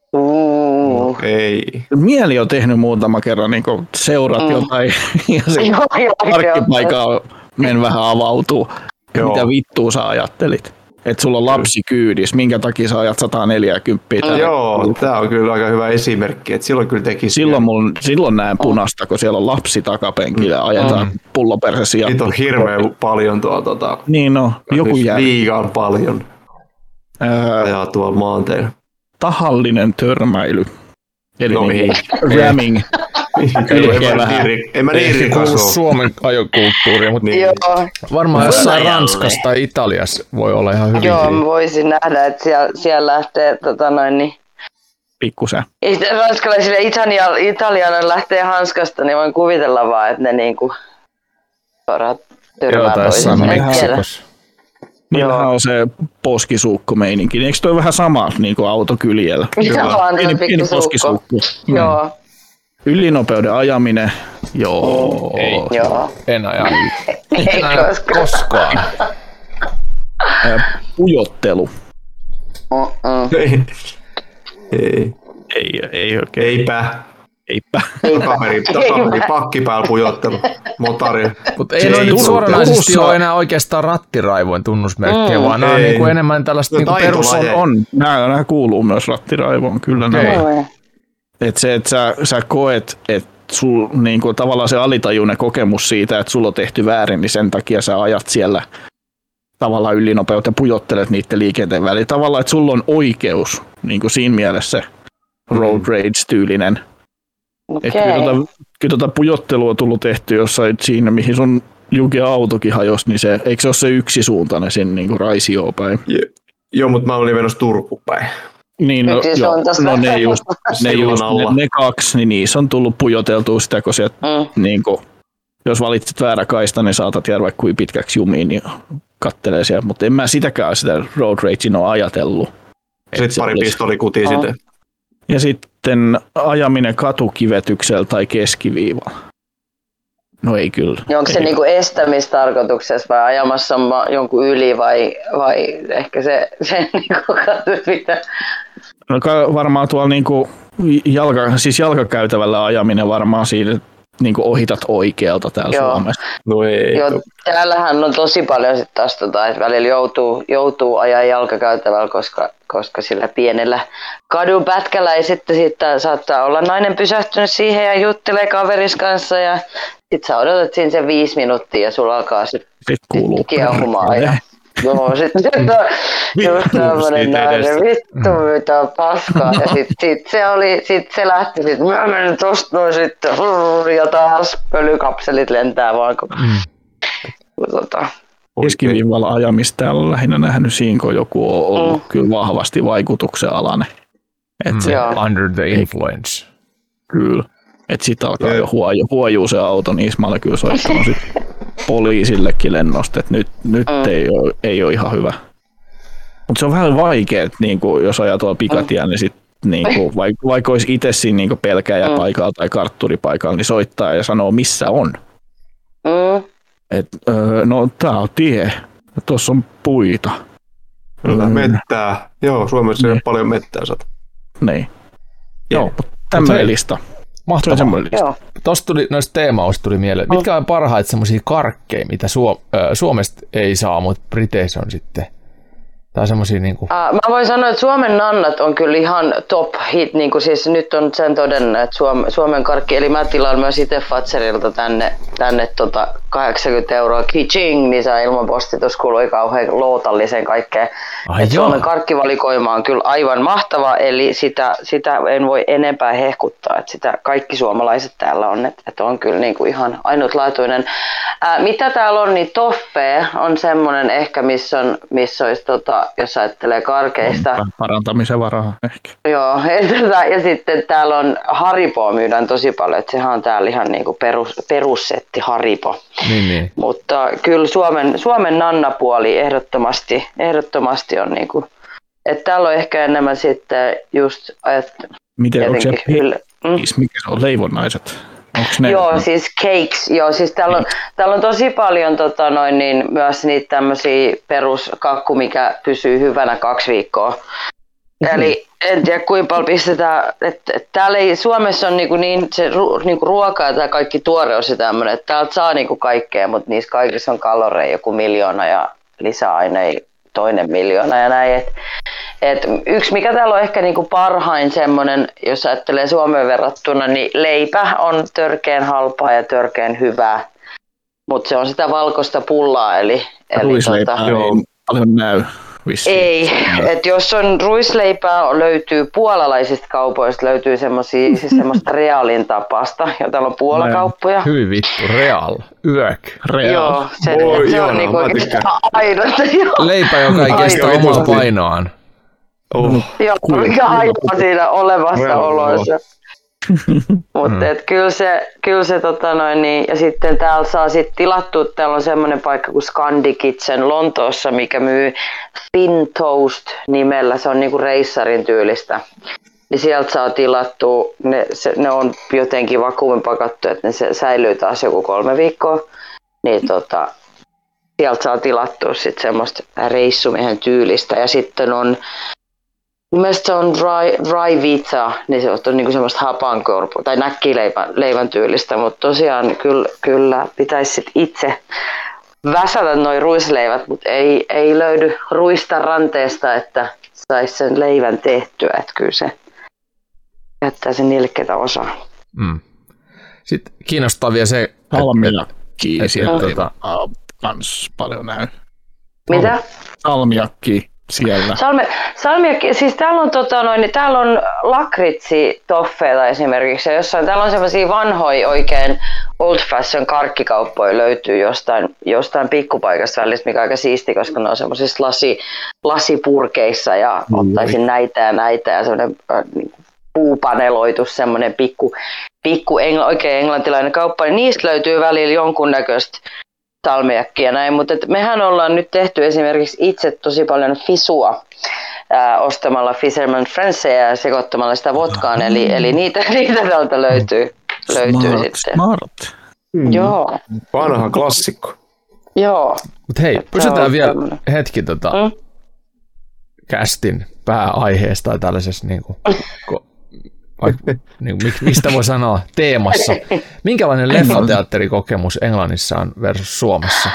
Ei. Mieli on tehnyt muutama kerran niin seurat jotain ja se parkkipaikka men vähän avautuu. Mitä vittua sä ajattelit? Että sulla on lapsi kyydissä, minkä takia sä ajat 140. Joo, tää on kyllä aika hyvä esimerkki, että silloin kyllä teki. Silloin näen punasta, kun siellä on lapsi takapenkillä ja ajetaan pulloperse sijaan. Niitä on hirveän paljon tuolla. Niin no, joku jää. Liigaan paljon. Ajaa tuolla maanteilla. Tahallinen törmäily. Eli ramming. En mä niin rikas ole. Suomen ajokulttuuria, mutta varmaan jossain Ranskassa tai Italiassa voi olla ihan hyvin. Joo, mä voisin nähdä, että siellä lähtee pikkusen. Ranskalaisille italianoille lähtee hanskasta, niin voin kuvitella vaan, että ne niinku suoraan tyrmää toisensa. Niillähän on se poskisuukko-meininki. Eikö toi vähän sama niin kuin autokyljellä? Pieni poskisuukko. Joo. Ylinopeuden ajaminen. Joo. Ei. Joo. En aja. En aja koskaan. Pujottelu. Ei oikein. Eipä. Takaperi pakki päällä pujottelu. Motari. Mutta ei noin nyt suoranaisesti ole enää oikeastaan rattiraivoin tunnusmerkkejä, vaan nämä on niinku enemmän tällaista niinku perus. Nämä kuuluu myös rattiraivoon, kyllä. Että se, että sä koet, että sul niinku tavallaan se alitajuinen kokemus siitä, että sulla on tehty väärin, niin sen takia sä ajat siellä tavallaan ylinopeuteen ja pujottelet niiden liikenteen väliin. Tavallaan, että sulla on oikeus, niinku siinä mielessä road rage-tyylinen. Okay. Kyllä tuota pujottelua on tullut tehty jossain siinä, mihin sun Juke autokin hajosi, niin eikö se ole se yksisuuntainen sinne niin kuin Raisioon päin? Joo, mutta mä olin menossa Turkuun päin. Niin, ne kaksi, niin niissä on tullut pujoteltua sitä, kun sieltä, niin kuin, jos valitset väärä kaista, niin saatat jäädä vaikka kuin pitkäksi jumiin, niin kattelee siellä, mutta en mä sitäkään sitä road ragea ole ajatellut. Sitten pari pistolikutia sitten. Ja sitten ajaminen katukivetyksellä tai keskiviivalla. No ei kyllä. Onko se niinku estämistarkoituksessa vai ajamassa jonkun yli vai ehkä se niinku mitä? No varmaan tuolla niinku jalkakäytävällä ajaminen varmaan siinä niinku ohitat oikealta täällä Suomessa. No ei. Joo, täällähän on tosi paljon sitten taas että välillä joutuu ajaa jalkakäytävällä, koska sillä pienellä kadun pätkällä ei sitten saattaa olla nainen pysähtynyt siihen ja juttelee kaveris kanssa ja sitten sä odotat siinä sen 5 minuuttia ja sulla alkaa sitten kiehumaan. Joo, sitten just tämmönen nainen, vittu mitä paskaa. Ja sit se lähti, mä menen tosta noin sitten, ja taas pölykapselit lentää vaan. Keskiviivalla ajamista täällä on lähinnä nähnyt siinä, kun joku on ollut kyllä vahvasti vaikutuksen alainen. Under the influence. Kyllä. Että sit alkaa jo huojuu se auto, niin Ismail kyllä soittanut sit poliisillekin lennosta, että nyt ei ole ihan hyvä. Mutta se on vähän vaikea, niinku, jos ajaa tuolla pikatien, niin sit, niinku, vaikka olisi itse siinä niinku pelkääjäpaikalla tai kartturipaikalla, niin soittaa ja sanoo missä on. No tää on tie, tuossa on puita. Kyllä, mettää. Joo, Suomessa ei ole paljon mettää. Niin. Joo, tämmöinen lista. Mahtavaa. Tuosta tuli, noista teemausta tuli mieleen. Mitkä on parhaita semmoisia karkkeja, mitä Suomesta ei saa, mutta Briteissä on sitten? Tai semmosia niinku... Mä voin sanoa, että Suomen nannat on kyllä ihan top hit. Niinku siis nyt on sen todennut, että Suomen karkki, eli mä tilaan myös itse Fatserilta tänne 80 € kiching, niin saa ilman postituskului kauhean lootallisen kaikkea. Suomen karkkivalikoima on kyllä aivan mahtava, eli sitä en voi enempää hehkuttaa, että sitä kaikki suomalaiset täällä on, että on kyllä niinku ihan ainutlaatuinen. Mitä täällä on, niin toffee on semmoinen ehkä, missä olisi jos ajattelee karkeista. Parantamisen varaa ehkä. Joo, ja sitten täällä on Hariboa myydään tosi paljon, että sehän on täällä ihan niinku perussetti Haribo. Niin. Mutta kyllä Suomen nannapuoli ehdottomasti on niinku, että täällä on ehkä enemmän sitten just miten onko se mikä se on, leivonnaiset? Joo, siis cakes. Joo, siis täällä on tosi paljon myös niitä tämmöisiä peruskakku, mikä pysyy hyvänä 2 viikkoa. Eli en tiedä kuinka paljon pistetään, että täällä ei Suomessa on niinku ruokaa tai kaikki tuoreus ja tämmöinen, että täältä saa niinku kaikkea, mutta niissä kaikissa on kaloreja joku 1 000 000 ja lisäaineita toinen 1 000 000 ja näin. Et yksi mikä täällä on ehkä niinku parhain semmoinen, jos ajattelee Suomeen verrattuna, niin leipä on törkeän halpaa ja törkeän hyvää, mutta se on sitä valkoista pullaa. Eli ruisleipää ei paljon näy. Ei, että jos on ruisleipää, löytyy puolalaisista kaupoista, löytyy semmoista Realin tapasta, ja täällä on Puolakauppoja. Hyvin vittu, Real, Real. Joo, se on niinku oikeastaan ainoa. Leipä, joka ei kestä omaa painoaan. Joo, mikä hajoaa siinä olevassa oloissa. Mutta kyllä se ja sitten täällä saa sit tilattua, täällä on semmoinen paikka kuin Scandi Kitchen Lontoossa, mikä myy Fin Toast nimellä, se on niinku reissarin tyylistä. Niin sieltä saa tilattua, ne on jotenkin vakuumin pakattu, että ne säilyy taas joku 3 viikkoa. Niin sieltä saa tilattua sit semmoista reissumiehen tyylistä ja sitten on mielestäni se on rye vita, niin se on niinku semmoista hapankorpua tai näkkileivän tyylistä, mutta tosiaan kyllä pitäisi sit itse väsätä noi ruisleivät, mutta ei löydy ruista ranteesta, että saisi sen leivän tehtyä, että kyllä se jättää sen nilkkeitä osaa. Sitten kiinnostaa vielä se, salmiakki sieltä kans paljon näy. Mitä? Salmiakki siellä. Salmiakki, siis täällä on lakritsi-toffeita esimerkiksi, ja täällä on sellaisia vanhoja oikein old fashion karkkikauppoja löytyy jostain pikkupaikasta välistä, mikä on aika siisti, koska ne on semmoisissa lasipurkeissa ja ottaisin näitä ja semmoinen puupaneloitu semmoinen pikku oikein englantilainen kauppa, niin niistä löytyy välillä jonkunnäköistä salmiakkia näin, mutta mehän ollaan nyt tehty esimerkiksi itse tosi paljon fisua ostamalla Fisherman Friendsia ja sekoittamalla sitä vodkaan, eli niitä täältä löytyy sitten. Smart. Joo. Vanha klassikko. Joo. Mut hei, pysytään vielä hetki kästin pääaiheesta tai tällaisessa mistä voi sanoa teemassa. Minkälainen leffateatterikokemus Englannissa on versus Suomessa?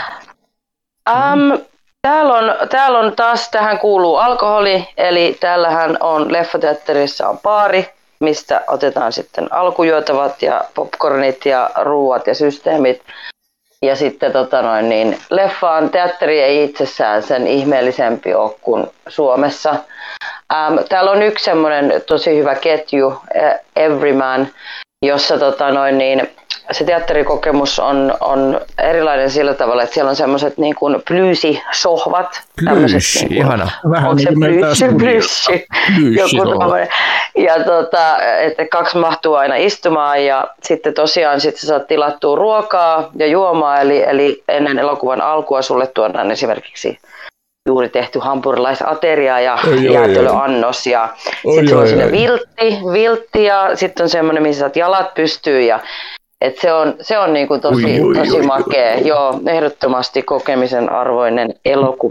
Täällä on taas, tähän kuuluu alkoholi, eli täällähän on leffateatterissa on baari, mistä otetaan sitten alkujuotavat ja popcornit ja ruuat ja systeemit. Ja sitten teatteri ei itsessään sen ihmeellisempi ole kuin Suomessa. Täällä on yksi semmoinen tosi hyvä ketju, Everyman, jossa se teatterikokemus on erilainen sillä tavalla, että siellä on semmoiset niin kuin plyysisohvat. Plyysi, ihana. Onko se plyysi? Ja että 2 mahtuu aina istumaan ja sitten tosiaan sä saat tilattua ruokaa ja juomaa, eli ennen elokuvan alkua sulle tuodaan esimerkiksi juuri tehty hampurilaisateria ja jäätelöannos ja sitten sulla on sinne viltti ja sitten on semmoinen, missä saat jalat pystyy ja et se on niinku tosi makea. Joo, ehdottomasti kokemisen arvoinen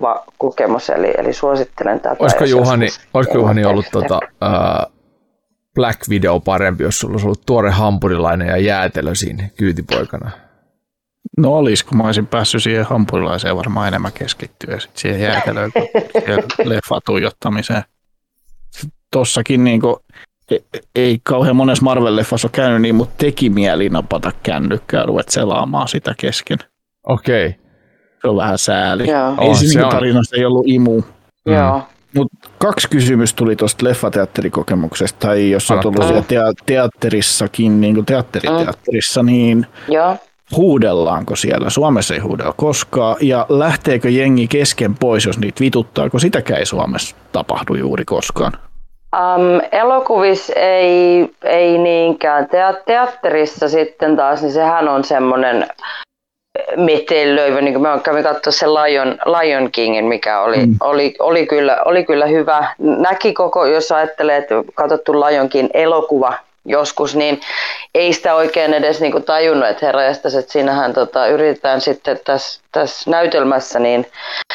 elokuvakokemus, eli suosittelen tätä. Olisiko Juhani ollut Black Widow parempi, jos sulla olisi ollut tuore hampurilainen ja jäätelö siinä kyytipoikana? No olis, kun mä olisin päässyt siihen hampurilaiseen varmaan enemmän keskittyä ja sitten siihen jäätelöön kuin siihen leffatuijottamiseen. Tossakin niinku, ei kauhean monessa Marvel-leffassa ole käynyt niin, mutta teki mieli napata kännykkää ja ruvet selaamaan sitä kesken. Okei. Okay. Se on vähän sääli. Joo. Ei se niinku tarinasta ei ollut imu. Joo. Mutta 2 kysymystä tuli tuosta leffateatterikokemuksesta, tai jos on tullut siellä teatterissakin, niin kuin teatterissa, niin huudellaanko siellä? Suomessa ei huudella koskaan. Ja lähteekö jengi kesken pois, jos niitä vituttaa, kun sitäkään ei Suomessa tapahdu juuri koskaan? Elokuvissa ei niinkään. Teatterissa sitten taas, niin sehän on semmoinen metelöivä, niin kuin mä kävin katsoa sen Lion Kingin, mikä oli kyllä hyvä. Näki koko, jos ajattelee, että katsottu Lion King elokuva joskus, niin ei sitä oikein edes niin kuin tajunnut, että herranjestas, että siinähän yritetään sitten tässä näytelmässä, niin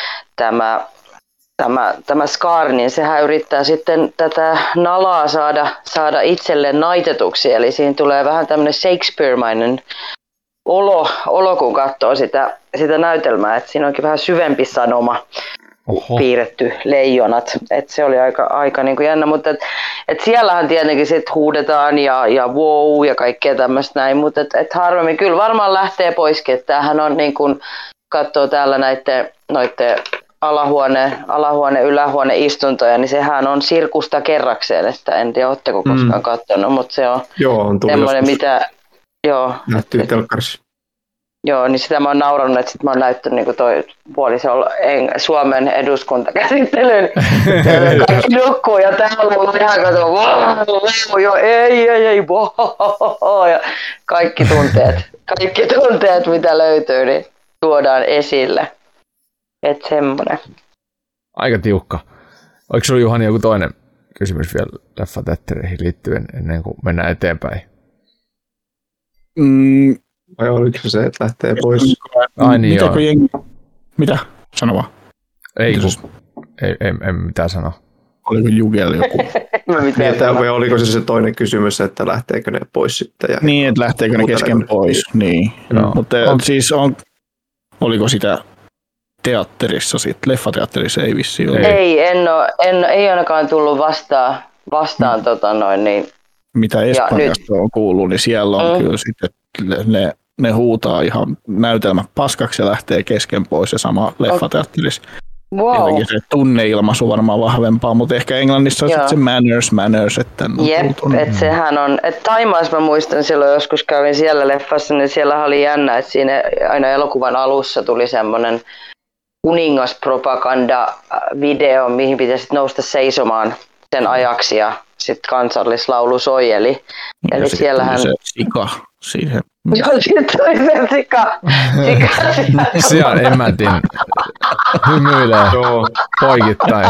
tämä Scar, niin sehän yrittää sitten tätä nalaa saada itselleen naitetuksi, eli siinä tulee vähän tämmöinen Shakespeare-mainen olo, kun katsoo sitä näytelmää, että siinä onkin vähän syvempi sanoma piirretty leijonat, että se oli aika niin kuin jännä, mutta et siellähän tietenkin sit huudetaan ja wow ja kaikkea tämmöistä näin, mutta et harvemmin kyllä varmaan lähtee poiskin, että tämähän on niin kuin katsoo täällä noitten alahuone, ylähuone istuntoja, niin sehän on sirkusta kerrakseen, että en tiedä, ootteko koskaan katsonut, mutta se on semmoinen, mitä nähtyy telkkarissa. Joo, niin sitä mä oon naurannut, että sit mä oon näyttänyt niin toi puoliso Suomen eduskuntakäsittelyyn. Kaikki nukkuu ja täällä on ihan kato, ei, ja kaikki tunteet, mitä löytyy, niin tuodaan esille. Että semmonen. Aika tiukka. Oliko sulla, Juhani, joku toinen kysymys vielä leffateattereihin liittyen ennen kuin mennään eteenpäin? Vai oliko se, että lähtee pois? Ai niin, joo. Mitä? Sano vaan. Ei mitään sanoa. Oliko Jugel joku? Vai oliko se toinen kysymys, että lähteekö ne pois sitten? Ja niin, että lähteekö ne kesken pois. Niin. Mutta siis oliko sitä teatterissa sitten? Leffateatterissa ei vissiin ole. Ei ainakaan tullut vastaan niin. Mitä Espanjasta on kuullut, niin siellä on kyllä sitten, ne huutaa ihan näytelmä paskaksi ja lähtee kesken pois ja sama leffateatterissa. Wow. Jotenkin se tunneilmaisu varmaan vahvempaa, mutta ehkä Englannissa on sitten se manners, että että sehän on, että Taimaassa mä muistan silloin joskus kävin siellä leffassa, niin siellä oli jännä, että siinä aina elokuvan alussa tuli semmoinen kuningaspropaganda-video, mihin pitäisi nousta seisomaan sen ajaksi ja sitten kansallislaulu soi, eli siellähän se sika siihen. Joo, sitten tuli se sika. Siellä emäntin hymyilee poikittain.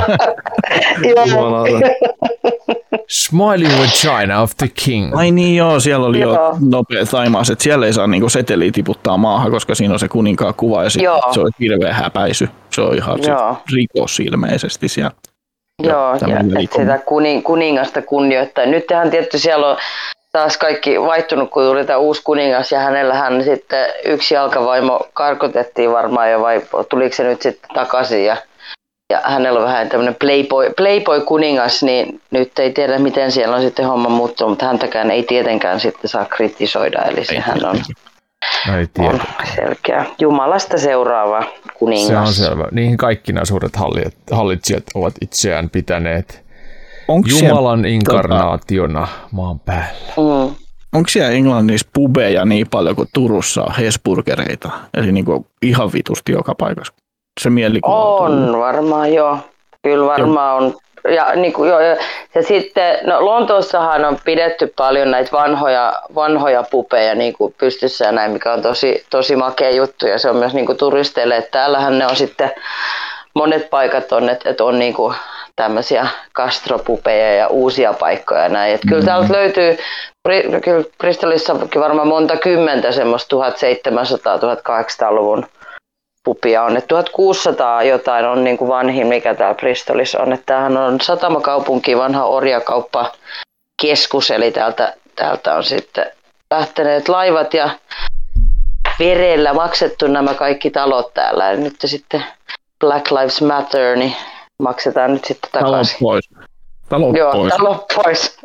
Smiling with China of the King. Ai niin joo, siellä oli jo nopea Thaimaassa, että siellä ei saa niinku seteliä tiputtaa maahan, koska siinä on se kuninkaan kuva ja se on hirveä häpäisy. Se on ihan rikos ilmeisesti siellä. Joo, ja sitä kuningasta kunnioittaa. Nythän tietty siellä on taas kaikki vaihtunut, kun tuli tämä uusi kuningas ja hänellähän sitten yksi jalkavaimo karkotettiin varmaan jo, vai tuliko se nyt sitten takaisin ja hänellä on vähän tämmöinen playboy kuningas, niin nyt ei tiedä miten siellä on sitten homma muuttunut, mutta häntäkään ei tietenkään sitten saa kritisoida, eli sehän on selkeä Jumalasta seuraava kuningas. Se on selvä. Niihin kaikki nämä suuret hallitsijat ovat itseään pitäneet Jumalan inkarnaationa maan päällä. Onko siellä Englannissa pubeja niin paljon kuin Turussa on Hesburgereita? Eli niinku ihan vitusti joka paikassa. Se mielikuva on varmaan joo. Kyllä varmaan on. Ja sitten Lontoossahan on pidetty paljon näitä vanhoja pubeja niin kuin pystyssä ja näin, mikä on tosi makea juttu ja se on myös niin kuin turisteille, että täällähän ne on sitten monet paikat on, että on niin kuin tämmöisiä gastropubeja ja uusia paikkoja ja näin. Että kyllä täältä löytyy, kyllä Bristolissakin varmaan monta kymmentä semmoista 1700-1800-luvun pubia on, että 1600 jotain on niin kuin vanhin, mikä täällä Bristolissa on. Että tämähän on satamakaupunki, vanha orjakauppa keskus, eli täältä on sitten lähteneet laivat ja verellä maksettu nämä kaikki talot täällä. Ja nyt sitten Black Lives Matter, niin maksetaan nyt sitten takaisin. Talot pois.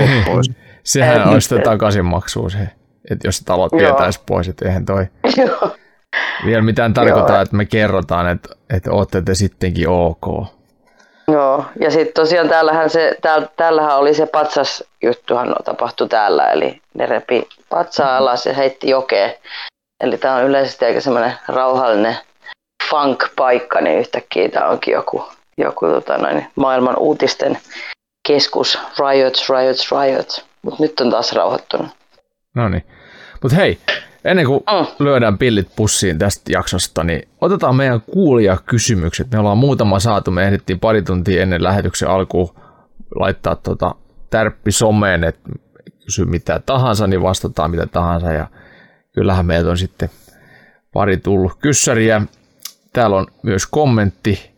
Sehän on sitten takaisinmaksua se, että jos talot vietäisi pois, että eihän toi vielä mitään tarkoittaa, että me kerrotaan, että ootte te sittenkin ok. Joo, ja sitten tosiaan täällähän oli se patsasjuttuhan tapahtui täällä, eli ne repi patsaa alas ja heitti jokeen. Eli tämä on yleisesti aika semmoinen rauhallinen funk-paikka, niin yhtäkkiä tämä onkin joku maailman uutisten keskus, riots. Mutta nyt on taas rauhoittunut. No niin, mutta hei, ennen kuin lyödään pillit pussiin tästä jaksosta, niin otetaan meidän kuulijakysymykset. Me ollaan muutama saatu, me ehdittiin pari tuntia ennen lähetyksen alkuun laittaa tärppi someen, että kysy mitä tahansa, niin vastataan mitä tahansa. Ja kyllähän meiltä on sitten pari tullut kyssäriä. Täällä on myös kommentti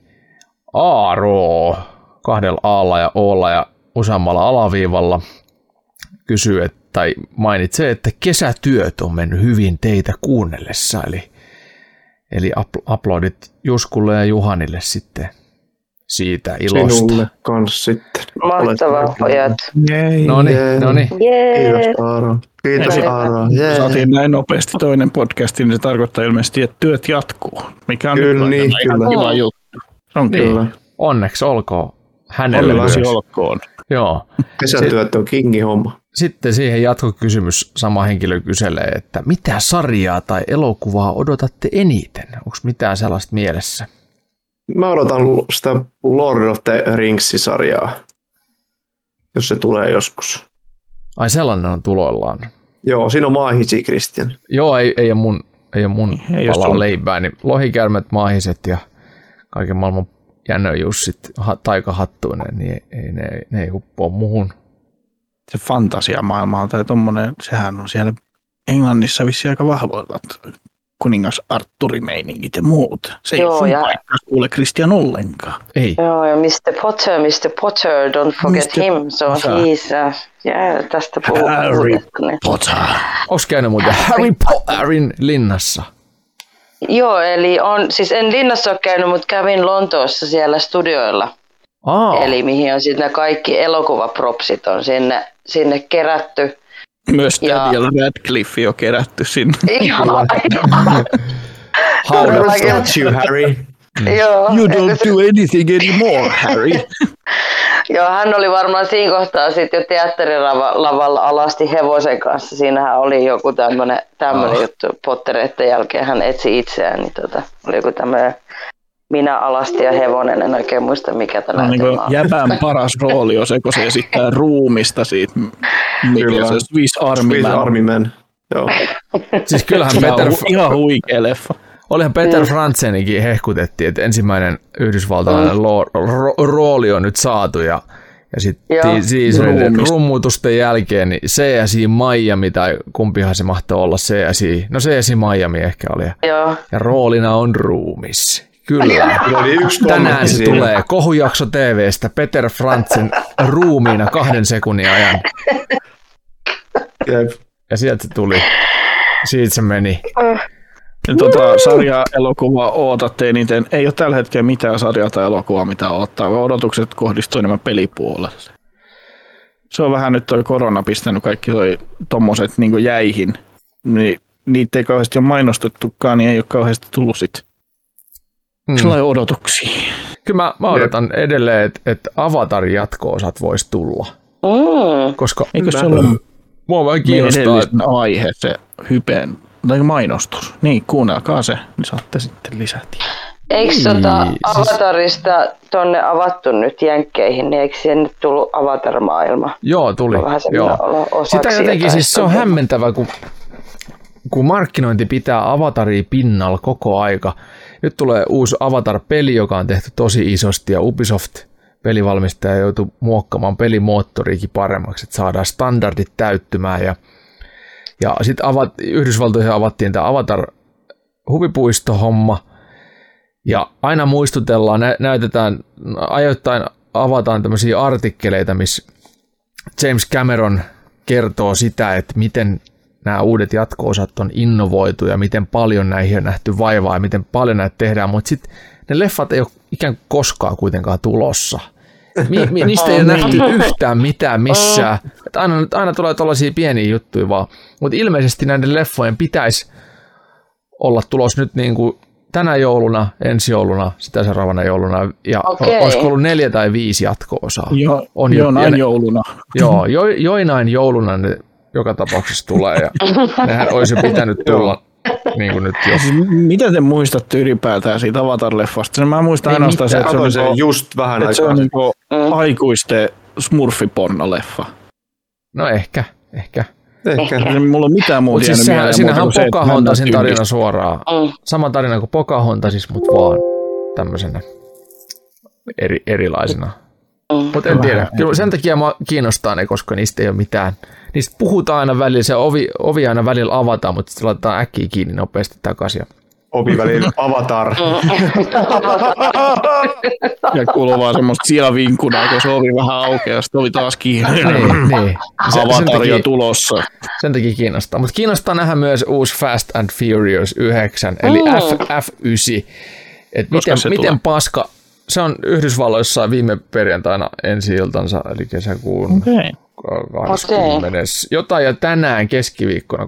Aaro 2 A:lla ja O:lla ja useammalla alaviivalla kysyy, tai mainitsee, että kesätyöt on mennyt hyvin teitä kuunnellessa, eli aplodit Juskulle ja Juhanille sitten siitä ilosta. Sinulle kans sitten. Mahtavaa pojat. Noniin. Kiitos Aaro. Saatiin näin nopeasti toinen podcasti, niin se tarkoittaa ilmeisesti, että työt jatkuu. Mikä on kyllä, nyt ihan kiva juttu. On kyllä. Onneksi olkoon hänelle myös. Olkoon. Joo. Kesätyöt on kingi homma. Sitten siihen jatkokysymys sama henkilö kyselee, että mitä sarjaa tai elokuvaa odotatte eniten? Onko mitään sellaista mielessä? Mä odotan sitä Lord of the Rings-sarjaa, jos se tulee joskus. Ai sellainen on tuloillaan. Joo, siinä on maahisi, Christian. Joo, ei ole mun palaa leipää, niin lohikäärmet, maahiset ja kaiken maailman jänöjussit taikahattuinen, niin ne ei huppoa muuhun. Se fantasiamaailma tai tommonen, sehän on siellä Englannissa vissiin aika vahvoilla, kuningas Arturi-meiningit ja muut. Se ei ole paikkaa kuule Christian ollenkaan. Ei. Joo, ja Mr. Potter, don't forget him. So he's, tästä puhutaan. Harry Potter. Onko käynyt muuten Harry Potterin linnassa? Joo, eli siis en linnassa ole käynyt, mutta kävin Lontoossa siellä studioilla. Eli mihin on sitten kaikki elokuvapropsit on sinne kerätty. Myös Daniel Radcliffe on kerätty sinne. How statue, Harry? You don't do anything anymore, Harry. Joo, hän oli varmaan siinä kohtaa sitten jo teatterilavalla alasti hevosen kanssa. Siinähän oli joku tämmöinen juttu Pottereiden jälkeen. Hän etsi itseään, niin oli joku tämmöinen minä alasti ja hevonen. En oikein muista mikä tämä näytelmä on. Jäbän paras rooli on se, kun se esittää ruumista siitä. Mikä se Swiss Army Man. Joo. Siis kyllähän ihan huikea leffa. Olihan Peter Frantzenikin hehkutettiin, että ensimmäinen yhdysvaltalainen rooli on nyt saatu ja sitten siis rummutusten jälkeen niin CSI Miami tai kumpihan se mahtoi olla CSI. No CSI Miami ehkä oli. Ja roolina on ruumis. Kyllä. Tänään se tulee kohujakso TV:stä Peter Frantzen ruumiina 2 sekunnin ajan. Ja sieltä se tuli. Siitä se meni. Sarja-elokuvaa ootatte eniten. Ei ole tällä hetkellä mitään sarjaa tai elokuvaa, mitä odottaa. Odotukset kohdistuu enemmän pelipuolelle. Se on vähän nyt toi korona pistänyt kaikki tommoset niin jäihin. Niin, niitä ei kauheasti ole mainostettukaan, niin ei ole kauheasti tullut sit sellainen odotuksia. Kyllä mä odotan edelleen, että Avatarin jatko-osat voisi tulla. Koska eikö se ole mua vähän kiinnostaa aihe, se hypeen tai mainostus. Niin, kuunnelkaa se, niin saatte sitten lisätietoa. Eikö Avatarista tonne avattu nyt jenkkeihin, niin eikö siihen nyt tullut Avatar-maailma? Joo, tuli. Sitä jotenkin siis se on hämmentävä, kun markkinointi pitää Avataria pinnalla koko aika. Nyt tulee uusi Avatar-peli, joka on tehty tosi isosti ja Ubisoft-pelivalmistaja joutui muokkaamaan pelimoottoriikin paremmaksi, että saadaan standardit täyttymään ja sitten Yhdysvaltoihin avattiin tämä Avatar-huvipuisto-homma, ja aina muistutellaan, näytetään, ajoittain avataan tämmöisiä artikkeleita, missä James Cameron kertoo sitä, että miten nämä uudet jatko-osat on innovoitu ja miten paljon näihin on nähty vaivaa ja miten paljon näitä tehdään, mutta sitten ne leffat ei ole ikään kuin koskaan kuitenkaan tulossa. Niistä ei ole nähty yhtään mitään missään. Että aina tulee tuollaisia pieniä juttuja vaan. Mutta ilmeisesti näiden leffojen pitäisi olla tulos nyt niin kuin tänä jouluna, ensi jouluna, sitä seuraavana jouluna. Ja olisiko ollut 4 tai 5 jatko-osaa? Joinain jouluna. Joo, joinain jouluna ne joka tapauksessa tulee. Ja nehän olisi pitänyt tulla niin kuin nyt jo. Mitä te muistatte ylipäätään siitä Avatar-leffasta? Mä muistan ainoastaan se, että se on just vähän aikaa. Se on niin aikuisten smurfiporno-leffa. No ehkä. Mulla on mitään muuta jäänyt mieleen. Siinähän on Pocahontasin tarina suoraan. Sama tarina kuin Pocahontasis, mutta vaan tämmöisenä erilaisena. Mutta en tiedä. Kyllä sen takia mua kiinnostaa ne, koska niistä ei ole mitään. Niistä puhutaan aina välillä, se ovi aina välillä avataan, mutta sitten laitetaan äkkiä kiinni nopeasti takaisin. Ovi välillä Avatar. Ja kuuluu vaan semmoista sijavinkunaa, kun se ovi vähän aukeaa, sitten ovi taas kiinni. Niin. Avatar jo tulossa. Sen takia kiinnostaa. Mutta kiinnostaa nähdä myös uusi Fast and Furious 9, eli F9. Että miten paska. Se on Yhdysvalloissa viime perjantaina ensi-iltansa, eli kesäkuun 20. Jotain, ja tänään keskiviikkona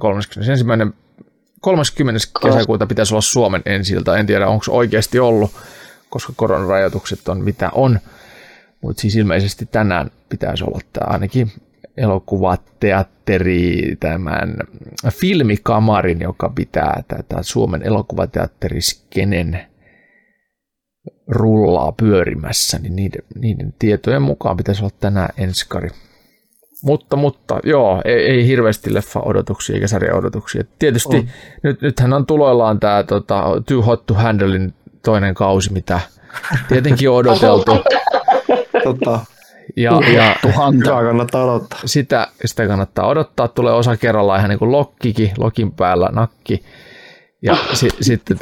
30. kesäkuuta pitäisi olla Suomen ensi-ilta. En tiedä, onko oikeasti ollut, koska koronarajoitukset on mitä on. Mutta siis ilmeisesti tänään pitäisi olla tämä ainakin elokuvateatteri, tämän filmikamarin, joka pitää tätä Suomen elokuvateatteriskenen rullaa pyörimässä, niin niiden tietojen mukaan pitäisi olla tänään enskari. Mutta joo, ei hirveästi leffa-odotuksia eikä sarja-odotuksia. Tietysti nythän on tuloillaan tämä Too Hot to Handlein toinen kausi, mitä tietenkin on odoteltu. Ja kannattaa odottaa. Sitä kannattaa odottaa. Tulee osa kerrallaan ihan niin kuin Lokkikin, Lokin päällä nakki. Ja sitten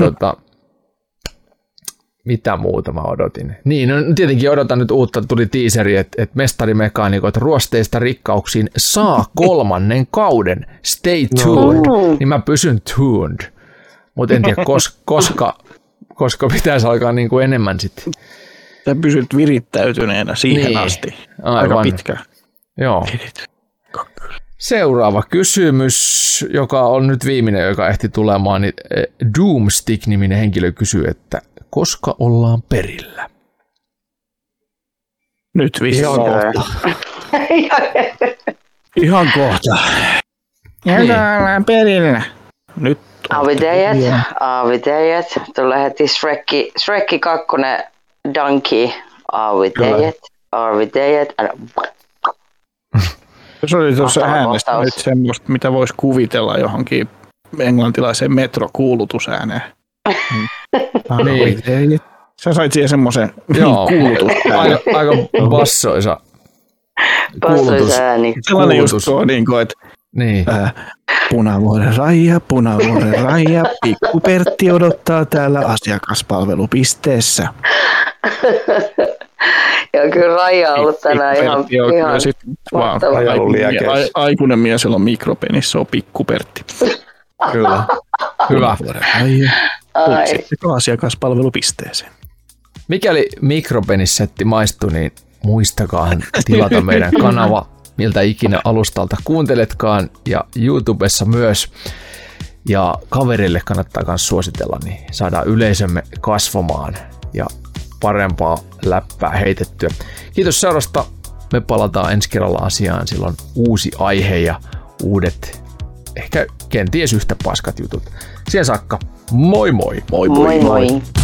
mitä muuta mä odotin? Niin, no tietenkin odotan nyt uutta, tuli teaseri, että mestarimekaanikot ruosteista rikkauksiin saa 3. kauden. Stay tuned. Niin mä pysyn tuned. Mutta en tiedä, koska pitäisi alkaa niin kuin enemmän sitten. Sä pysyt virittäytyneenä siihen asti. Aika pitkä. Joo. Seuraava kysymys, joka on nyt viimeinen, joka ehti tulemaan, niin Doomstick-niminen henkilö kysyy, että koska ollaan perillä? Nyt Ihan kohta. Ollaan perillä. Nyt Aaviteijät. Tulee heti Shrekki 2 Donkey. Aaviteijät. Se oli tuossa äänestä nyt semmoista, mitä voisi kuvitella johonkin englantilaiseen metrokuulutusääneen. Niin. Sä sait siihen semmoisen kuulutusäänen. Aika bassoisa. Bassoisääni. Sellainen just tuo, että niin. Punavuoren raja, Pikku Pertti odottaa täällä asiakaspalvelupisteessä. Joo, kyllä Raija on ollut tänään ihan mahtava. Aikuinen mies, jolla on mikropenis, se on Pikku Pertti. Kyllä. Hyvä. Sitten asiakaspalvelupisteeseen. Mikäli mikropenissetti maistuu, niin muistakaa tilata meidän kanava, miltä ikinä alustalta kuunteletkaan, ja YouTubessa myös. Ja kaverille kannattaa myös suositella, niin saadaan yleisömme kasvamaan ja parempaa läppää heitettyä. Kiitos seurasta. Me palataan ensi kerralla asiaan. Silloin uusi aihe ja uudet, ehkä kenties yhtä paskat jutut. Siihen saakka, moi moi! Moi moi!